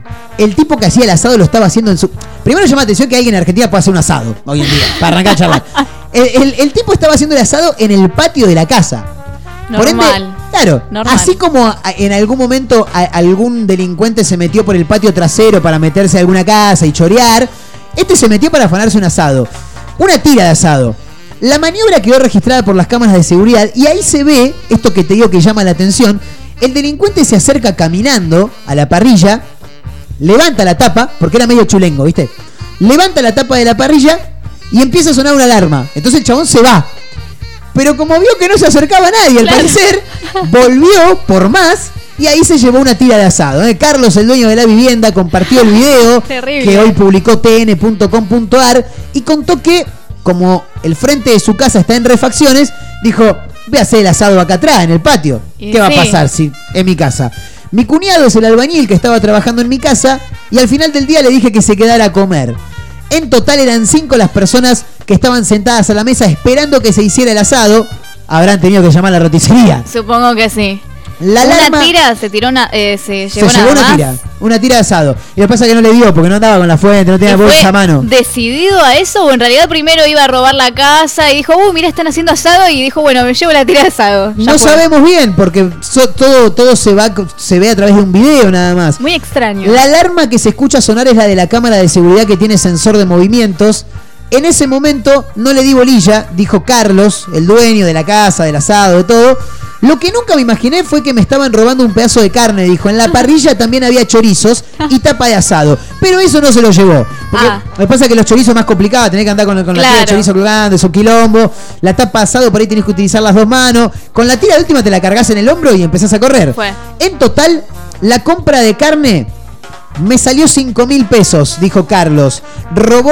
el tipo que hacía el asado lo estaba haciendo en su... Primero llama la atención que alguien en Argentina pueda hacer un asado hoy en día, para arrancar a charlar. El, el- el tipo estaba haciendo el asado en el patio de la casa. Por ende, Normal. claro, Normal. así como a- en algún momento a- algún delincuente se metió por el patio trasero para meterse a alguna casa y chorear, este se metió para afanarse un asado. Una tira de asado. La maniobra quedó registrada por las cámaras de seguridad y ahí se ve, esto que te digo que llama la atención, el delincuente se acerca caminando a la parrilla, levanta la tapa, porque era medio chulengo, ¿viste? Levanta la tapa de la parrilla y empieza a sonar una alarma. Entonces el chabón se va. Pero como vio que no se acercaba nadie, al Claro. parecer, volvió por más y ahí se llevó una tira de asado. ¿eh? Carlos, el dueño de la vivienda, compartió el video Terrible. que hoy publicó T N punto com punto a r y contó que, como el frente de su casa está en refacciones, dijo, voy a hacer el asado acá atrás, en el patio. Y ¿Qué va a sí. pasar si en mi casa? Mi cuñado es el albañil que estaba trabajando en mi casa y al final del día le dije que se quedara a comer. En total eran cinco las personas que estaban sentadas a la mesa esperando que se hiciera el asado. Habrán tenido que llamar a la roticería. Supongo que sí. La una alarma- tira se tiró una, eh, se Se llevó, llevó nada una más. tira, una tira de asado. Y lo que pasa es que no le dio porque no andaba con la fuente, no tenía ¿Y fue bolsa a mano. decidido a eso o en realidad primero iba a robar la casa y dijo, uh, mira, están haciendo asado y dijo, bueno, me llevo la tira de asado? Ya No fue. sabemos bien porque so- todo, todo se va, se ve a través de un video nada más. Muy extraño. La alarma que se escucha sonar es la de la cámara de seguridad que tiene sensor de movimientos. En ese momento no le di bolilla, dijo Carlos, el dueño de la casa, del asado, de todo. Lo que nunca me imaginé fue que me estaban robando un pedazo de carne, dijo. En la parrilla también había chorizos y tapa de asado. Pero eso no se lo llevó. Porque Ah. me pasa que los chorizos es más complicado, tenés que andar con, con la tira de Claro. chorizo colgando, es un quilombo. La tapa de asado por ahí tenés que utilizar las dos manos. Con la tira de última te la cargas en el hombro y empezás a correr. Fue. En total, la compra de carne me salió cinco mil pesos, dijo Carlos. Robó...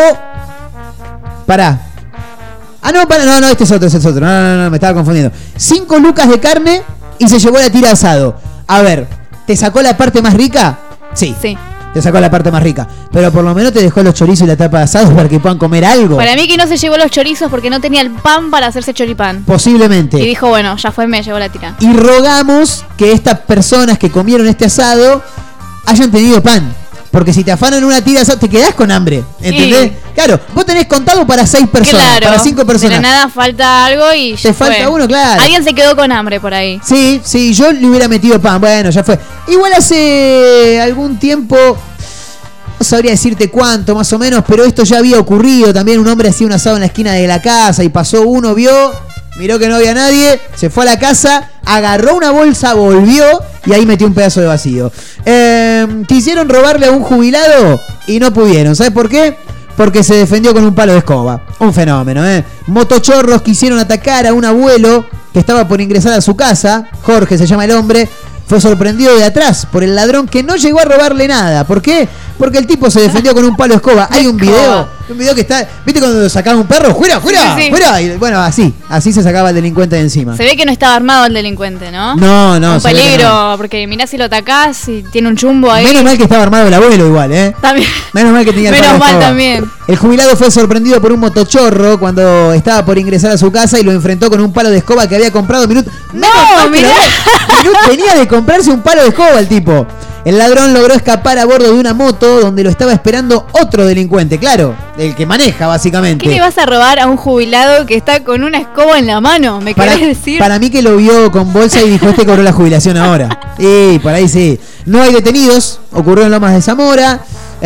Pará. Ah, no, para, no, no, este es otro, este es otro. No, no, no, me estaba confundiendo. Cinco lucas de carne y se llevó la tira de asado. A ver, ¿te sacó la parte más rica? Sí. Sí. Te sacó la parte más rica. Pero por lo menos te dejó los chorizos y la tapa de asado para que puedan comer algo. Para mí que no se llevó los chorizos porque no tenía el pan para hacerse choripán. Posiblemente. Y dijo, bueno, ya fue, me llevó la tira. Y rogamos que estas personas que comieron este asado hayan tenido pan. Porque si te afanan una tira de asado, te quedás con hambre. ¿Entendés? Sí. Claro, vos tenés contado para seis personas, Claro. para cinco De personas. la nada falta algo y ya Te falta fue. uno, claro. Alguien se quedó con hambre por ahí. Sí, sí, yo le hubiera metido pan. Bueno, ya fue. Igual hace algún tiempo, no sabría decirte cuánto más o menos, pero esto ya había ocurrido. También un hombre hacía un asado en la esquina de la casa y pasó uno, vio, miró que no había nadie, se fue a la casa, agarró una bolsa, volvió y ahí metió un pedazo de vacío. Eh, quisieron robarle a un jubilado y no pudieron. ¿Sabes por qué? Porque se defendió con un palo de escoba. Un fenómeno, ¿eh? Motochorros quisieron atacar a un abuelo que estaba por ingresar a su casa. Jorge se llama el hombre. Fue sorprendido de atrás por el ladrón que no llegó a robarle nada. ¿Por qué? Porque el tipo se defendió con un palo de escoba. Hay un video, Un video que está. ¿Viste cuando sacaba un perro? ¡Fuera, fuera! Sí, sí. ¡Fuera! Y bueno, así. Así se sacaba el delincuente de encima. Se ve que no estaba armado el delincuente, ¿no? No, no. Un se ve que peligro, no. porque mirá si lo atacás y tiene un chumbo ahí. Menos mal que estaba armado el abuelo igual, ¿eh? También. Menos mal que tenía el Menos palo de mal escoba. también. El jubilado fue sorprendido por un motochorro cuando estaba por ingresar a su casa y lo enfrentó con un palo de escoba que había comprado minutos. No, mirá. Tenía de comprarse un palo de escoba el tipo. El ladrón logró escapar a bordo de una moto donde lo estaba esperando otro delincuente, claro, el que maneja básicamente. ¿Qué le vas a robar a un jubilado que está con una escoba en la mano? ¿Me Para, querés decir? para mí que lo vio con bolsa y dijo, este cobró la jubilación ahora. Y por ahí sí. No hay detenidos, ocurrió en Lomas de Zamora.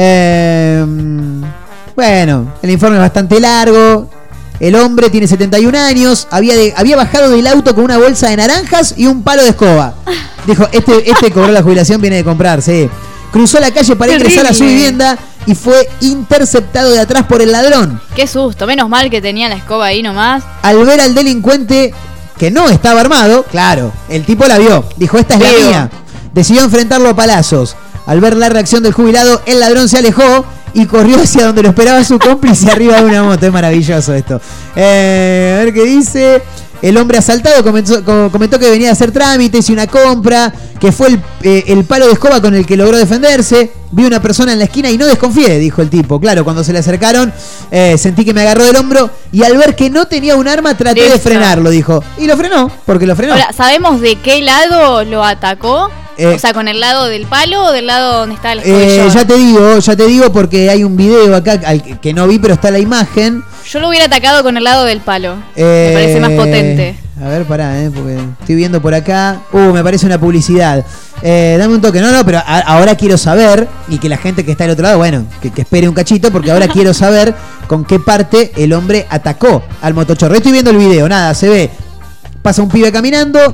Eh, bueno, el informe es bastante largo. El hombre tiene setenta y un años, había, de, había bajado del auto con una bolsa de naranjas y un palo de escoba. Dijo, este, este cobró la jubilación, viene de comprar, sí. Cruzó la calle para Terrible. ingresar a su vivienda y fue interceptado de atrás por el ladrón. Qué susto, menos mal que tenía la escoba ahí nomás. Al ver al delincuente que no estaba armado, claro, el tipo la vio, dijo, esta es la Digo. mía. Decidió enfrentarlo a palazos. Al ver la reacción del jubilado, el ladrón se alejó y corrió hacia donde lo esperaba su cómplice arriba de una moto. Es maravilloso esto. Eh, a ver qué dice. El hombre asaltado comentó, comentó que venía a hacer trámites y una compra, que fue el, eh, el palo de escoba con el que logró defenderse. Vi una persona en la esquina y no desconfié, dijo el tipo. Claro, cuando se le acercaron, eh, sentí que me agarró del hombro y al ver que no tenía un arma traté Listo. de frenarlo, dijo. Y lo frenó, porque lo frenó. Ahora, ¿sabemos de qué lado lo atacó? Eh, o sea, ¿con el lado del palo o del lado donde está el Eh, escobillón? ya te digo, ya te digo porque hay un video acá al que, que no vi, pero está la imagen. Yo lo hubiera atacado con el lado del palo. Eh, Me parece más potente. A ver, pará, eh, porque estoy viendo por acá. Uh, me parece una publicidad. Eh, dame un toque. No, no, pero a- ahora quiero saber, y que la gente que está del otro lado, bueno, que, que espere un cachito, porque ahora quiero saber con qué parte el hombre atacó al motochorro. Estoy viendo el video, nada, se ve. Pasa un pibe caminando.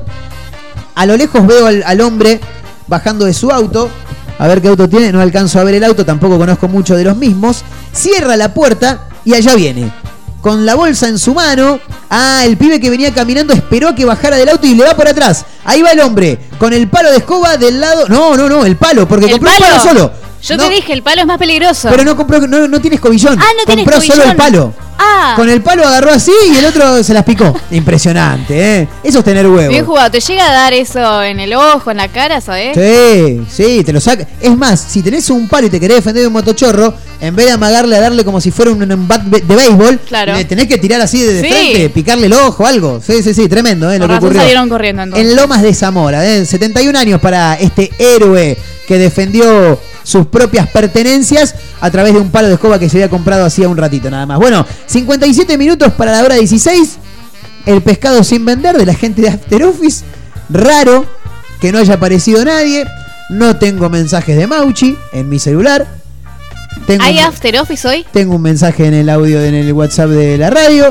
A lo lejos veo al, al hombre bajando de su auto. A ver qué auto tiene. No alcanzo a ver el auto, tampoco conozco mucho de los mismos. Cierra la puerta y allá viene. Con la bolsa en su mano. Ah, el pibe que venía caminando esperó a que bajara del auto y le va por atrás. Ahí va el hombre. Con el palo de escoba del lado. No, no, no, el palo, porque ¿El compró palo? un palo solo. Yo No, te dije, el palo es más peligroso. pero no compró, no, no tiene escobillón. Ah, no tiene compró solo el escobillón. palo. Ah, Con el palo agarró así y el otro se las picó. Impresionante, ¿eh? Eso es tener huevo. bien jugado. ¿Te llega a dar eso en el ojo, en la cara, sabes? Sí, sí, te lo saca. Es más, si tenés un palo y te querés defender de un motochorro, en vez de amagarle a darle como si fuera un, un bat de béisbol, Claro. le tenés que tirar así de, de Sí. frente, picarle el ojo, algo. Sí, sí, sí, tremendo, ¿eh? Lo Por que razón ocurrió. salieron corriendo entonces. En Lomas de Zamora, ¿eh? setenta y un años para este héroe que defendió sus propias pertenencias a través de un palo de escoba que se había comprado hacía un ratito nada más. Bueno, cincuenta y siete minutos para la hora dieciséis. El pescado sin vender de la gente de After Office. Raro que no haya aparecido nadie. No tengo mensajes de Mauchi en mi celular. Tengo ¿Hay un, after office hoy? tengo un mensaje en el audio, en el WhatsApp de la radio.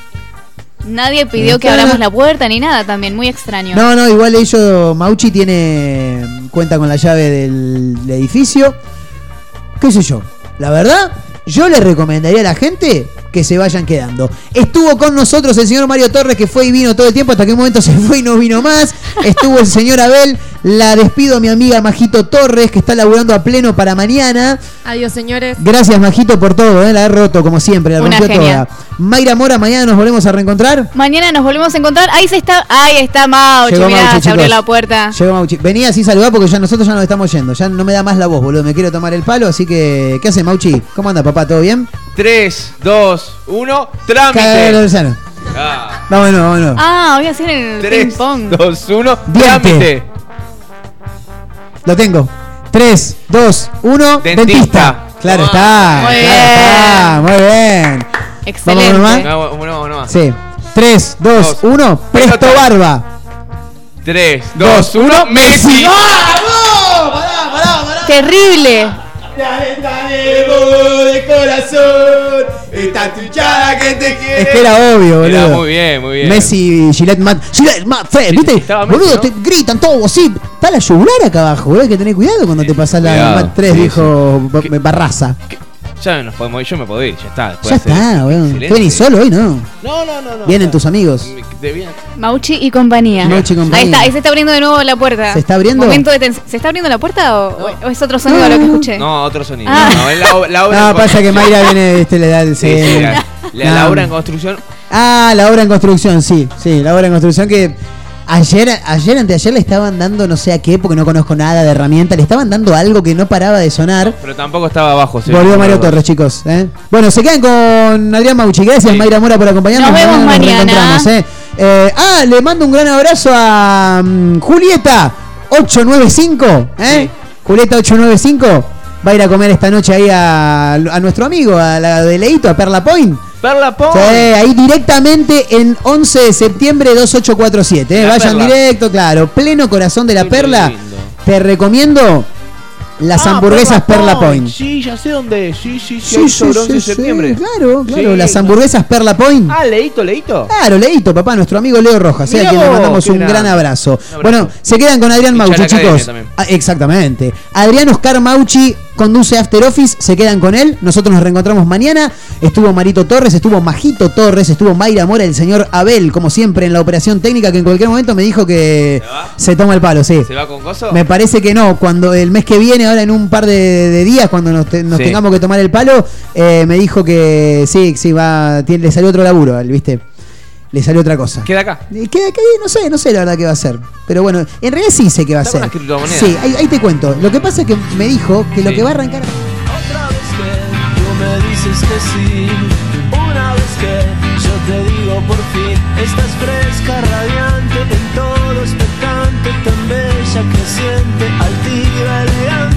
Nadie pidió que Claro. abramos la puerta ni nada también. Muy extraño. No, no, igual ellos, Mauchi tiene cuenta con la llave del, del edificio. ¿Qué sé yo? La verdad, yo le recomendaría a la gente que se vayan quedando. Estuvo con nosotros el señor Mario Torres, que fue y vino todo el tiempo, hasta que un momento se fue y no vino más. Estuvo el señor Abel. La despido a mi amiga Majito Torres, que está laburando a pleno para mañana. Adiós, señores. Gracias, Majito, por todo, ¿eh? La he roto, como siempre, la Una rompió genia. toda. Mayra Mora, mañana nos volvemos a reencontrar. Mañana nos volvemos a encontrar. Ahí se está. Ahí está Mauchi. Llegó Mirá, Mauchi, se abrió chicos. la puerta. Llegó Mauchi. Venía así saludar porque ya nosotros ya nos estamos yendo. Ya no me da más la voz, boludo. Me quiero tomar el palo, así que. ¿Qué hace, Mauchi? ¿Cómo anda, papá? ¿Todo bien? tres, dos, uno, Cagale, trámite. Lozano. Ah. Vámonos, vámonos. Ah, voy a hacer el tres, ping pong. dos, uno, Diente. trámite. Lo tengo. tres, dos, uno. Dentista. Dentista. Claro está. Muy claro bien. está. Muy bien. Excelente. Vamos, nomás. No, uno, uno más. Sí. tres, dos, Dos. uno. Presto Pelota. barba. tres, dos, uno, Messi. Terrible. de corazón. Esta tuchada que te quiere. Es que era obvio, boludo. Era muy bien, muy bien. Messi, Gillette Matt. Gillette Matt, Fred, ¿viste? estaba Messi, Boludo, ¿no? te gritan todos así. Está la yugular acá abajo, boludo. Hay que tener cuidado cuando te pasas la Cuidado. Matt tres, Sí, dijo Ba- Barraza. Ya nos podemos ir, yo me puedo ir, ya está. Ya está, weón. ¿Te venís solo hoy, no? No, no, no. no Vienen no. tus amigos. Mauchi y compañía. Mauchi y compañía. Ahí está, ahí se está abriendo de nuevo la puerta. ¿Se está abriendo? Momento de tens- ¿Se está abriendo la puerta o, no. o es otro sonido no. lo que escuché? No, otro sonido. Ah. No, es la, la obra. No, pasa que Mayra viene, este, le da el... Sí, sí, la, la, no. la obra en construcción. Ah, la obra en construcción, sí. Sí, la obra en construcción que... Ayer, ayer, anteayer le estaban dando no sé a qué, porque no conozco nada de herramienta, le estaban dando algo que no paraba de sonar. Pero tampoco estaba abajo. ¿Sí? Volvió Mario Torres, chicos. ¿eh? Bueno, se quedan con Adrián Mauchi. Gracias, sí. Mayra Mora, por acompañarnos. Nos vemos mañana. Nos reencontramos, ¿eh? Eh, ah, le mando un gran abrazo a um, Julieta ocho nueve cinco. ¿eh? Sí. Julieta ocho nueve cinco va a ir a comer esta noche ahí a, a nuestro amigo, a la de Leito, a Perla Point. Perla Point. Sí, ahí directamente en once de septiembre dos ocho cuatro siete. ¿eh? Vayan Perla. Directo, claro. Pleno corazón de la Qué Perla. Lindo. Te recomiendo las ah, hamburguas Perla, Perla Point. Sí, ya sé dónde es. Sí, sí, sí. Sí, sí, sí, once de sí, septiembre. Claro, claro. Sí, las hamburguesas Perla Point. Ah, Leito, Leito. Claro, Leito, papá, nuestro amigo Leo Rojas. ¿eh? A quien le mandamos un gran abrazo. un abrazo. Bueno, se quedan con Adrián Mauchi, chicos. Ah, exactamente. Adrián Oscar Mauchi conduce After Office, se quedan con él. Nosotros nos reencontramos mañana. Estuvo Marito Torres, estuvo Majito Torres, estuvo Mayra Mora, el señor Abel, como siempre en la operación técnica, que en cualquier momento me dijo que se, se toma el palo, sí. ¿Se va con gozo? Me parece que no. Cuando el mes que viene, ahora en un par de, de días, cuando nos, te, nos sí. tengamos que tomar el palo, eh, me dijo que sí, sí, va, tiene, le salió otro laburo, ¿viste? Le salió otra cosa. ¿Queda acá? Queda acá, no sé, no sé la verdad qué va a hacer. Pero bueno, en realidad sí sé qué va a hacer. Sí, ahí, ahí te cuento. Lo que pasa es que me dijo que sí. lo que va a arrancar... Otra vez que tú me dices que sí. Una vez que yo te digo por fin. Estás fresca, radiante, en todo expectante, tan bella, creciente, altiva, elegante.